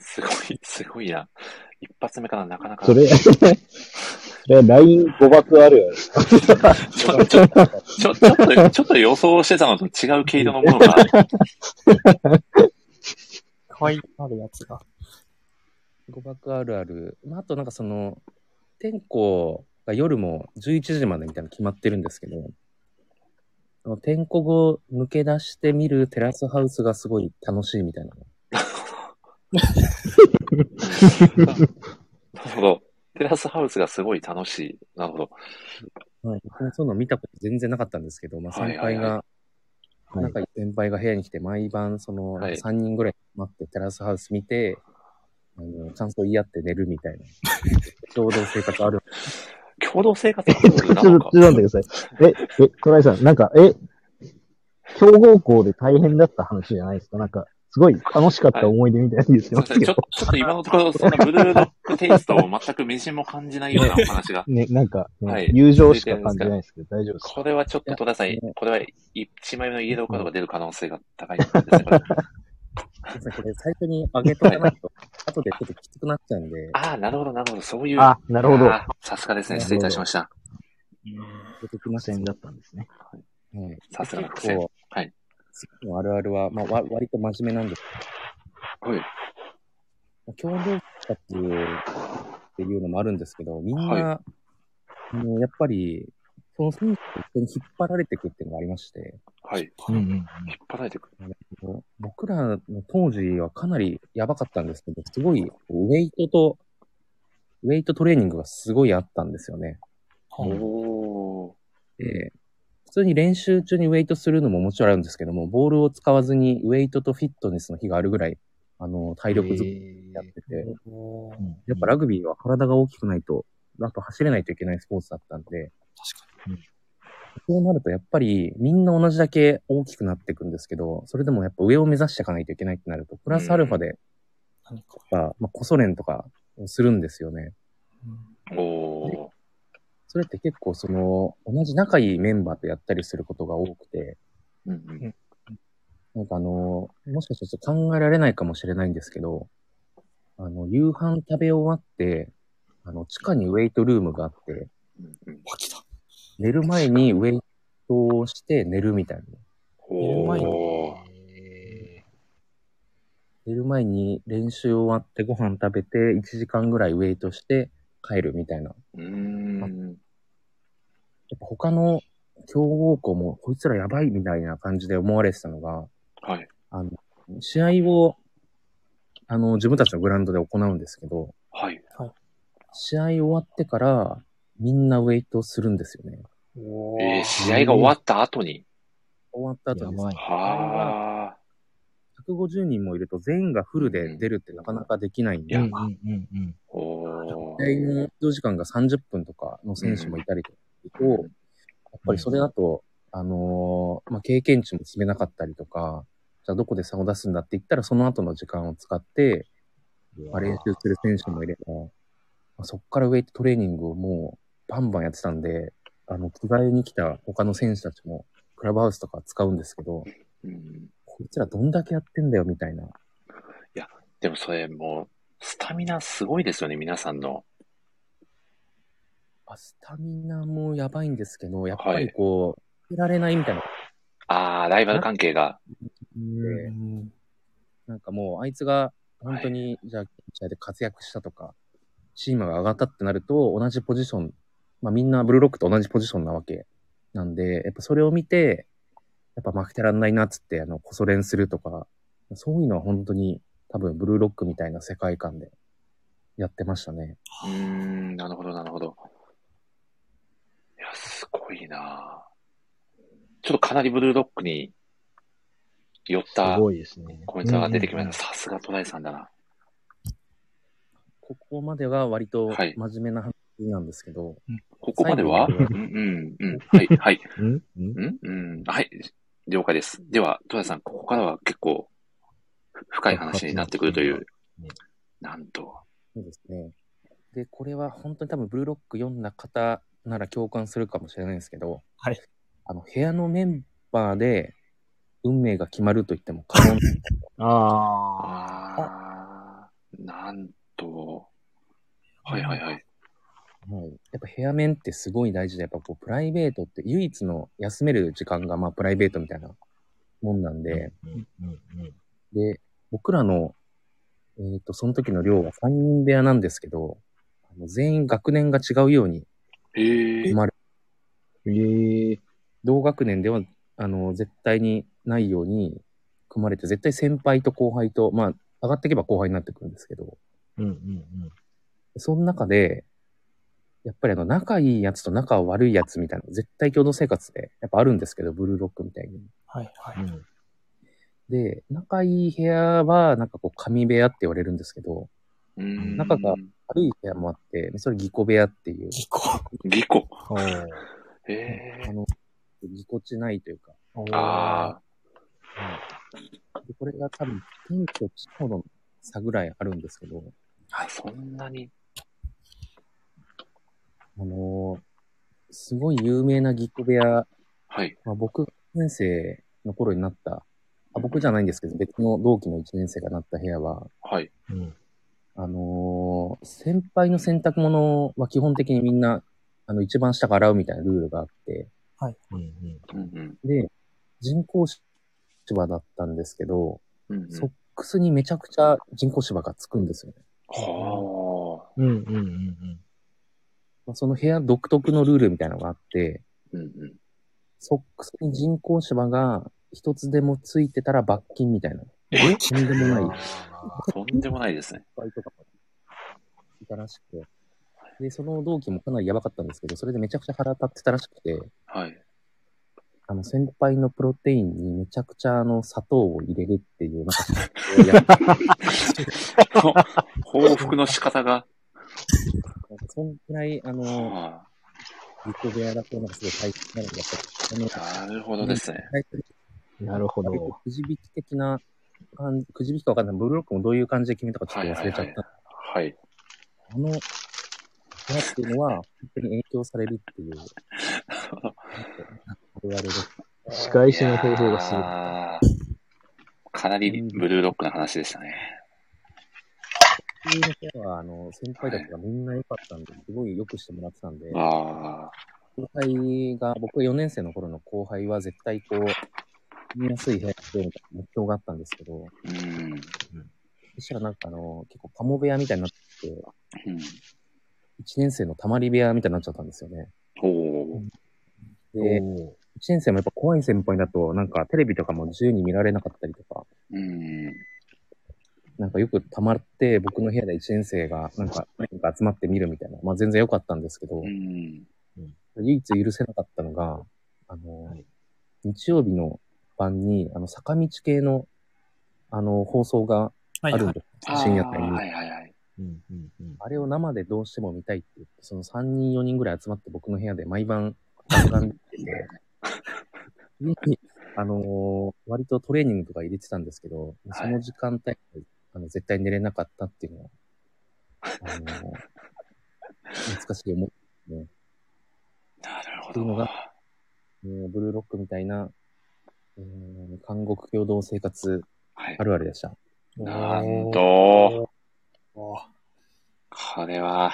S1: すごい、すごいな。一発目からなかなか。
S2: それ、それ ラインご 爆あるよね。
S1: ちょ、ちょ、ちょ、ちょっと、ちょっと予想してたのと違う毛色のものが。
S6: かわいいあるやつが。
S7: ご爆あるある。まあ、あとなんかその、天候が夜もじゅういちじまでみたいなの決まってるんですけど、天候後抜け出してみるテラスハウスがすごい楽しいみたいな。
S1: なるほど。テラスハウスがすごい楽しい。なるほど。
S7: はい。そういうの見たこと全然なかったんですけど、まあ先輩が、仲いい先輩が部屋に来て毎晩そのさんにんぐらい待ってテラスハウス見て、あの、感想言い合って寝るみたいな。共同生活ある。
S1: 共同生活ある
S2: のちょっと、ちょっと待ってください。え、え、トライさん、なんか、え、強豪校で大変だった話じゃないですか？なんか、すごい楽しかった思い出みたいな言ってますけど、
S1: はい、ちょちょっと今のところ、そんなブルーロックテイストを全くみじんも感じないようなお話が。
S2: ね、なんか、ね、
S1: はい、
S2: 友情しか感じないですけど、大丈夫ですか？
S1: これはちょっと戸田さん、これはいちまいめのイエローカードが出る可能性が高いですね、これ。
S7: これ最初に上げとかないと、後でちょっときつくなっちゃうんで。
S1: ああ、なるほど、なるほど。そういう。
S2: あ、なるほど。
S1: さすがですね。失礼いたしました。
S2: 伏線だったんですね。
S7: はい。
S1: さすがの伏線。はい。
S7: あるあるは、まあ、割と真面目なんです
S1: けど。はい。
S7: 共同生活っていうのもあるんですけど、みんな、はい、あのやっぱり、その選手と一緒に引っ張られていくっていうのがありまして。
S1: はい。うんうん、引っ張られていく。
S7: 僕らの当時はかなりやばかったんですけど、すごい、ウェイトと、ウェイトトレーニングがすごいあったんですよね。
S1: おー。
S7: で、普通に練習中にウェイトするのももちろんあるんですけども、ボールを使わずにウェイトとフィットネスの日があるぐらい、あの、体力づくりやってて、やっぱラグビーは体が大きくないと、あと走れないといけないスポーツだったんで、
S6: 確かに。
S7: そうなるとやっぱりみんな同じだけ大きくなっていくんですけど、それでもやっぱ上を目指していかないといけないってなると、プラスアルファで、何か、まあ、コソ練とかをするんですよね。
S1: うん、おー。
S7: それって結構その、同じ仲いいメンバーとやったりすることが多くて、
S1: うんうん、
S7: なんかあの、もしかしたら考えられないかもしれないんですけど、あの、夕飯食べ終わって、あの、地下にウェイトルームがあって、寝る前にウェイトをして寝るみたいな。寝る前に、寝る前に練習終わってご飯食べていちじかんぐらいウェイトして帰るみたいな。
S1: うーん。
S7: やっぱ他の強豪校もこいつらやばいみたいな感じで思われてたのが、
S1: はい。
S7: あの、試合を、あの、自分たちのグラウンドで行うんですけど、
S1: はい。はい。
S7: 試合終わってからみんなウェイトするんですよね。
S1: えー、試合が終わった後に
S7: 終わった後に。
S1: はあ。
S7: ひゃくごじゅうにんもいると全員がフルで出るってなかなかできないんで、
S2: うんうんうんうん。
S7: 試合の移動時間がさんじゅっぷんとかの選手もいたりとかすると、やっぱりそれだと、あのー、まあ、経験値も積めなかったりとか、じゃあどこで差を出すんだって言ったらその後の時間を使って、まあ、練習する選手もいれば、まあ、そっからウェイトトレーニングをもうバンバンやってたんで、あの、着替えに来た他の選手たちもクラブハウスとか使うんですけど、
S1: うん、
S7: こいつらどんだけやってんだよみたいな。い
S1: や、でもそれもう、スタミナすごいですよね、皆さんの。
S7: あ、スタミナもやばいんですけど、やっぱりこう、はい、られないみたいな。
S1: ああ、ライバル関係が。
S7: で、なんかもう、あいつが本当に、はい、じゃあ、試合で活躍したとか、チームが上がったってなると、同じポジション、まあみんなブルーロックと同じポジションなわけなんで、やっぱそれを見て、やっぱ負けてらんないなっつって、あの、こそ練するとか、そういうのは本当に多分ブルーロックみたいな世界観でやってましたね。
S1: うーん、なるほど、なるほど。いや、すごいなちょっとかなりブルーロックに寄ったコメントが出てきました。さすがトライさんだな。
S7: ここまでは割と真面目な話なんですけど。はい、
S1: ここまではうんうんうん。はい、はい。うんうんうん。はい。了解です。では、トライさん、ここからは結構深い話になってくるという。なんと。
S7: そうですね。で、これは本当に多分ブルーロック読んだ方なら共感するかもしれないんですけど、
S6: はい。
S7: あの、部屋のメンバーで運命が決まると言っても過言。
S1: ああ。なんと。はいはいはい。
S7: はい。やっぱヘアメンってすごい大事で、やっぱこう、プライベートって唯一の休める時間がまあプライベートみたいなもんなんで、うんうんうん、で、僕らの、えっ、ー、と、その時の寮はさんにん部屋なんですけど、あの全員学年が違うように組まれ
S2: へー。
S7: えー。同学年では、あの、絶対にないように組まれて、絶対先輩と後輩と、まあ、上がっていけば後輩になってくるんですけど、
S2: うんうんうん、
S7: その中で、やっぱりあの、仲いいやつと仲悪いやつみたいな、絶対共同生活でやっぱあるんですけど、ブルーロックみたいに。
S6: はいはい。うん、
S7: で、仲いい部屋は、なんかこう、神部屋って言われるんですけど、
S1: うん
S7: 仲が悪い部屋もあって、それ、ギコ部屋っていう。
S6: ギコ
S1: ギコ
S7: へえ。あの、ぎこちないというか。
S1: あ
S7: あ。で、これが多分、天気と地ほどの差ぐらいあるんですけど。
S1: あ、そんなに。
S7: あのー、すごい有名なギコ部屋。
S1: はい。
S7: まあ、僕、いちねん生の頃になった、あ、僕じゃないんですけど、別の同期のいちねん生がなった部屋は、
S1: はい。
S7: うん、あのー、先輩の洗濯物は基本的にみんな、あの、一番下から洗うみたいなルールがあって、
S6: はい。
S1: うんうん、
S7: で、人工芝だったんですけど、
S1: うんうん、
S7: ソックスにめちゃくちゃ人工芝がつくんですよね。
S1: はあ。
S2: うんうんうんうん
S7: まあ、その部屋独特のルールみたいなのがあって、
S1: うんうん、
S7: ソックスに人工芝が一つでもついてたら罰金みたいな。
S1: え
S7: とんでもない。
S1: とんでもないですね。
S7: とかいたらしくて。で、その同期もかなりやばかったんですけど、それでめちゃくちゃ腹立ってたらしくて、
S1: はい。
S7: あの、先輩のプロテインにめちゃくちゃあの、砂糖を入れるっていう、なんか、
S1: 報復の仕方が。
S7: そんくらい、あの、ギコ部屋だとなんかすごい大切なのがやっ
S1: ぱり。なるほどですね。
S2: なるほど。
S7: くじ引き的な、くじ引きかわかんない。ブルーロックもどういう感じで決めたかちょっと忘れちゃった。
S1: はい、はいはい。
S7: あの、部屋っていうのは、本当に影響されるっていう。
S2: 仕返しの方法がすごい。
S1: かなりブルーロックな話でしたね。
S7: 僕の部屋は、あの、先輩たちがみんな良かったんで、すごい良くしてもらってたんで、
S1: あ
S7: 後輩が、僕がよねん生の頃の後輩は絶対こう、見やすい部屋にしようみたいな目標があったんですけど、
S1: うん。
S7: そしたらなんかあの、結構パモ部屋みたいになってて、
S1: うん、
S7: いちねん生のたまり部屋みたいになっちゃったんですよね。
S1: お
S7: で、いちねん生もやっぱ怖い先輩だと、なんかテレビとかも自由に見られなかったりとか、
S1: うん、
S7: なんかよく溜まって、僕の部屋でいちねん生がなんか何か集まって見るみたいな、まあ全然良かったんですけど、
S1: うん、
S7: 唯一許せなかったのが、あの、はい、日曜日の晩に、あの、坂道系の、あの、放送があるんです。はいはい、深夜帯に。
S1: はいはいはい。
S7: うんうんうん、あれを生でどうしても見たいって言って、そのさんにんよにんぐらい集まって僕の部屋で毎晩、ガンガン見てて、あのー、割とトレーニングとか入れてたんですけど、はい、その時間帯、あの絶対寝れなかったっていうのは、あのー、懐かしい思いですね。
S1: なるほど。
S7: っていうのが、えー、ブルーロックみたいな、えー、監獄共同生活あるあるでした。はい、
S1: なんと、これは、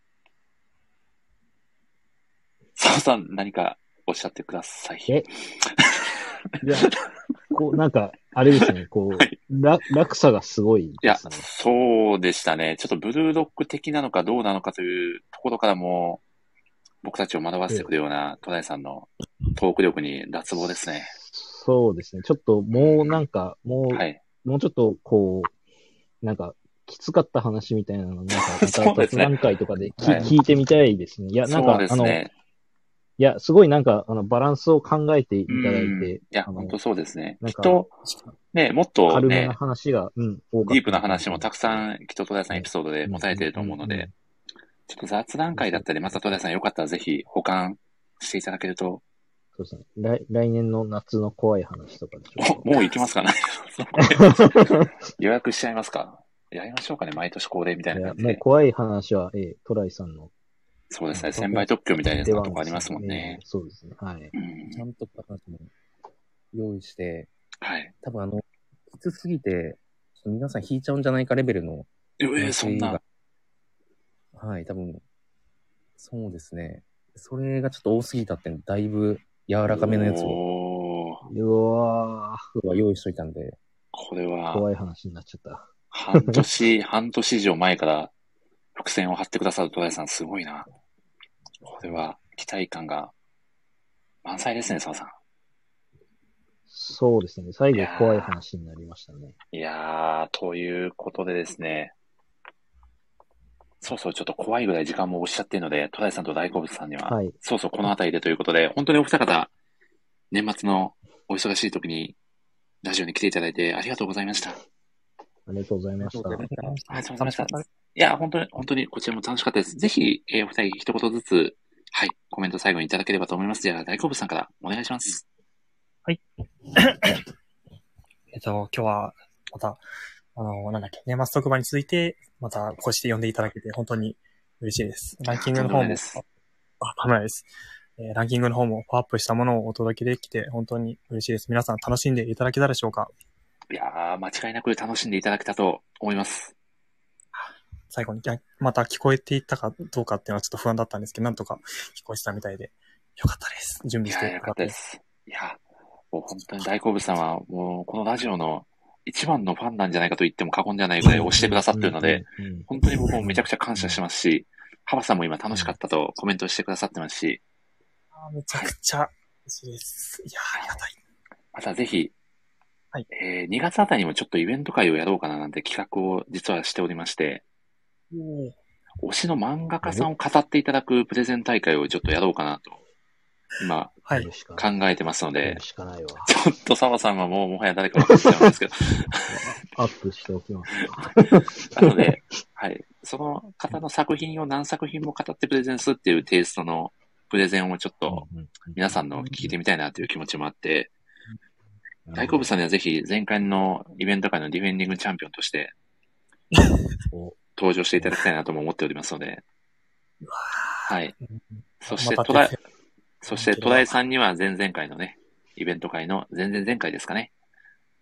S1: 澤さん何かおっしゃってください。
S2: えいや、こう、なんか、あれですね、こう、はい、落差がすごいですね。
S1: いや、そうでしたね。ちょっとブルーロック的なのかどうなのかというところからも、僕たちを学ばせてくるような、戸田井さんのトーク力に脱帽ですね。
S2: そうですね。ちょっともうなんか、もう、はい、もうちょっとこう、なんか、きつかった話みたいなの、なんか、また雑談会とかでき、はい、聞いてみたいですね。いや、なんか、ね、あの、いや、すごいなんか、あの、バランスを考えていただいて。
S1: いや、本当そうですね。きっと、ね、もっと、ね、
S2: 軽めな話が、うん、
S1: 多かった。ディープな話もたくさん、きっと戸田さんエピソードで持たれていると思うので、ちょっと雑談会だったり、また戸田さんよかったらぜひ保管していただけると。
S2: そうですね。来、来年の夏の怖い話とかでしょ
S1: う。もう行きますかね。予約しちゃいますか。やりましょうかね、毎年恒例みたいな感じで。
S2: もう怖い話は、ええ、トライさんの。
S1: そうですね、専売特許みたいなやつとかありますもんね。
S2: そうですね、はい。
S7: うん、ちゃんと話も用意して、
S1: はい。
S7: 多分あの、きつすぎて、皆さん引いちゃうんじゃないかレベルの。
S1: えー、そんな。
S7: はい、多分、そうですね。それがちょっと多すぎたってだいぶ柔らかめのやつを。
S2: うわ
S7: ー。は用意しといたんで。
S1: これは。
S2: 怖い話になっちゃった。
S1: 半年、半年以上前から伏線を張ってくださる戸田さんすごいな。これは期待感が満載ですね、澤さん。
S2: そうですね。最後怖い話になりましたね。
S1: いやー、ということでですね。そうそう、ちょっと怖いぐらい時間もおっしゃっているので、戸田さんと大好物さんには、はい、そうそう、このあたりでということで、本当にお二方、年末のお忙しい時にラジオに来ていただいてありがとうございました。
S2: ありがとうございました。
S1: ありがとうございました。いや、本当に、本当にこちらも楽しかったです。ぜひ、えー、お二人一言ずつ、はい、コメント最後にいただければと思います。じゃあ、大好物さんからお願いします。
S6: はい。えっと、今日は、また、あの、なんだっけ、年末特番に続いて、また、こうして呼んでいただけて、本当に嬉しいです。ランキングの方も、あ、カメラです。えー、ランキングの方もパワーアップしたものをお届けできて、本当に嬉しいです。皆さん楽しんでいただけたでしょうか？
S1: いやー、間違いなく楽しんでいただけたと思います。
S6: 最後に、また聞こえていったかどうかっていうのはちょっと不安だったんですけど、なんとか聞こえてたみたいで、よかったです。準備して
S1: よかったです。いや、もう本当に大好物さんは、もうこのラジオの一番のファンなんじゃないかと言っても過言じゃないぐらい推してくださってるので、本当に僕もめちゃくちゃ感謝しますし、ハバさんも今楽しかったとコメントしてくださってますし、
S6: あめちゃくちゃ嬉しいです。いやありがたい。
S1: またぜひ、
S6: はい、
S1: えー、にがつあたりにもちょっとイベント会をやろうかななんて企画を実はしておりまして、推しの漫画家さんを語っていただくプレゼン大会をちょっとやろうかなと、今、はい、考えてますので、
S2: しかないわ。
S1: ちょっと澤さんはもうもはや誰か分かっちゃうんですけど。
S2: アップしておきます。
S1: なので、はい、その方の作品を何作品も語ってプレゼンするっていうテイストのプレゼンをちょっと皆さんの聞いてみたいなという気持ちもあって、大好物さんにはぜひ前回のイベント会のディフェンディングチャンピオンとして登場していただきたいなとも思っておりますので、はい。そして戸田、そして戸田さんには前々回のね、イベント会の前々前回ですかね、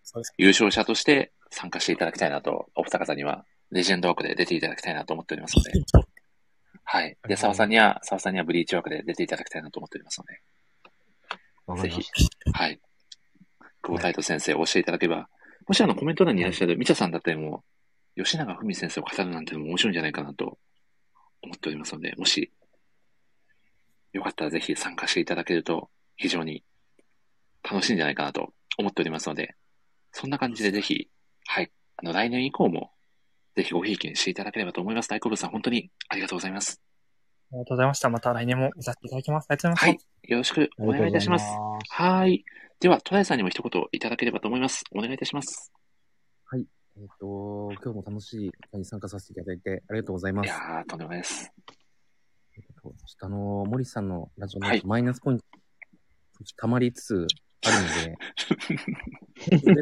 S1: 優勝者として参加していただきたいなと、お二方にはレジェンド枠で出ていただきたいなと思っておりますので。はい。で、澤さんには、澤さんにはブリーチ枠で出ていただきたいなと思っておりますので。ぜひ、はい。久保太斗先生を教えていただければ、もしあのコメント欄にいらっしゃるみちゃさんだったりも、吉永文先生を語るなんてのも面白いんじゃないかなと思っておりますので、もし、よかったらぜひ参加していただけると非常に楽しいんじゃないかなと思っておりますので、そんな感じでぜひ、はい、あの来年以降もぜひごひいきにしていただければと思います。大好物さん、本当にありがとうございます。
S6: ありがとうございました。また来年も見させていただきます。ありがとうございます。
S1: はい、よろしくお願いいたします。はい。では、トライさんにも一言いただければと思います。お願いいたします。
S7: はい。えっと、今日も楽しい会に参加させていただいてありがとうございます。
S1: いやー、とんでもないです。
S7: えっと、ちょっとあの、森さんのラジオのマイナスポイント、はい、溜まりつつあるので、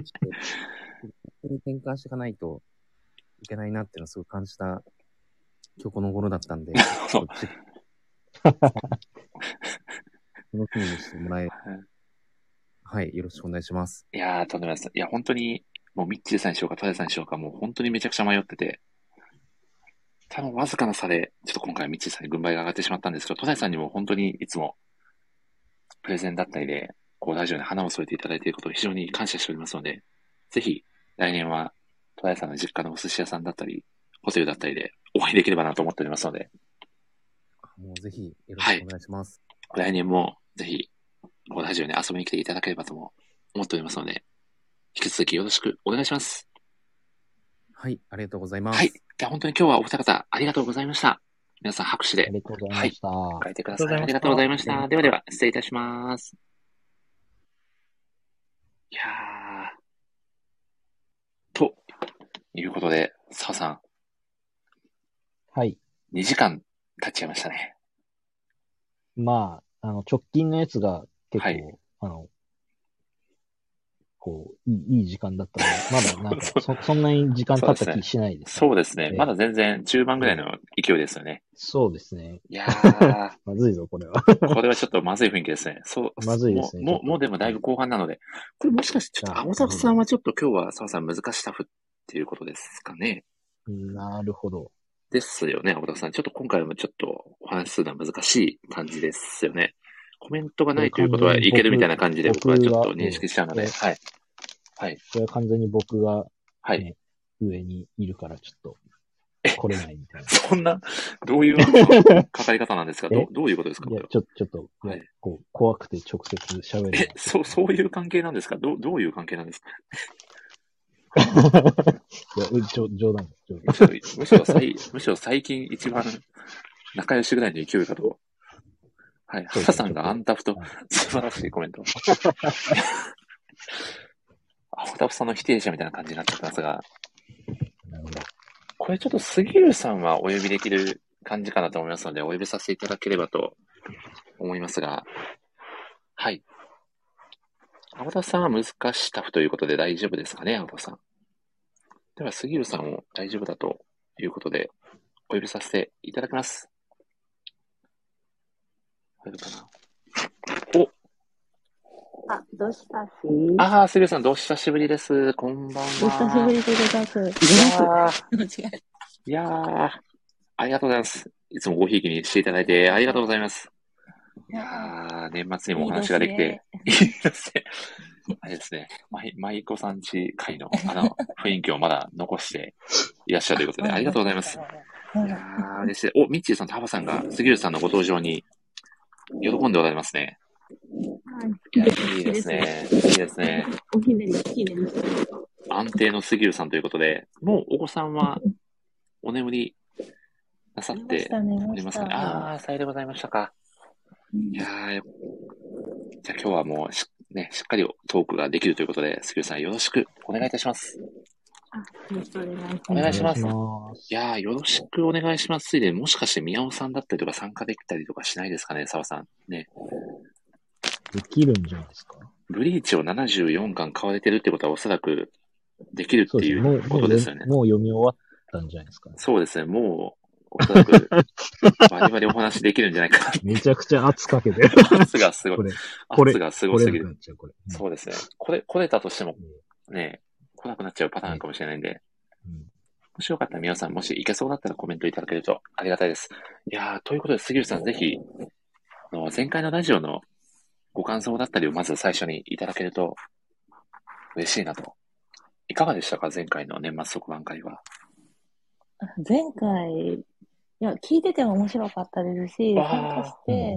S7: 転換していかないといけないなっていうのをすごい感じた今日この頃だったんで、楽しみにしてもらえ、はい、よろしくお願いします。
S1: いやー、とんでもないです。いや、本当に、もうミッチーさんにしようか、トライさんにしようか、もう本当にめちゃくちゃ迷ってて、多分わずかな差で、ちょっと今回はミッチーさんに軍配が上がってしまったんですけど、トライさんにも本当にいつも、プレゼンだったりで、こう、ラジオに花を添えていただいていることを非常に感謝しておりますので、ぜひ、来年は、トライさんの実家のお寿司屋さんだったり、ホテルだったりで、お会いできればなと思っておりますので。
S7: もうぜひ、よろしくお願いします。
S1: はい、来年も、ぜひ、このラジオに遊びに来ていただければとも思っておりますので、引き続きよろしくお願いします。
S7: はい、ありがとうございます。
S1: はい。では本当に今日はお二方ありがとうございました。皆さん拍手で。
S2: ありがとうございました。
S1: はい、書いてください。ありがとうございました。ではでは、失礼いたします。いやー。ということで、澤さん。
S2: はい。
S1: にじかん経っちゃいましたね。
S2: まあ、あの、直近のやつが結構、はい、あの、こう、いい、いい時間だったので、まだなんかそ、そんなに時間経った気しないです、
S1: ね。そうですね。まだ全然中盤ぐらいの勢いですよね。
S2: そうですね。
S1: いやー。
S2: まずいぞ、これは。
S1: これはちょっとまずい雰囲気ですね。そう。
S2: まずいですね。
S1: もう、もうでもだいぶ後半なので、これもしかしてちょっと、青崎さんはちょっと今日は澤さん難しタフっていうことですかね。
S2: なるほど。
S1: ですよね、青崎さん。ちょっと今回もちょっとお話しするのは難しい感じですよね。コメントがないということはいけるみたいな感じで僕はちょっと認識しちゃうので、はい。はい。
S2: これは完全に僕が、ね、
S1: はい。
S2: 上にいるからちょっと、来れないみたいな。
S1: そんな、どういうかかり方なんですかどどういうことですか
S2: いや、ちょ、ちょっと、はい、こう、怖くて直接喋る。
S1: え、そう、そういう関係なんですかどどういう関係なんですか
S2: いや、ちょ、冗談冗談
S1: むしろ、むしろ最、むしろ最近一番仲良しぐらいの勢いかと。はい。ハさんがアンタフと、素晴らしいコメント。アンタフさんの否定者みたいな感じになっちゃったんですが。
S2: なるほど。
S1: これちょっと杉浦さんはお呼びできる感じかなと思いますので、お呼びさせていただければと思いますが。はい。青田さんは難しタフということで大丈夫ですかね、青田さん。では、杉浦さんも大丈夫だということで、お呼びさせていただきます。入るかな。お
S11: あ、どうしたし
S1: ああ、杉浦さん、どう久しぶりです。こんばんは。
S11: お久しぶりでございます。
S1: いやー、いやーありがとうございます。いつもごひいきにしていただいてありがとうございます。いやー、年末にもお話ができて、いいですね。あれですね、舞妓さんち会のあの雰囲気をまだ残していらっしゃるということで、ありがとうございます。いやー、嬉しい。お、ミッチーさんとハバさんが杉浦さんのご登場に喜んでおられますね。
S11: はい。
S1: いや、いいですね。いいですね。
S11: おひねり、おひねり。
S1: 安定の杉浦さんということで、もうお子さんはお眠りなさっておりますかね。ああ、さようでございましたか。いやー、じゃあ今日はもうし、ね、しっかりトークができるということで、杉浦さんよろしくお願いいたします。
S11: あ、よろしくお願いします。
S1: お願いします。いやー、よろしくお願いします。ついで、もしかして宮尾さんだったりとか参加できたりとかしないですかね、澤さん。ね。
S2: できるんじゃないですか。
S1: ブリーチをななじゅうよんかん買われてるってことはおそらくできるっていうことですよね。
S2: もう読み終わったんじゃないですか、ね。
S1: そうですね、もう、おそらく、バリバリお話できるんじゃないかな。
S2: めちゃくちゃ圧かけてる。
S1: 圧がすごい。圧がすごすぎる。そうですね。これ、これたとしても、 ね、来なくなっちゃうパターンかもしれないんで、うん、もしよかったら皆さん、もしいけそうだったらコメントいただけるとありがたいです。いやー、ということで杉内さん、ぜひ、あの、前回のラジオのご感想だったりをまず最初にいただけると嬉しいなと。いかがでしたか、前回の年末特番会は。
S11: 前回、いや、聞いてても面白かったですし、参加して、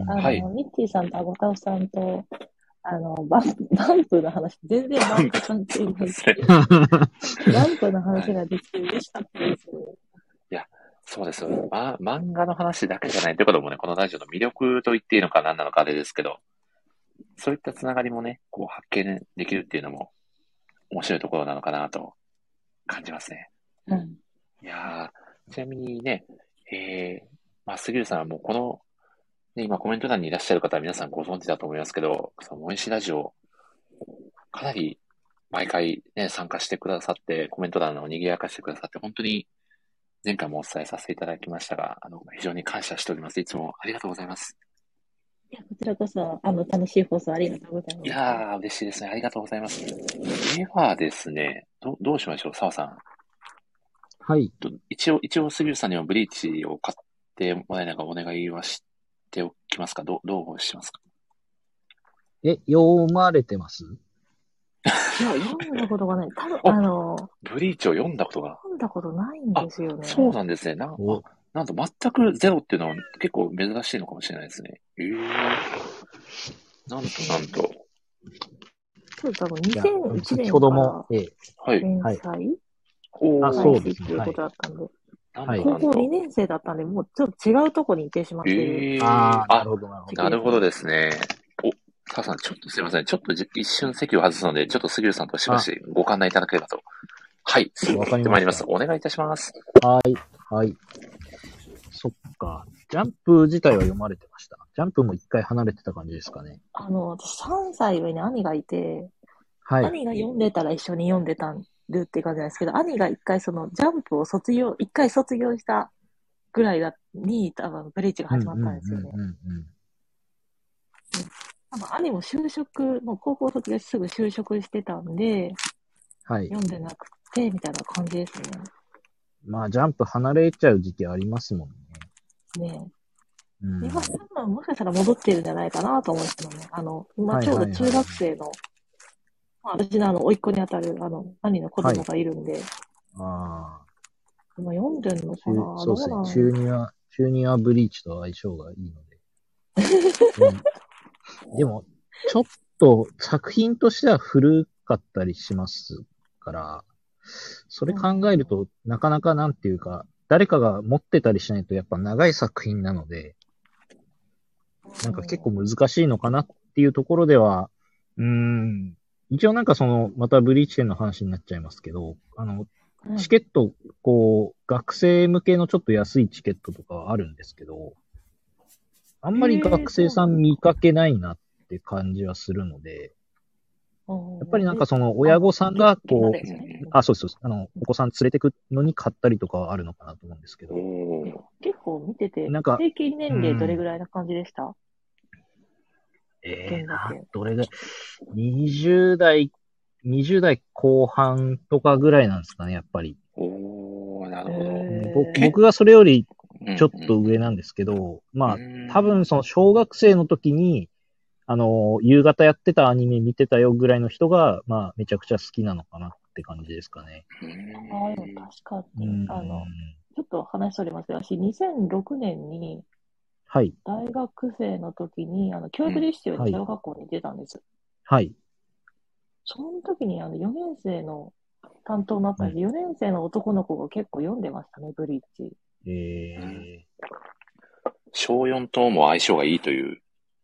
S11: あの、はい、ミッチーさんとアゴタオさんと、あの、バン、バンプの話、全然バンプ関係ないですけど、バンプの話ができて嬉しかったです。
S1: いや、そうですよ、ま。漫画の話だけじゃないということもね、このラジオの魅力と言っていいのか何なのかあれですけど、そういったつながりもね、こう発見できるっていうのも面白いところなのかなと感じますね。
S11: うん。
S1: いやー、ちなみにね、えー、まあ、杉浦さんはもうこの、ね、今コメント欄にいらっしゃる方は皆さんご存知だと思いますけど、その萌えしラジオ、かなり毎回ね、参加してくださって、コメント欄を賑やかしてくださって、本当に前回もお伝えさせていただきましたが、あの、非常に感謝しております。いつもありがとうございます。
S11: いや、こちらこそ、あの、楽しい放送ありがとうございます。
S1: いやー、嬉しいですね。ありがとうございます。ではですね、ど、どうしましょう、澤さん。
S2: はい。
S1: 一応、一応、杉浦さんにはブリーチを買ってもらえないかお願いはしておきますか？どう、どうしますか？
S2: え、読まれてます？
S11: いや、読んだことがない。多分、あの、
S1: ブリーチを読んだことが。
S11: 読んだことないんですよね。
S1: そうなんですね。なんか、なんと全くゼロっていうのは結構珍しいのかもしれないですね。えー、なんとなんと。
S11: そう、多分にせんいちねん
S2: 先ほども、ええ、
S11: 連載、はい、
S2: あ、そうですね。
S11: っていうことだったんで。
S2: はい、
S11: 高校にねん生だったんで、もうちょっと違うとこに行ってしまってる。
S1: えー、
S2: ああ、なるほど、なるほ
S1: ど。なるほどですね。お、母さん、ちょっとすいません。ちょっと一瞬席を外すので、ちょっと杉浦さんとしばしご勘内いただければと。はい。
S2: わかり
S1: まいります。お願いいたします。
S2: はい。はい。そっか。ジャンプ自体は読まれてました。ジャンプも一回離れてた感じですかね。
S11: あの、私さんさい上に兄がいて、
S2: はい。
S11: 兄が読んでたら一緒に読んでたるって感じなんですけど、兄が一回そのジャンプを卒業、一回卒業したぐらいだに、多分ブリーチが始まったんですよね。
S2: うんうんうんうん。
S11: 多分兄も就職、もう高校卒業してすぐ就職してたんで、
S2: はい。
S11: 読んでなくて、みたいな感じですね。
S2: まあ、ジャンプ離れちゃう時期ありますもん
S11: ね。ね
S2: え。うん、
S11: 今、多分もしかしたら戻ってるんじゃないかなと思うんですけどね。あの、今ちょうど中学生の、まあ、私のあの、甥っ子にあたる、あの、兄の子供がいるんで。はい、ああ。今読んでるのかな？
S2: そうですね。中二は、中二はブリーチと相性がいいので。うん、でも、ちょっと作品としては古かったりしますから、それ考えると、なかなかなんていうか、誰かが持ってたりしないとやっぱ長い作品なので、なんか結構難しいのかなっていうところでは、うーん、一応なんかその、またブリーチ展の話になっちゃいますけど、あの、チケット、こう、学生向けのちょっと安いチケットとかはあるんですけど、あんまり学生さん見かけないなって感じはするので、やっぱりなんかその親御さんがこう、あ、そうです、あの、お子さん連れてくのに買ったりとかはあるのかなと思うんですけど。
S11: 結構見てて、
S2: なんか
S11: 平均年齢どれぐらいな感じでした？うん、
S2: えー、どれぐらい、にじゅう代、にじゅう代後半とかぐらいなんですかね、やっぱり。
S1: おー、なるほど。
S2: 僕がそれよりちょっと上なんですけど、まあ、多分その小学生の時に、あの、夕方やってたアニメ見てたよぐらいの人が、まあ、めちゃくちゃ好きなのかなって感じですかね。
S11: ああ、でも確かに、あの、ちょっと話それますけど、私、にせんろくねんに、
S2: はい。
S11: 大学生の時に、あの、教育実習に小学校に出たんです。
S2: はい。
S11: その時に、あの、よねん生の担当になったんで、よねん生の男の子が結構読んでましたね、ブリーチ。
S2: えー。
S1: 小よんとも相性がいいという。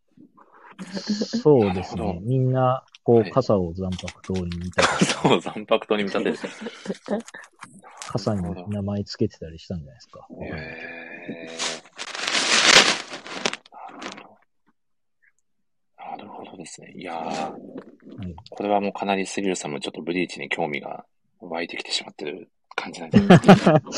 S2: そうですね。みんな、こう、傘を残白刀に見立てて。
S1: 傘を残白刀に見立てて。
S2: 傘に名前つけてたりしたんじゃないですか。
S1: へー。なるほどですね。いやー、はい、これはもうかなり杉浦さんもちょっとブリーチに興味が湧いてきてしまってる感じなんじゃないですか。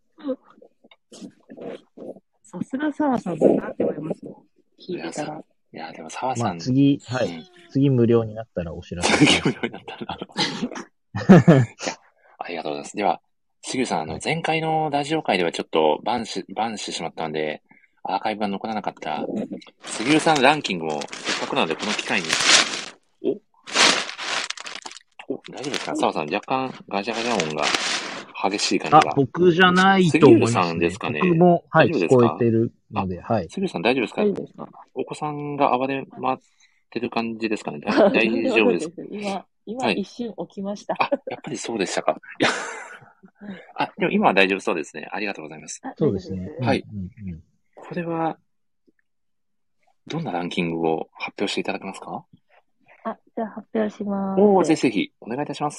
S11: さすが澤さんだなって思います。聞いてたら。
S1: いや、でも澤さん。まあ、
S2: 次、はい、うん。次無料になったらお知らせ。
S1: 次無料になったら。いや、ありがとうございます。では、杉浦さん、あの、前回のラジオ会ではちょっとバンし、バンしてしまったので、アーカイブが残らなかった、杉浦さんのランキングを、せっかくなのでこの機会に、おお、大丈夫ですか？澤さん、若干ガチャガチャ音が激しい感じが。
S2: あ、僕じゃないと思います、ね。杉浦さんですかね。僕も、はい、聞こえてるので、はい。
S1: 杉浦さん大丈夫ですか？大丈夫ですか？お子さんが暴れ回ってる感じですかね？大丈夫ですか？
S11: 今、今一瞬起きました。
S1: はい、あ、やっぱりそうでしたか。いやあ、でも今は大丈夫そうですね。ありがとうございます。
S2: そうですね。
S1: はい。うんうん、これは、どんなランキングを発表していただけますか？
S11: あ、じゃあ発表します。
S1: おー、ぜひぜひ、お願いいたします。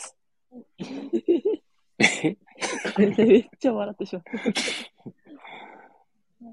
S11: えめっちゃ笑ってしまった。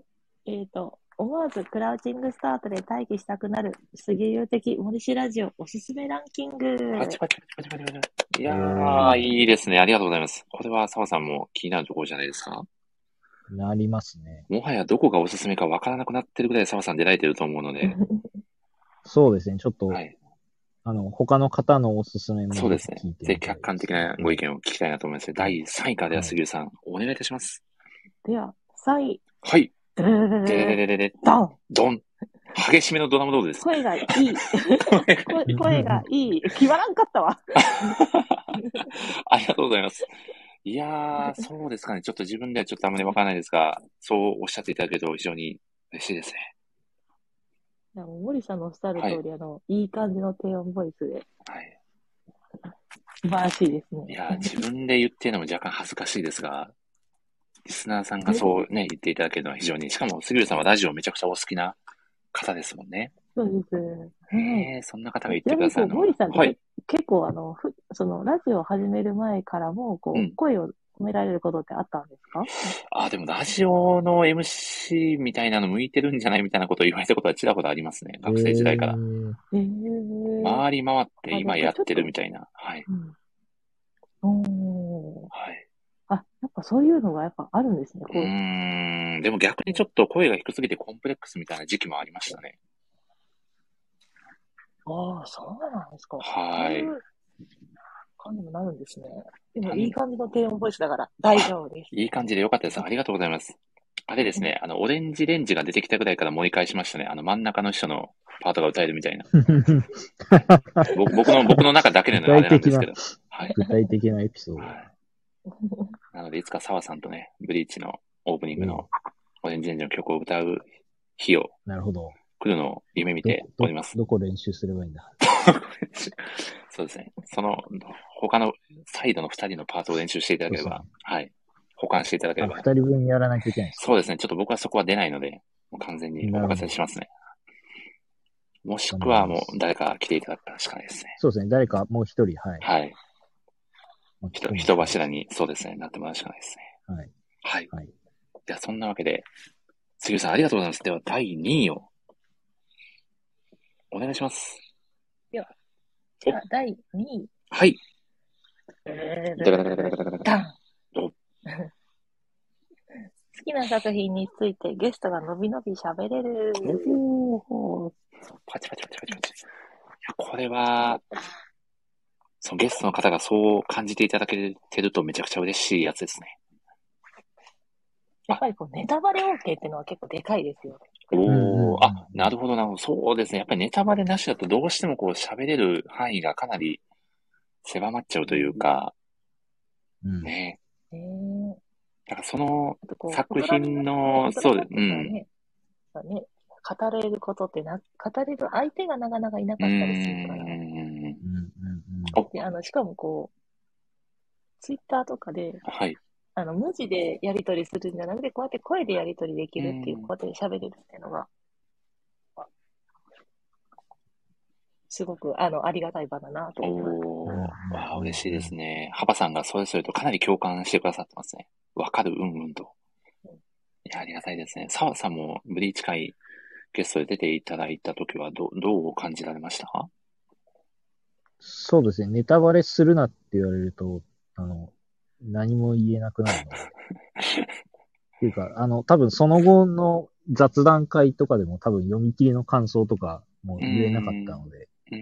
S11: えっと、思わずクラウチングスタートで待機したくなる杉浦的森氏ラジオおすすめランキング。
S1: パチパチパチパチパチパチ。いやー、いいですね。ありがとうございます。これは澤さんも気になるところじゃないですか？
S2: なりますね。
S1: もはやどこがおすすめかわからなくなってるぐらい澤さん出られてると思うので。
S2: そうですね。ちょっと、はい、あの、他の方のおすすめも、
S1: そうですね。ぜひ客観的なご意見を聞きたいなと思います。だいさんいからでは杉浦さん、はい、お願いいたします。
S11: では、さんい。
S1: はい。
S11: でれれれれ
S1: れれれれ
S11: ドン
S1: ドン激しめのドラムロールです。
S11: 声がいい。声, 声がいい。決まらんかったわ。
S1: ありがとうございます。いやー、そうですかね。ちょっと自分ではちょっとあんまりわからないですが、そうおっしゃっていただけると非常に嬉しいですね。
S11: いやもう森さんのおっしゃる通り、はい、あの、いい感じの低音ボイスで。
S1: はい。
S11: 素晴らしいですね。
S1: いやー、自分で言ってるのも若干恥ずかしいですが、リスナーさんがそうね、言っていただけるのは非常に、しかも杉浦さんはラジオめちゃくちゃお好きな方ですもんね。
S11: そうです。
S1: へえ、そんな方が言ってくださるの。
S11: 森さんって、はい、結構あの、ふそのラジオを始める前からも、こう、うん、声を褒められることってあったんですか？
S1: あ、でもラジオの エムシー みたいなの向いてるんじゃないみたいなことを言われたことはちらほらありますね。学生時代から。
S11: へー。
S1: 回り回って今やってるみたいな。はい。
S11: うん、おー。
S1: はい。
S11: あ、やっぱそういうのがやっぱあるんですね。
S1: うーん。でも逆にちょっと声が低すぎてコンプレックスみたいな時期もありましたね。
S11: ああ、そうなんですか。
S1: はい。
S11: 感じもなるんですね。でもいい感じの低音ボイスだから大丈夫です。
S1: いい感じでよかったです。ありがとうございます。あれですね、あの、オレンジレンジが出てきたぐらいから盛り返しましたね。あの、真ん中の人のパートが歌えるみたいな。僕, 僕の、僕の中だけでのあれなんですけど。はい、
S2: 具体的なエピソード。はい、
S1: なので、いつか澤さんとね、ブリーチのオープニングのオレンジレンジの曲を歌う日を。
S2: なるほど。
S1: 来るのを夢見ております。
S2: ど, ど, どこ練習すればいいんだ
S1: そうですね。その、他のサイドの二人のパートを練習していただければ、はい。保管していただければ。
S2: 二人分やらないといけないです。
S1: そうですね。ちょっと僕はそこは出ないので、もう完全にお任せしますね。もしくはもう誰か来ていただくしかないですね。
S2: そうですね。誰かもう一人、はい。
S1: はい。人、人柱に、そうですね。なってもらうしかないです
S2: ね。はい。
S1: はい。はい。では、そんなわけで、杉浦さんありがとうございます。では、だいにいを。お願いします。
S11: では、じゃあ、だいにい。
S1: はい。
S11: えー、ダン好きな作品についてゲストがのびのび喋れる。
S1: おパチパチパチパチパチ。いや、これは、そのゲストの方がそう感じていただけてるとめちゃくちゃ嬉しいやつですね。
S11: やっぱりこうネタバレ OK っていうのは結構でかいですよ。
S1: おー、あ、なるほどなるほど。そうですね。やっぱりネタバレなしだとどうしてもこう喋れる範囲がかなり狭まっちゃうというか、うん、ね。
S11: えー、
S1: だからその作品の、そうです、うん。
S11: ね、語れることってな、語れる相手がなかなかいなかったりするから。うん、で、あの、しかもこう、ツイッターとかで、
S1: はい。
S11: あの、文字でやり取りするんじゃなくて、こうやって声でやり取りできるっていう、こうやって喋れるっていうのが、すごく、あの、ありがたい場だなと思います。
S1: おー、わあ、嬉しいですね。ハパさんがそれぞれとかなり共感してくださってますね。わかる、うんうんと。いや、ありがたいですね。澤さんもブリーチ会ゲストで出ていただいたときはど、どう感じられましたか？
S2: そうですね。ネタバレするなって言われると、あの、何も言えなくなるので。っていうか、あの、多分その後の雑談会とかでも多分読み切りの感想とかもう言えなかったので。うん。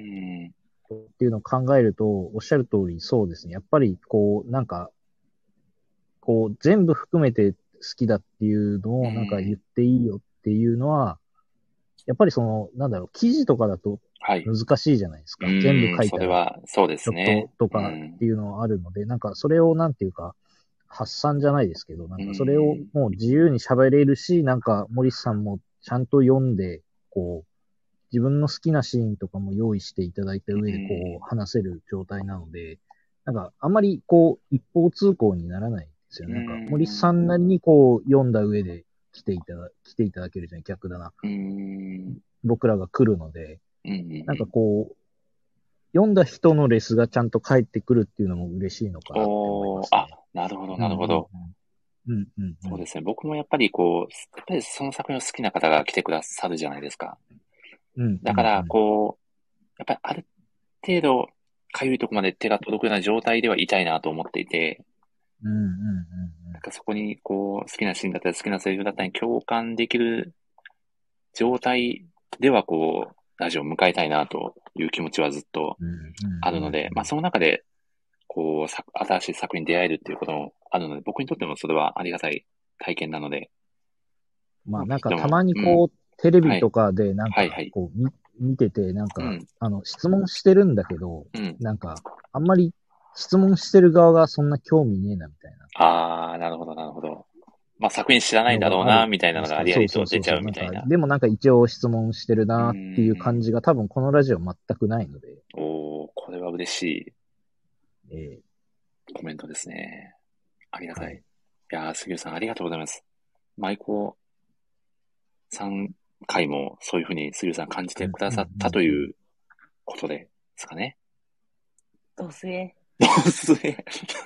S2: っていうのを考えると、おっしゃる通りそうですね。やっぱり、こう、なんか、こう、全部含めて好きだっていうのをなんか言っていいよっていうのは、やっぱりその、なんだろう、記事とかだと難しいじゃないですか。はい、全部書いた
S1: それは、そうですね。
S2: とかっていうのはあるので、なんかそれをなんていうか、発散じゃないですけど、なんかそれをもう自由に喋れるし、なんか森さんもちゃんと読んで、こう、自分の好きなシーンとかも用意していただいた上でこう話せる状態なので、なんかあんまりこう一方通行にならないですよね。なんか森さんなりにこう読んだ上で来ていただ、来ていただけるじゃない、逆だな。僕らが来るので、なんかこう、読んだ人のレスがちゃんと返ってくるっていうのも嬉しいのかなって思います、ね。
S1: あ、なるほど、なるほど。
S2: うんうんうん、
S1: そうですね。僕もやっぱりこう、やっぱりその作品を好きな方が来てくださるじゃないですか。
S2: うんうんうん、
S1: だから、こう、やっぱりある程度、かゆいとこまで手が届くような状態ではいたいなと思っていて、
S2: うんうんうんうん、
S1: なんかそこに、こう、好きなシーンだったり、好きなセリフだったりに共感できる状態では、こう、ラジオを迎えたいなという気持ちはずっとあるので、まあその中で、こう、新しい作品に出会えるっていうこともあるので、僕にとってもそれはありがたい体験なので。
S2: まあなんかたまにこう、うん、テレビとかでなんかこう、はいはい、見てて、なんか、うん、あの、質問してるんだけど、うん、なんか、あんまり質問してる側がそんな興味ねえなみたいな。
S1: ああ、なるほど、なるほど。まあ作品知らないんだろうな、みたいなのがありありと出ちゃうみたいな。
S2: でもなんか一応質問してるなっていう感じが多分このラジオ全くないので。
S1: おー、これは嬉しい。
S2: え
S1: ー、コメントですね。ありがたい。はい、いやー、杉浦さんありがとうございます。舞子さん回もそういうふうに杉浦さん感じてくださったということですかね。
S11: どすえ。
S1: どすえ。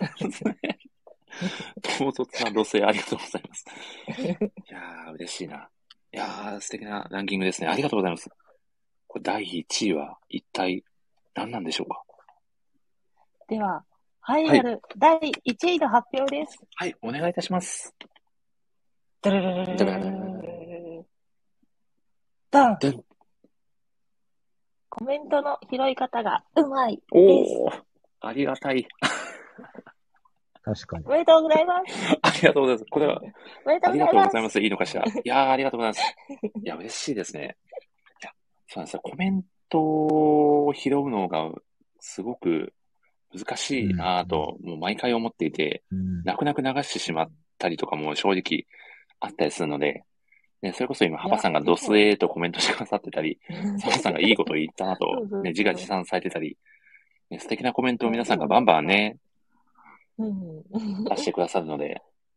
S1: 唐突な路線ありがとうございます。いやー、嬉しいな。いやー、素敵なランキングですね。ありがとうございます。これだいいちいは一体何なんでしょうか？
S11: では、栄えあるだいいちいの発表です。
S1: はい、お願いいたします。
S11: ドゥルルルルルルルドン。コメントの拾い方がうまいです。
S1: おー、ありがたい。
S2: 確かに。
S11: おめでとうございます。
S1: ありがとうございます。これは、
S11: おめでとうございます。
S1: ありがとうございます。いいのかしら。いやー、ありがとうございます。いや、嬉しいですね。いや、そうなんですよ。コメントを拾うのがすごく難しいなぁと、うん、もう毎回思っていて、うん、泣く泣く流してしまったりとかも正直あったりするので、ね、それこそ今、ハパさんがドスエーとコメントしてくださってたり、ハパさんがいいことを言ったなと、ね、自画自賛されてたり、ね、素敵なコメントを皆さんがバンバンね、出してくださるので。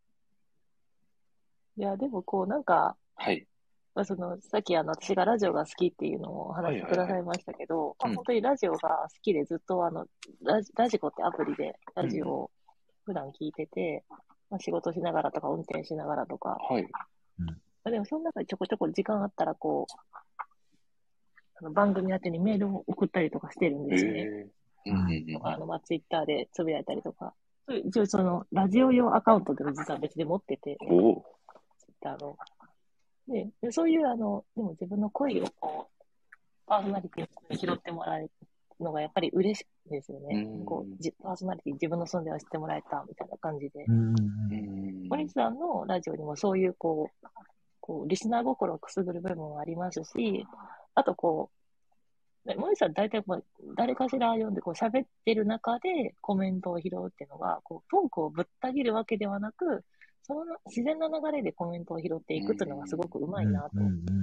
S11: いや、でもこう、なんか、
S1: はい。
S11: まあ、その、さっきあの、私がラジオが好きっていうのをお話してくださいましたけど、まあ、本当にラジオが好きでずっとあの、ラジ、ラジコってアプリでラジオを普段聞いてて、うん、まあ、仕事しながらとか運転しながらとか。
S1: はい。うん、
S11: まあ、でもその中でちょこちょこ時間あったらこう、あの番組宛てにメールを送ったりとかしてるんですね。
S1: うんうんうん、
S11: とか、あの、まあ、ツイッターでつぶやいたりとか。一応その、ラジオ用アカウントでも実は別で持ってて、
S1: ツイッ
S11: ターの。で、でそういうあの、でも自分の声をこう、パーソナリティに拾ってもらえるのがやっぱり嬉しいですよね。こうじ、パーソナリティ自分の住んでは知ってもらえたみたいな感じで。森さんのラジオにもそういうこう、こう、リスナー心をくすぐる部分もありますし、あとこう、森さん大体こう誰かしら読んでこう喋ってる中でコメントを拾うっていうのが、こうトークをぶった切るわけではなく、その自然な流れでコメントを拾っていくっていうのがすごくうまいなと。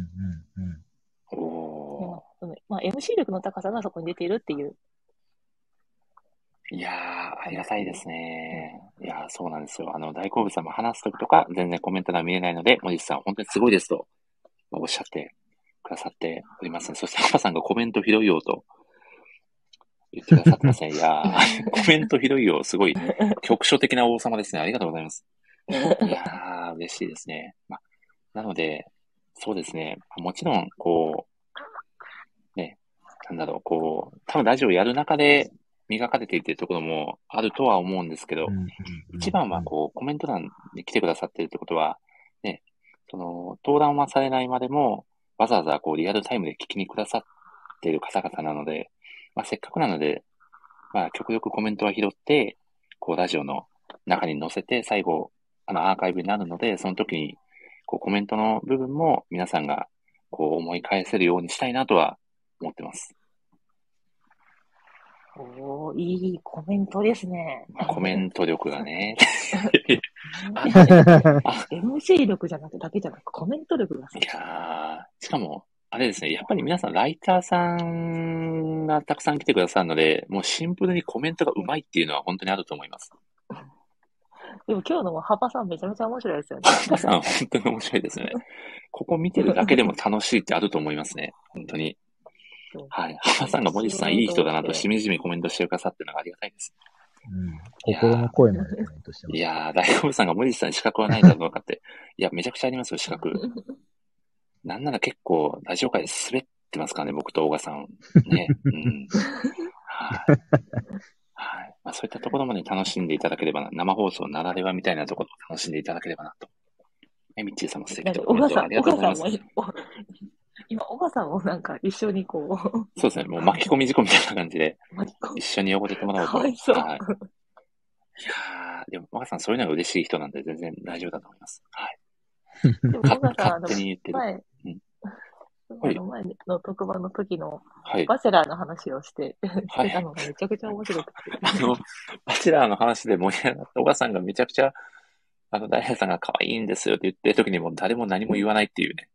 S11: まあ エムシー 力の高さがそこに出ているっていう。
S1: いやー、ありがたいですね。いやー、そうなんですよ。あの、大好物さんも話すときとか全然コメントが見えないので、森さん本当にすごいですとおっしゃってくださっておりますね。そして、ハパさんがコメント拾いようと言ってくださってますね。いやー、コメント拾いよう、すごい局所的な王様ですね。ありがとうございます。いやー、嬉しいですね。ま、なので、そうですね。もちろん、こう、ね、なんだろう、こう、多分ラジオやる中で磨かれていってるところもあるとは思うんですけど、一番はこう、コメント欄に来てくださってるってことは、ね、その、登壇はされないまでも、わざわざこうリアルタイムで聞きにくださっっている方々なので、まあ、せっかくなので、まあ、極力コメントは拾って、こう、ラジオの中に載せて、最後、あの、アーカイブになるので、その時に、こう、コメントの部分も皆さんが、こう、思い返せるようにしたいなとは思ってます。
S11: おー、いいコメントですね。
S1: まあ、コメント力がね。
S11: エムシー 力じゃなくだけじゃなく、コメント力が。
S1: いやー、しかも、あれですね、やっぱり皆さん、ライターさんがたくさん来てくださるので、もうシンプルにコメントが上手いっていうのは本当にあると思います。
S11: でも今日のハパさんめちゃめちゃ面白いですよね。
S1: ハパさん本当に面白いですよね。ここ見てるだけでも楽しいってあると思いますね。本当に。はい。ハパさんが森下さんいい人だなとしみじみコメントしてくださってるのがありがたいです。
S2: うん。心の声までコメントしてます。
S1: いやー、大丈夫さんが森下さんに資格はないだろうかって。いや、めちゃくちゃありますよ、資格。なんなら結構、ラジオ界で滑ってますからね、僕と大賀さん。ね。うん。はい。はい。まあ、そういったところもね、楽しんでいただければな、生放送ならではみたいなところを楽しんでいただければなと。え、ミッチーさんも素敵なコメントありがとうございます。
S11: 今、小川さんもなんか一緒にこう。
S1: そうですね、もう巻き込み事故みたいな感じで、一緒に汚れてもらおうと。
S11: かわいそう。
S1: はい。いやー、でも、小川さんそういうのが嬉しい人なんで全然大丈夫だと思います。はい。
S11: でも、小川さん、
S1: 勝手に言ってる。
S11: 前、
S1: うん
S11: あの前の特番の時の
S1: はい
S11: バチェラーの話をして、してたのがめちゃくちゃ面白くて。
S1: あの、バチェラーの話で盛り上がった小川さんがめちゃくちゃ、あの、ダイヤさんが可愛いんですよって言ってる時にもう誰も何も言わないっていうね。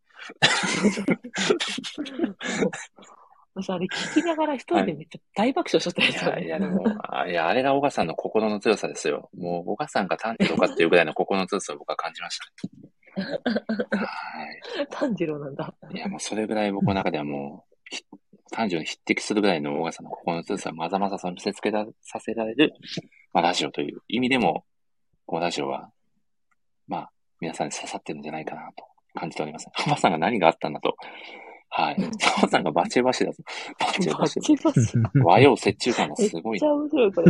S11: 私あれ聞きながら一人でめっちゃ大爆笑しちゃったんですよね。
S1: いや、いや、でも、あいや、あれが小川さんの心の強さですよ。もう、小川さんが炭治郎かっていうぐらいの心の強さを僕は感じました。はい。
S11: 炭治郎なんだ。
S1: いや、もうそれぐらい僕の中ではもう、炭治郎に匹敵するぐらいの小川さんの心の強さをまざまざさせつけさせられる、まあ、ラジオという意味でも、このラジオは、まあ、皆さんに刺さってるんじゃないかなと感じております。ハマさんが何があったんだと。はい。ハマさんがバチェバシだと。バチェバシ。
S11: バチバシ。
S1: 和洋折衷感がすごい。
S11: めっちゃ面白い、これ。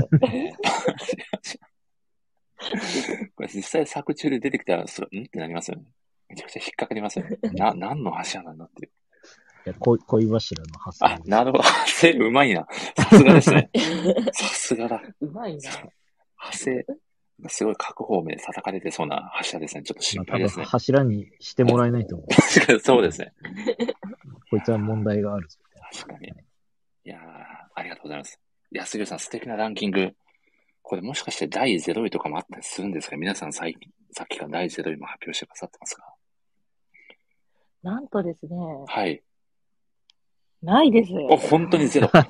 S1: これ実際作中で出てきたら、それ、んってなりますよね。めちゃくちゃ引っかかりますよね。な、何の柱なんだっていう。
S2: いや、恋、恋柱の発
S1: あ、なるほど。派生うまいな。さすがですね。さすがだ。
S11: うまいな。
S1: 派生。すごい各方面で叩かれてそうな柱ですね。ちょっと心配ですね。
S2: まあ、柱にしてもらえないと思う。
S1: 確かにそうですね。
S2: こいつは問題があるぞ。
S1: 確かに。いやー、ありがとうございます。いや、杉浦さん素敵なランキング。これもしかしてだいゼロいとかもあったりするんですか？皆さん最近、さっきからだいゼロいも発表してくださってますか？
S11: なんとですね。
S1: はい。
S11: ないです。
S1: お、本当にゼロ。
S2: な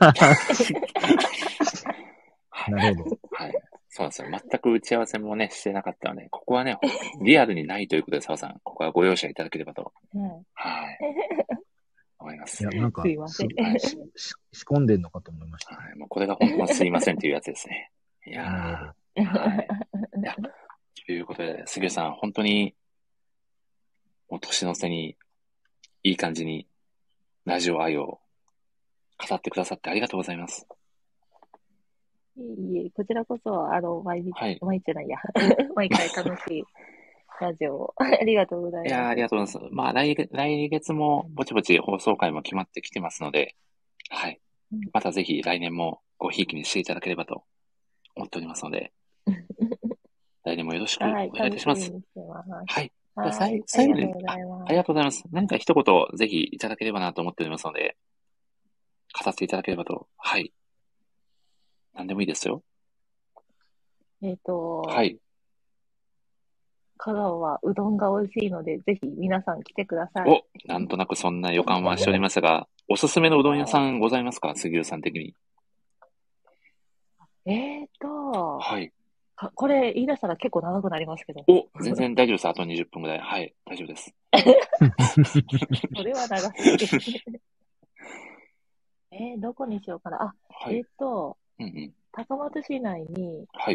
S2: るほど。
S1: はい。そうなんですよ。全く打ち合わせもね、してなかったので、ここはね、リアルにないということで、澤さん、ここはご容赦いただければと。
S11: うん、
S1: はい。思います。
S2: いや、なんか、
S11: すいません。
S2: はい、し仕込んでんのかと思いました。
S1: はい。もうこれが本当はすいませんっていうやつですね。いやー。はい。いや、ということで、杉浦さん、本当に、もう年の瀬に、いい感じに、ラジオ愛を語ってくださってありがとうございます。
S11: いえいえ、こちらこそ、あの、毎日、
S1: はい、
S11: 毎日じゃないや、毎回楽しいラジオを、ありがとうございます。
S1: いやー、ありがとうございます。まあ、来月、来月も、ぼちぼち放送回も決まってきてますので、はい。またぜひ来年もごひいきにしていただければと思っておりますので、来年もよろしくお願いいたします。はい。はい。最後に、ありがとうございます。何か一言ぜひいただければなと思っておりますので、語っていただければと。はい。何でもいいですよ。
S11: えっと、
S1: はい。
S11: 香川はうどんが美味しいので、ぜひ皆さん来てください。
S1: お、なんとなくそんな予感はしておりますが、おすすめのうどん屋さんございますか？杉浦さん的に。
S11: えーと、
S1: はい。
S11: これ言い出したら結構長くなりますけど。
S1: お、全然大丈夫です。あとにじゅっぷんぐらい。はい、大丈夫です。
S11: それは長すぎる。えー、どこにしようかな。あ、はい、えーと、
S1: うんうん、
S11: 高松市内に、
S1: はい。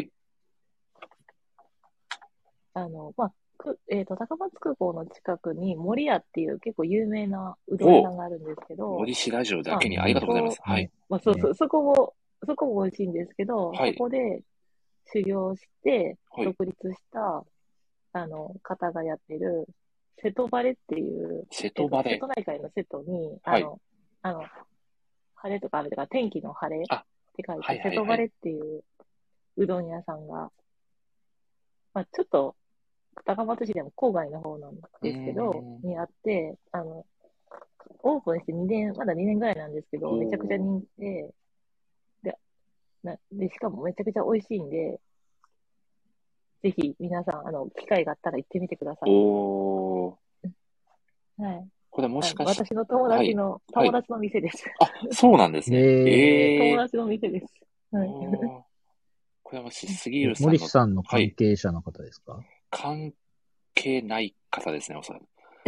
S11: あの、まあ、くえーと、高松空港の近くに森屋っていう結構有名なうどん屋さんがあるんですけど。
S1: 森市ラジオだけにありがとうございます。はい。
S11: まあ、そうそう、そこも、そこも美味しいんですけど、はい、そこで修行して、独立した、はい、あの、方がやってる、瀬戸バレっていう、
S1: 瀬戸バレ、
S11: 瀬戸内海の瀬戸に、あの、はい、あの、 晴れとか雨とか天気の晴れって書いて、はいはいはい、瀬戸晴れっていううどん屋さんが、まあ、ちょっと高松市でも郊外の方なんですけど、にあって、あの、オープンしてにねん、まだにねんぐらいなんですけど、めちゃくちゃ人気で、で、なでしかもめちゃくちゃ美味しいんで、ぜひ皆さん、あの、機会があったら行ってみてください。
S1: おー。
S11: はい。
S1: これもしかして、
S11: 私の友達の、はい、友達の店です。
S1: あ、そうなんですね。
S11: えー、友達の店です。はい。
S1: これはもし、杉浦さんの。
S2: 森さんの関係者の方ですか？はい、
S1: 関係ない方ですね、おそらく。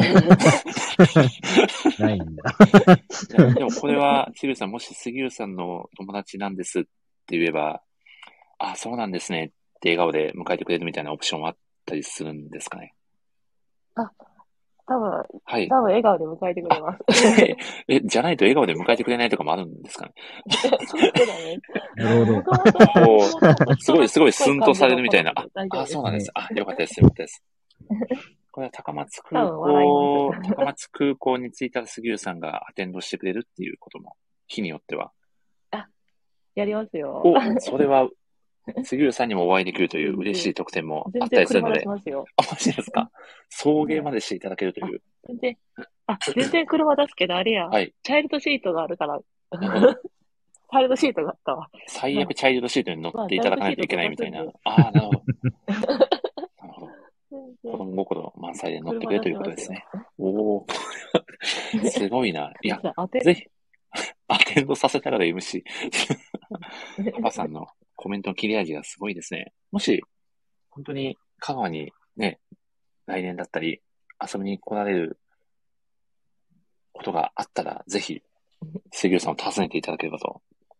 S2: ないんだ。
S1: でもこれは、杉浦さん、もし杉浦さんの友達なんですって言えば、あ、そうなんですねって笑顔で迎えてくれるみたいなオプションはあったりするんですかね。
S11: あ、多分、はい。多分笑顔で迎えてくれます。
S1: え、じゃないと笑顔で迎えてくれないとかもあるんですかね。
S11: そうだね。
S2: なるほ
S1: ど。すごい、すごいスンとされるみたいな。あ、あそうなんです。あ、よかったです、よかったです。これは高松空港、高松空港に着いたら杉浦さんがアテンドしてくれるっていうことも、日によっては。
S11: あ、やりますよ。
S1: お、それは、杉浦さんにもお会いできるという嬉しい特典もあったりするので。
S11: 全然車出しますよ。
S1: あ、マジですか？送迎までしていただけるという。
S11: 全然、あ、全然車出すけど、あれや、はい、チャイルドシートがあるから。チャイルドシートがあったわ。
S1: 最悪チャイルドシートに乗っていただかないといけないみたいな。ああ、なるほど。なるほど。子供心満載で乗ってくれるということですね。おお、すごいな。いや、ぜひ、アテンドさせたから エムシー。パパさんのコメントの切れ味がすごいですね。もし、本当に香川にね、来年だったり遊びに来られることがあったら、ぜひ、杉浦さんを訪ねていただければと。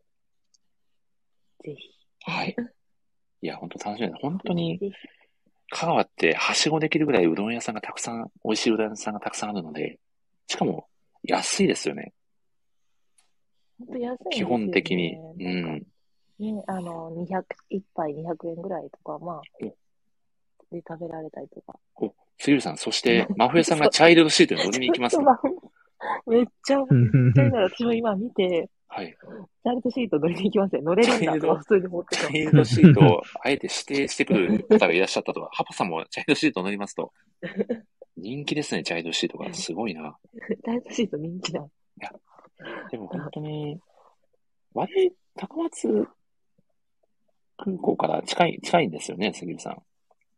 S11: ぜひ。
S1: はい。いや、本当楽しみだ。本当に、香川ってはしごできるぐらいうどん屋さんがたくさん、美味しいうどん屋さんがたくさんあるので、しかも安いですよね。
S11: 本当安いんですよね。
S1: 基本的に。うん。
S11: ね、あの、にひゃく、一杯にひゃくえんぐらいとか、まあ、で食べられたりとか。
S1: お、杉浦さん、そして、真冬さんがチャイルドシートに乗りに行きますか？
S11: めっちゃ、私も今見て、
S1: はい。
S11: チャイルドシート乗りに行きますね。乗れるんだと普通に思ってた。
S1: チャイルドシートをあえて指定してくる方がいらっしゃったとは、ハパさんもチャイルドシート乗りますと。人気ですね、チャイルドシートが。すごいな。
S11: チャイルドシート人気だ。い
S1: や、でも本当に、割、高松空港から近い、近いんですよね、杉浦さん。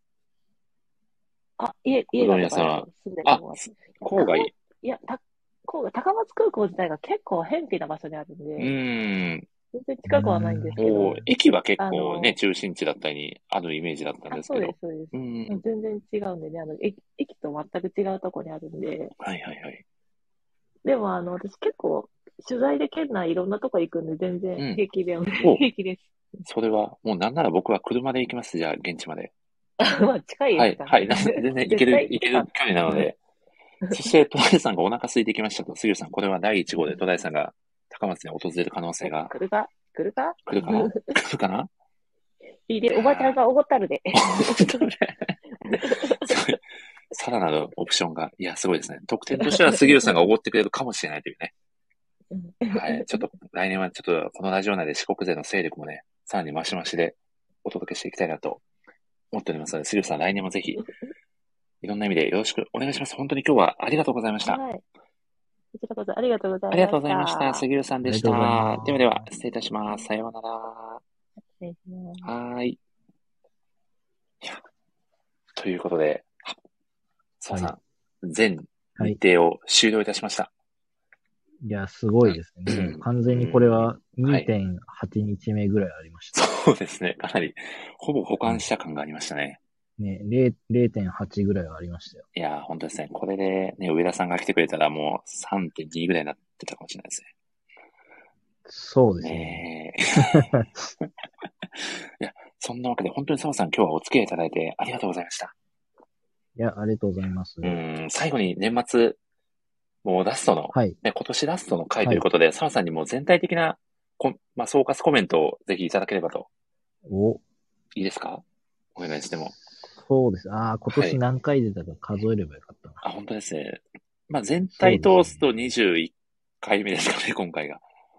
S11: あ、家、家がだから
S1: 住んでるとこあ、郊外。
S11: いや、た、郊外、高松空港自体が結構偏僻な場所にあるんで。
S1: うーん。
S11: 全然近くはないんですけど。
S1: 駅は結構ね、中心地だったり、あるイメージだったんですけど。
S11: そうです、そうです。うん、全然違うんでね、あの、駅、駅と全く違うところにあるんで。
S1: はいはいはい。
S11: でも、あの、私結構、取材で県内いろんなとこ行くんで、全然平気で、うん、平気です。
S1: それは、もうなんなら僕は車で行きます、じゃあ、現地まで。
S11: まあ、近いですか、
S1: ね、はい、はい。全然行ける、行ける距離なので。そして、戸田さんがお腹空いてきましたと、杉浦さん、これはだいいち号で戸田さんが高松に訪れる可能性が。
S11: 来るか来るか
S1: 来るかな来るかない
S11: いで、おばちゃんがおごったるで。
S1: さらなるオプションが、いや、すごいですね。特典としては杉浦さんがおごってくれるかもしれないというね。はい。ちょっと、来年はちょっと、このラジオ内で四国勢の勢力もね、さらに増し増しでお届けしていきたいなと思っておりますので、杉浦さん、来年もぜひ、いろんな意味でよろしくお願いします。本当に今日はありがとうございました。
S11: はい。こちらこそありがとうございました。
S1: ありがとうございました。杉浦さんでした。ではでは、失礼いたします。さようなら。
S11: 失礼します。
S1: はーい。いや、ということで、澤さん、はい、全日程を終了いたしました。
S2: いや、すごいですね。うん、完全にこれは にてんはち 日目ぐらいありました、
S1: はい。そうですね。かなり、ほぼ保管した感がありましたね。
S2: ね、れいてんはち ぐらいはありましたよ。
S1: いやー、本当ですね。これでね、上田さんが来てくれたらもう さんてんに ぐらいになってたかもしれないですね。
S2: そうですね。
S1: ねいや、そんなわけで本当に澤さん今日はお付き合いいただいてありがとうございました。
S2: いや、ありがとうございます。
S1: うん、最後に年末、もうラストの、
S2: はい、
S1: ね、今年ラストの回ということで、澤、はい、さんにも全体的なこ、まあ、総括コメントをぜひいただければと。
S2: お、
S1: いいですか？お願いしても。
S2: そうです。ああ、今年何回出たか数えればよかったな。
S1: はい、あ、本当ですね。まあ、全体通すとにじゅういっかいめですかね、今回が。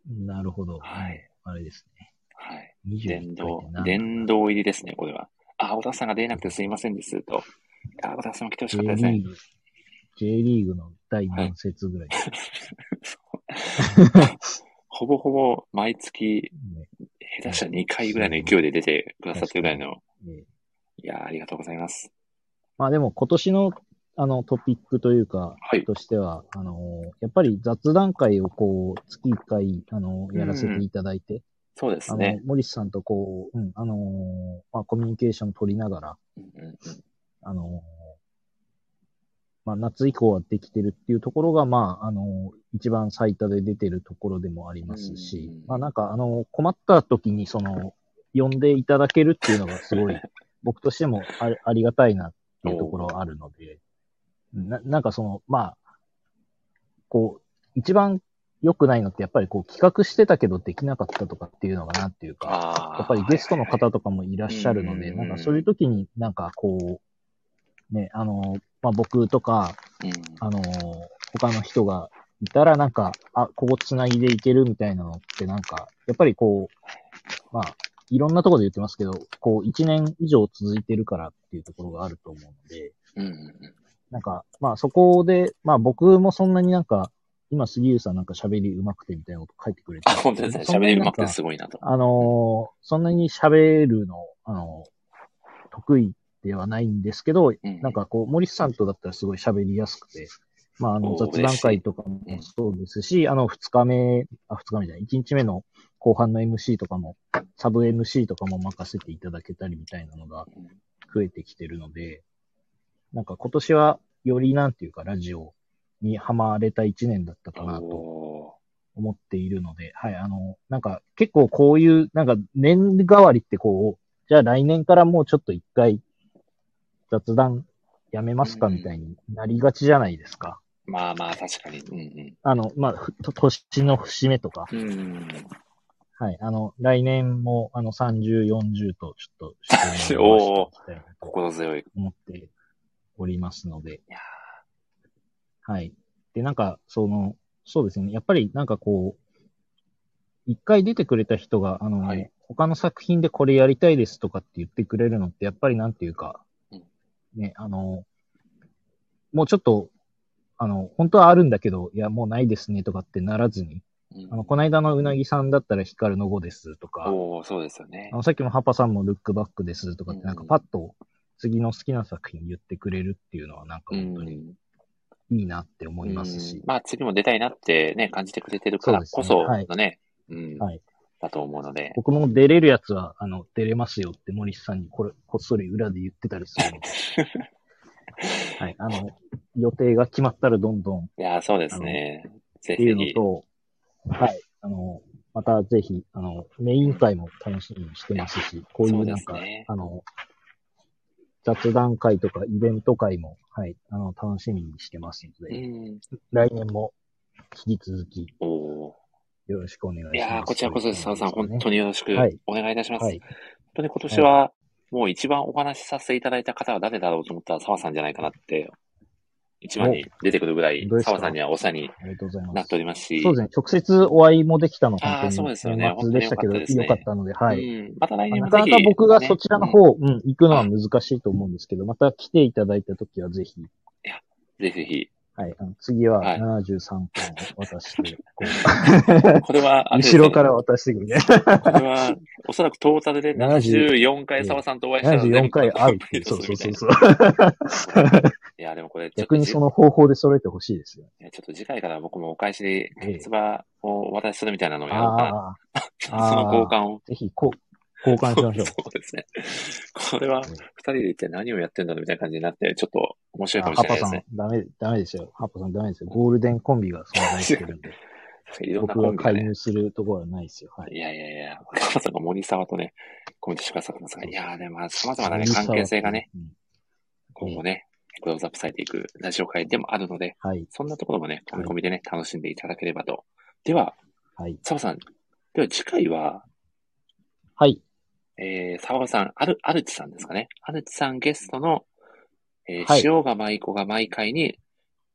S2: なるほど。
S1: はい。
S2: あれですね。
S1: はい。殿堂、殿堂入りですね、これは。あ、小田さんが出なくてすいませんです、と。あ、小田さんも来てほしかったですね。
S2: J リーグ、J リーグの第何節ぐらい、
S1: はい、ほぼほぼ毎月、下手したらにかいぐらいの勢いで出てくださってるぐらいの。いや、ありがとうございます。
S2: まあでも今年のあのトピックというか、はい、としては、あのー、やっぱり雑談会をこう、月いっかい、あのー、やらせていただいて、うん、
S1: そうですね。
S2: あの、森さんとこう、うん、あのー、まあコミュニケーション取りながら、うんうんうん、あのー、まあ夏以降はできてるっていうところが、まあ、あのー、一番最多で出てるところでもありますし、うんうん、まあなんかあのー、困った時にその、呼んでいただけるっていうのがすごい、僕としても あ, ありがたいなっていうところはあるので、な, なんかその、まあ、こう、一番良くないのってやっぱりこう企画してたけどできなかったとかっていうのがなんていうか、やっぱりゲストの方とかもいらっしゃるので、なんかそういう時になんかこう、ね、あの、まあ僕とか、あの、他の人がいたらなんか、あ、ここ繋いでいけるみたいなのってなんか、やっぱりこう、まあ、いろんなところで言ってますけど、こう一年以上続いてるからっていうところがあると思うので、
S1: うんうんうん
S2: なんか、まあそこで、まあ僕もそんなになんか、今杉浦さんなんか喋り上手くてみたいなこと書いてくれて。
S1: 本当ですね。喋り上手くてすごいなと。
S2: あのー、そんなに喋るの、あのー、得意ではないんですけど、うん、なんかこう、森さんとだったらすごい喋りやすくて、まああの雑談会とかもそうですし、うん、あの二日目、あ、二日目じゃない、一日目の後半の エムシー とかも、サブ エムシー とかも任せていただけたりみたいなのが増えてきてるので、なんか今年はよりなんていうかラジオにハマれた一年だったかなと思っているので、はい、あの、なんか結構こういう、なんか年替わりってこう、じゃあ来年からもうちょっと一回雑談やめますかみたいになりがちじゃないですか。
S1: まあまあ確かに。うんうん、
S2: あの、まあ、年の節目とか。
S1: うんうん、
S2: はい。あの、来年もあのさんじゅう、よんじゅうとちょっと
S1: してみましたいなと心強い。
S2: 思っておりますので。はい。で、なんか、その、そうですね。やっぱりなんかこう、一回出てくれた人が、あの、はい、他の作品でこれやりたいですとかって言ってくれるのって、やっぱりなんていうか、うん、ね、あの、もうちょっと、あの、本当はあるんだけど、いや、もうないですねとかってならずに、うん、あの、この間のうなぎさんだったら光の語ですとか、
S1: おー、そうですよね。
S2: あの、さっきもハッパさんもルックバックですとかって、なんかパッと次の好きな作品言ってくれるっていうのは、なんか本当にいいなって思いますし。
S1: うん、まあ次も出たいなってね、感じてくれてるからこそのね、ね、はい、うん、
S2: はい。
S1: だと思うので。
S2: 僕も出れるやつは、あの、出れますよって森さんにこれ、こっそり裏で言ってたりするので。はい。あの、予定が決まったらどんどん。
S1: いや、そうですね。ぜひ。
S2: っていうのと、はい。あの、またぜひ、あの、メイン会も楽しみにしてますし、こういうなんか、ね、あの、雑談会とかイベント会も、はい、あの、楽しみにしてますので、うん、来年も引き続き、
S1: お
S2: よろしくお願いします。
S1: いやー、こちらこそです。澤さん、本当によろしくお願いいたします。はい、本当に今年は、はい、もう一番お話しさせていただいた方は誰だろうと思ったら澤さんじゃないかなって、一番に出てくるぐらい、澤さんにはお世話になっておりますし。
S2: そうですね。直接お会いもできたのは本当に、そうですよね。初でしたけど、良かったので、はい。
S1: うん、また来年も
S2: ぜひ、なかなか僕がそちらの方、うん、行くのは難しいと思うんですけど、また来ていただいたときはぜひ。い
S1: や、ぜひぜひ。
S2: はい。あの次はななじゅうさんかいを渡して、こ
S1: うこれは、
S2: 後ろから渡してくるね。
S1: これは、おそらくトータルでななじゅうよんかい澤さんとお会いしたので。
S2: ななじゅうよんかい会うっていう。そうそうそうそう。
S1: いや、でもこれ、
S2: 逆にその方法で揃えてほしいですよ。
S1: いや、ちょっと次回から僕もお返しで、つばをお渡しするみたいなのをやろうかな。その交換を。
S2: ぜひ、こう。交換しましょう。
S1: そうですね。これは、二人で一体何をやってんだろうみたいな感じになって、ちょっと面白いかもしれないですね。
S2: ハッパさん、ダメ、ダメですよ。ハッパさんダメですよ。ゴールデンコンビが存在してるんで。僕が介入するところはないですよ。はい。
S1: いやいやいや、ハッパさんが森沢とね、コメントしてくださってますが、いやーでも、様々なね、関係性がね、今後ね、クローズアップされていくラジオ会でもあるので、
S2: はい、
S1: そんなところもね、込み込みでね、楽しんでいただければと。では、
S2: はい。
S1: 澤さん、では次回は、
S2: はい。
S1: えー、沢さん、アル、アルチさんですかね。アルチさんゲストの、えー、はい、塩が舞子が毎回に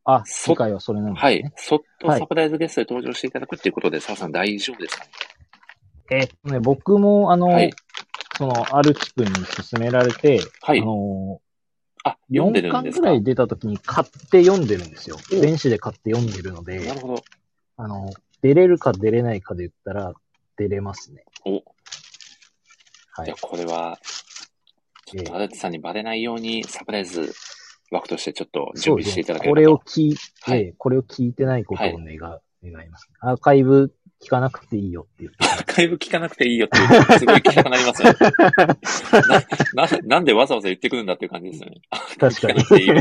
S2: あ、次回はそれなんですね。
S1: はい。そっとサプライズゲストで登場していただくっていうことで、澤さん大丈夫ですかね？
S2: えーっとね、僕も、あの、はい、その、アルチ君に勧められて、はい、あの、
S1: あ、読んでるんですか？
S2: よんかんくらい出た時に買って読んでるんですよ。電子で買って読んでるので、
S1: なるほど。
S2: あの、出れるか出れないかで言ったら、出れますね。
S1: お。はい。じゃあ、これは、ちょっとアルチさんにバレないように、サプライズ枠としてちょっと準備していただければと。
S2: これを聞いて、はい、これを聞いてないことを願、はい、願います。アーカイブ聞かなくていいよって言って。
S1: アーカイブ聞かなくていいよって言って、すごい聞きたくなりますよねなな。なんでわざわざ言ってくるんだっていう感じですよね。
S2: 確かに。
S1: 聞かなくていいよ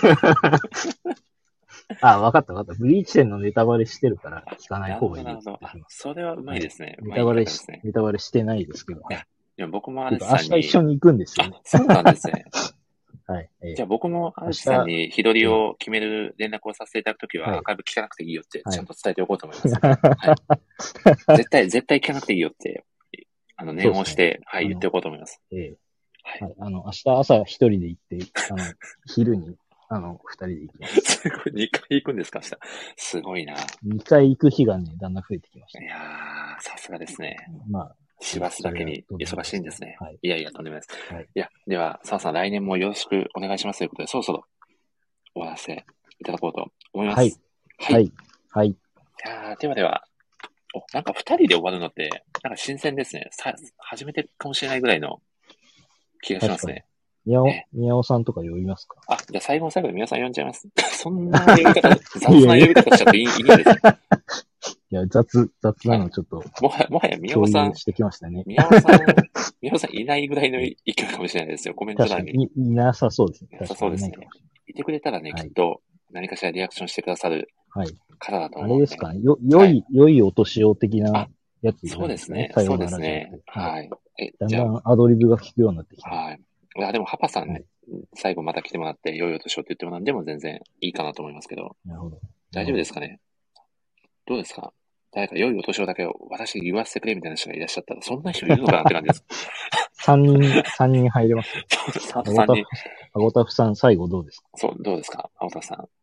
S2: あ、わかったわかった。ブリーチ戦のネタバレしてるから聞かない方がいいです。
S1: なるほど。それはうまいですね。
S2: ネタバレし、ね、ネタバレしてないですけど。
S1: いや、でも僕もアルチさんに。
S2: 明日一緒に行くんですよね。
S1: そうなんですね。
S2: はい。えー、
S1: じゃあ僕もアルチさんに日取りを決める連絡をさせていただくときは、アーカイブ聞かなくていいよってちゃんと伝えておこうと思います。はいはい、絶対、絶対聞かなくていいよって、あの、念をして、ね、はい、言っておこうと思います。
S2: ええー、はい。あの、明日朝一人で行って、あの、昼に、あの、二人で行きます。
S1: すごい、二回行くんですか、明日。すごいな。
S2: 二回行く日がね、だんだん増えてきました。
S1: いやー、さすがですね。
S2: まあ、
S1: 師走だけに忙しいんですね。
S2: はい、
S1: いやいや、とんでもないです。はい、いや、では、澤さん、来年もよろしくお願いしますということで、そろそろ終わらせていただこうと思います。
S2: はい。はい。はい。はい、い
S1: やではでは、お、なんか二人で終わるのって、なんか新鮮ですね。さ、初めてかもしれないぐらいの気がしますね。
S2: 宮尾、宮尾さんとか呼びますか？
S1: あ、じゃあ最後の最後で皆さん呼んじゃいます。そんな呼び方、雑な呼び方しちゃっていい、いいんですか？
S2: いや、雑、雑なのちょっと、はい。
S1: もはや、もはや宮尾さん。
S2: してきましたね。
S1: 宮尾さん、宮尾さんいないぐらいの勢いかもしれないですよ。コメント欄に。
S2: い、いなさそうですね。
S1: いなさそうですね。いてくれたらね、はい、きっと何かしらリアクションしてくださる方だと思う、ね。
S2: あれですかね。よ、良い、良いお年を的なやつ、
S1: ね、そうですね。そうですね。はい。
S2: え、だんだんアドリブが聞くようになってきた。
S1: はい。いや、でも、ハパさんね、はい、最後また来てもらって、良いお年をって言ってもらっても全然いいかなと思いますけど。
S2: なるほど。
S1: 大丈夫ですかね？どうですか？誰か良いお年をだけを私に言わせてくれみたいな人がいらっしゃったら、そんな人いるのかなって感じです。
S2: 三人、三人入れますよ。
S1: 三人。
S2: アゴタフさん、最後どうですか？
S1: そう、どうですか？アゴタフさん。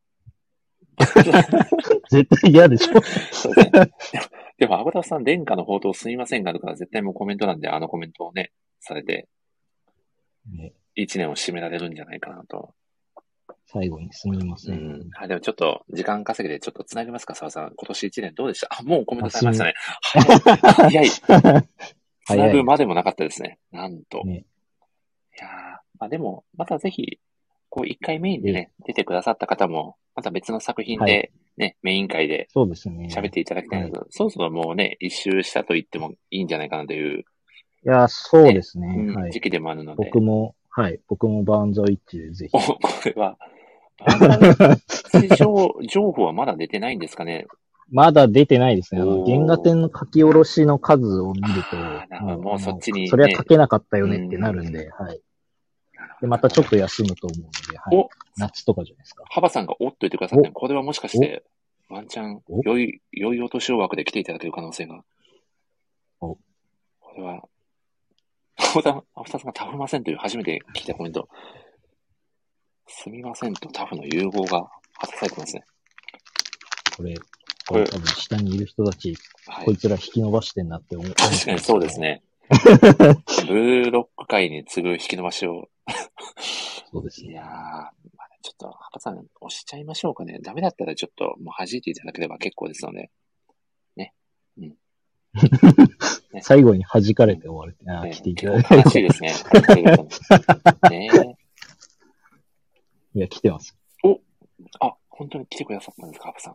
S2: 絶対嫌でしょ。
S1: そうですね。でも、アゴタフさん、殿下の宝刀すみませんが、だから絶対もうコメントなんで、あのコメントをね、されて、ね、一年を締められるんじゃないかなと。
S2: 最後にすみません。
S1: うん。あ、でもちょっと、時間稼ぎでちょっと繋ぎますか、澤さん。今年一年どうでした？あ、もうコメントされましたね。早い。繋ぐまでもなかったですね。なんと。ね、いやー、まあでも、またぜひ、こう一回メインでね、出てくださった方も、また別の作品でね、はい、メイン会で、
S2: そうですね。
S1: 喋っていただきたいので、はい、そろそろもうね、一周したと言ってもいいんじゃないかなという。
S2: いや、そうですね。
S1: ね、
S2: はい、
S1: 時期でもあるので。
S2: 僕も、はい。僕もバーンザウィッチでぜひ。
S1: お、これは、バーンザウィッチ情, 情報はまだ出てないんですかね？
S2: まだ出てないですね。あの、原画展の書き下ろしの数を見ると、
S1: もう、もうそっちに、ね。
S2: それは書けなかったよねってなるんで、はい。で、またちょっと休むと思うので、はい。お夏とかじゃないですか。
S1: ハバさんがおっと言ってくださって、これはもしかして、ワンチャン、良い、良いお年を枠で来ていただける可能性が。
S2: お
S1: これは、アフタさんがタフませんという初めて聞いたコメント。すみませんとタフの融合が果たされてますね。
S2: これ、これ多分下にいる人たち、はい、こいつら引き伸ばしてんなって思う。
S1: 確かにそうですね。ブルーロック界に次ぐ引き伸ばしを。
S2: そうですね。
S1: いやー、まあ、ちょっと、ハパさん押しちゃいましょうかね。ダメだったらちょっともう弾いていただければ結構ですので。ね。うん。
S2: ね、最後に弾かれて終わるって。ああ、ね、来ていただい
S1: て。悲しいですね。ね
S2: いや、来てます。
S1: おあ、本当に来てくださったんですか、ハパさん。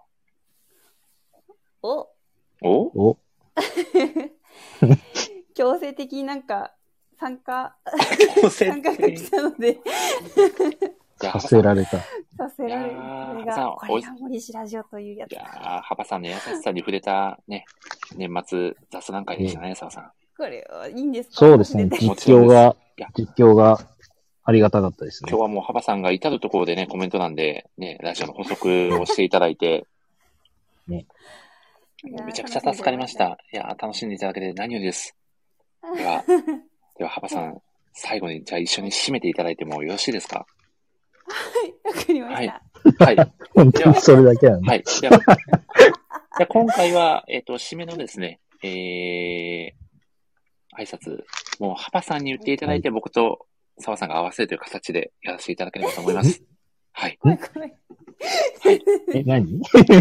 S3: お
S1: お
S2: お
S3: 強制的になんか参加
S1: 強制
S3: 参加が来たので
S2: させられた
S3: させられるこれがこれが森氏ラジオというやつ。
S1: いやー、ハパさんの優しさに触れたね年末雑談会でしたね、澤さん。
S3: これはいいんですか？
S2: そうですね。実況が実況がありがたかったですね。
S1: 今日はもうハパさんが至るところでねコメント欄でねラジオの補足をしていただいて
S2: ね。
S1: めちゃくちゃ助かりました。いや、楽しんでいただけて何よりです。では、では、ハパさん、最後に、じゃあ一緒に締めていただいてもよろしいですか？
S3: はい、わかりました。はい。
S1: はい。
S2: 本当にそれだけなんで。
S1: はい。では、で今回は、えっ、ー、と、締めのですね、えー、挨拶、もう、ハパさんに言っていただいて、はい、僕と澤さんが合わせるという形でやらせていただければと思います。はい。
S3: 怖い怖い。
S2: はい。え、何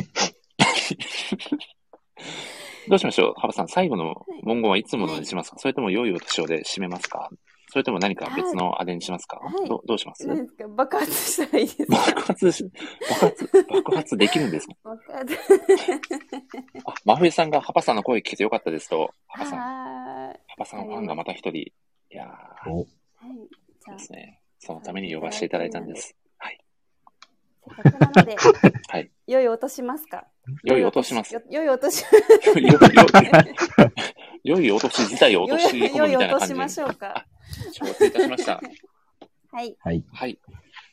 S1: どうしましょう、ハパさん。最後の文言はいつものにしますか、はい、それとも良いお年をで締めますか、それとも何か別のあれにしますか、はい、ど, どうします？
S3: 何ですか、爆発したらいいですか？
S1: 爆発し、爆発、爆発できるんですか？
S3: 爆発。
S1: あ、真冬さんがハパさんの声聞けてよかったですと、ハパさん、ハパさんファンがまた一人、いやー、はい、そうですね。そのために呼ばせていただいたんです。はい。
S3: せっかくなので、
S1: はい。
S3: 良い音しますか？
S1: 良い音します。
S3: 良い音し、
S1: 良い音し自体を落とし込むみたいな感じで。
S3: 良い音しましょうか。
S1: 承知いたしました。
S3: はい。
S2: はい。
S1: はい。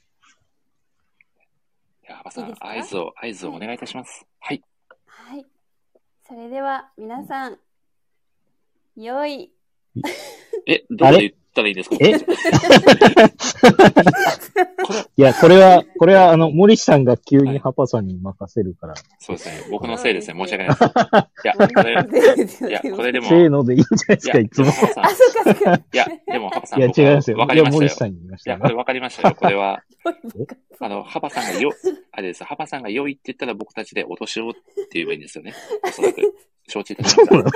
S1: では、ハパさん、合図を、合図をお願いいたします。はい。
S3: はい。それでは、皆さん、良い。
S1: え、どこで言ったらいいですか？
S2: えいや、これは、これは、あの、森さんが急にハパさんに任せるから。
S1: そうですね。僕のせいですね。申し訳ないです。いや、これ、いや、これでも。
S2: せーのでいいんじゃないですか、いつも。
S3: あ、そうか、そうか。
S1: いや、でも、ハパさん。
S2: いや、違いますよ。
S1: わかりましたよ。
S2: 森さんに言いました
S1: いや、これわかりましたよ。これは。あの、ハパさんがよ、あれです。ハパさんが良いって言ったら僕たちでお年をって言えばいいんですよね。おそらく。承知いたしました。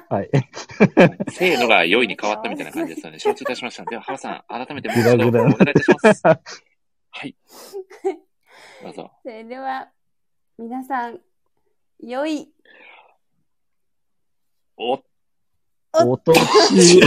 S2: はい。
S1: せーのが良いに変わったみたいな感じですよね。承知いたしました。では、ハパさん、改めてもう一度お願いいたします。はい。どうぞ。
S3: それでは、皆さん、良い。
S1: お、
S2: お年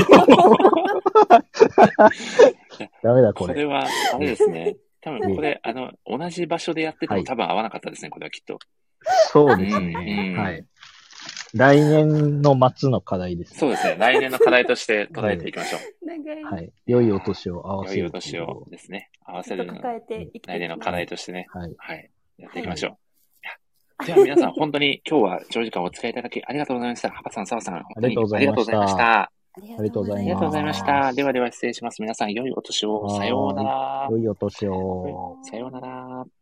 S2: ダメだ、これ。
S1: これは、あれですね。多分これ、あの、同じ場所でやってても多分合わなかったですね、これはきっと。
S2: そうですね。はい。来年の末の課題です、ね。
S1: そうですね。来年の課題として捉えていきましょ
S3: う。
S2: はい。良いお年を合わせる。
S1: 良いお年をですね。合わせるの。来年の課題としてね。はい。はい。やっていきましょう。はい、では皆さん、本当に今日は長時間お使いいただきありがとうございました。ハパさん、サワさん、本当にありがとうございました。
S2: ありがとうございます。
S1: ありがとうございました。ではでは失礼します。皆さん、良いお年を。さようなら。
S2: 良いお年を。
S1: さようなら。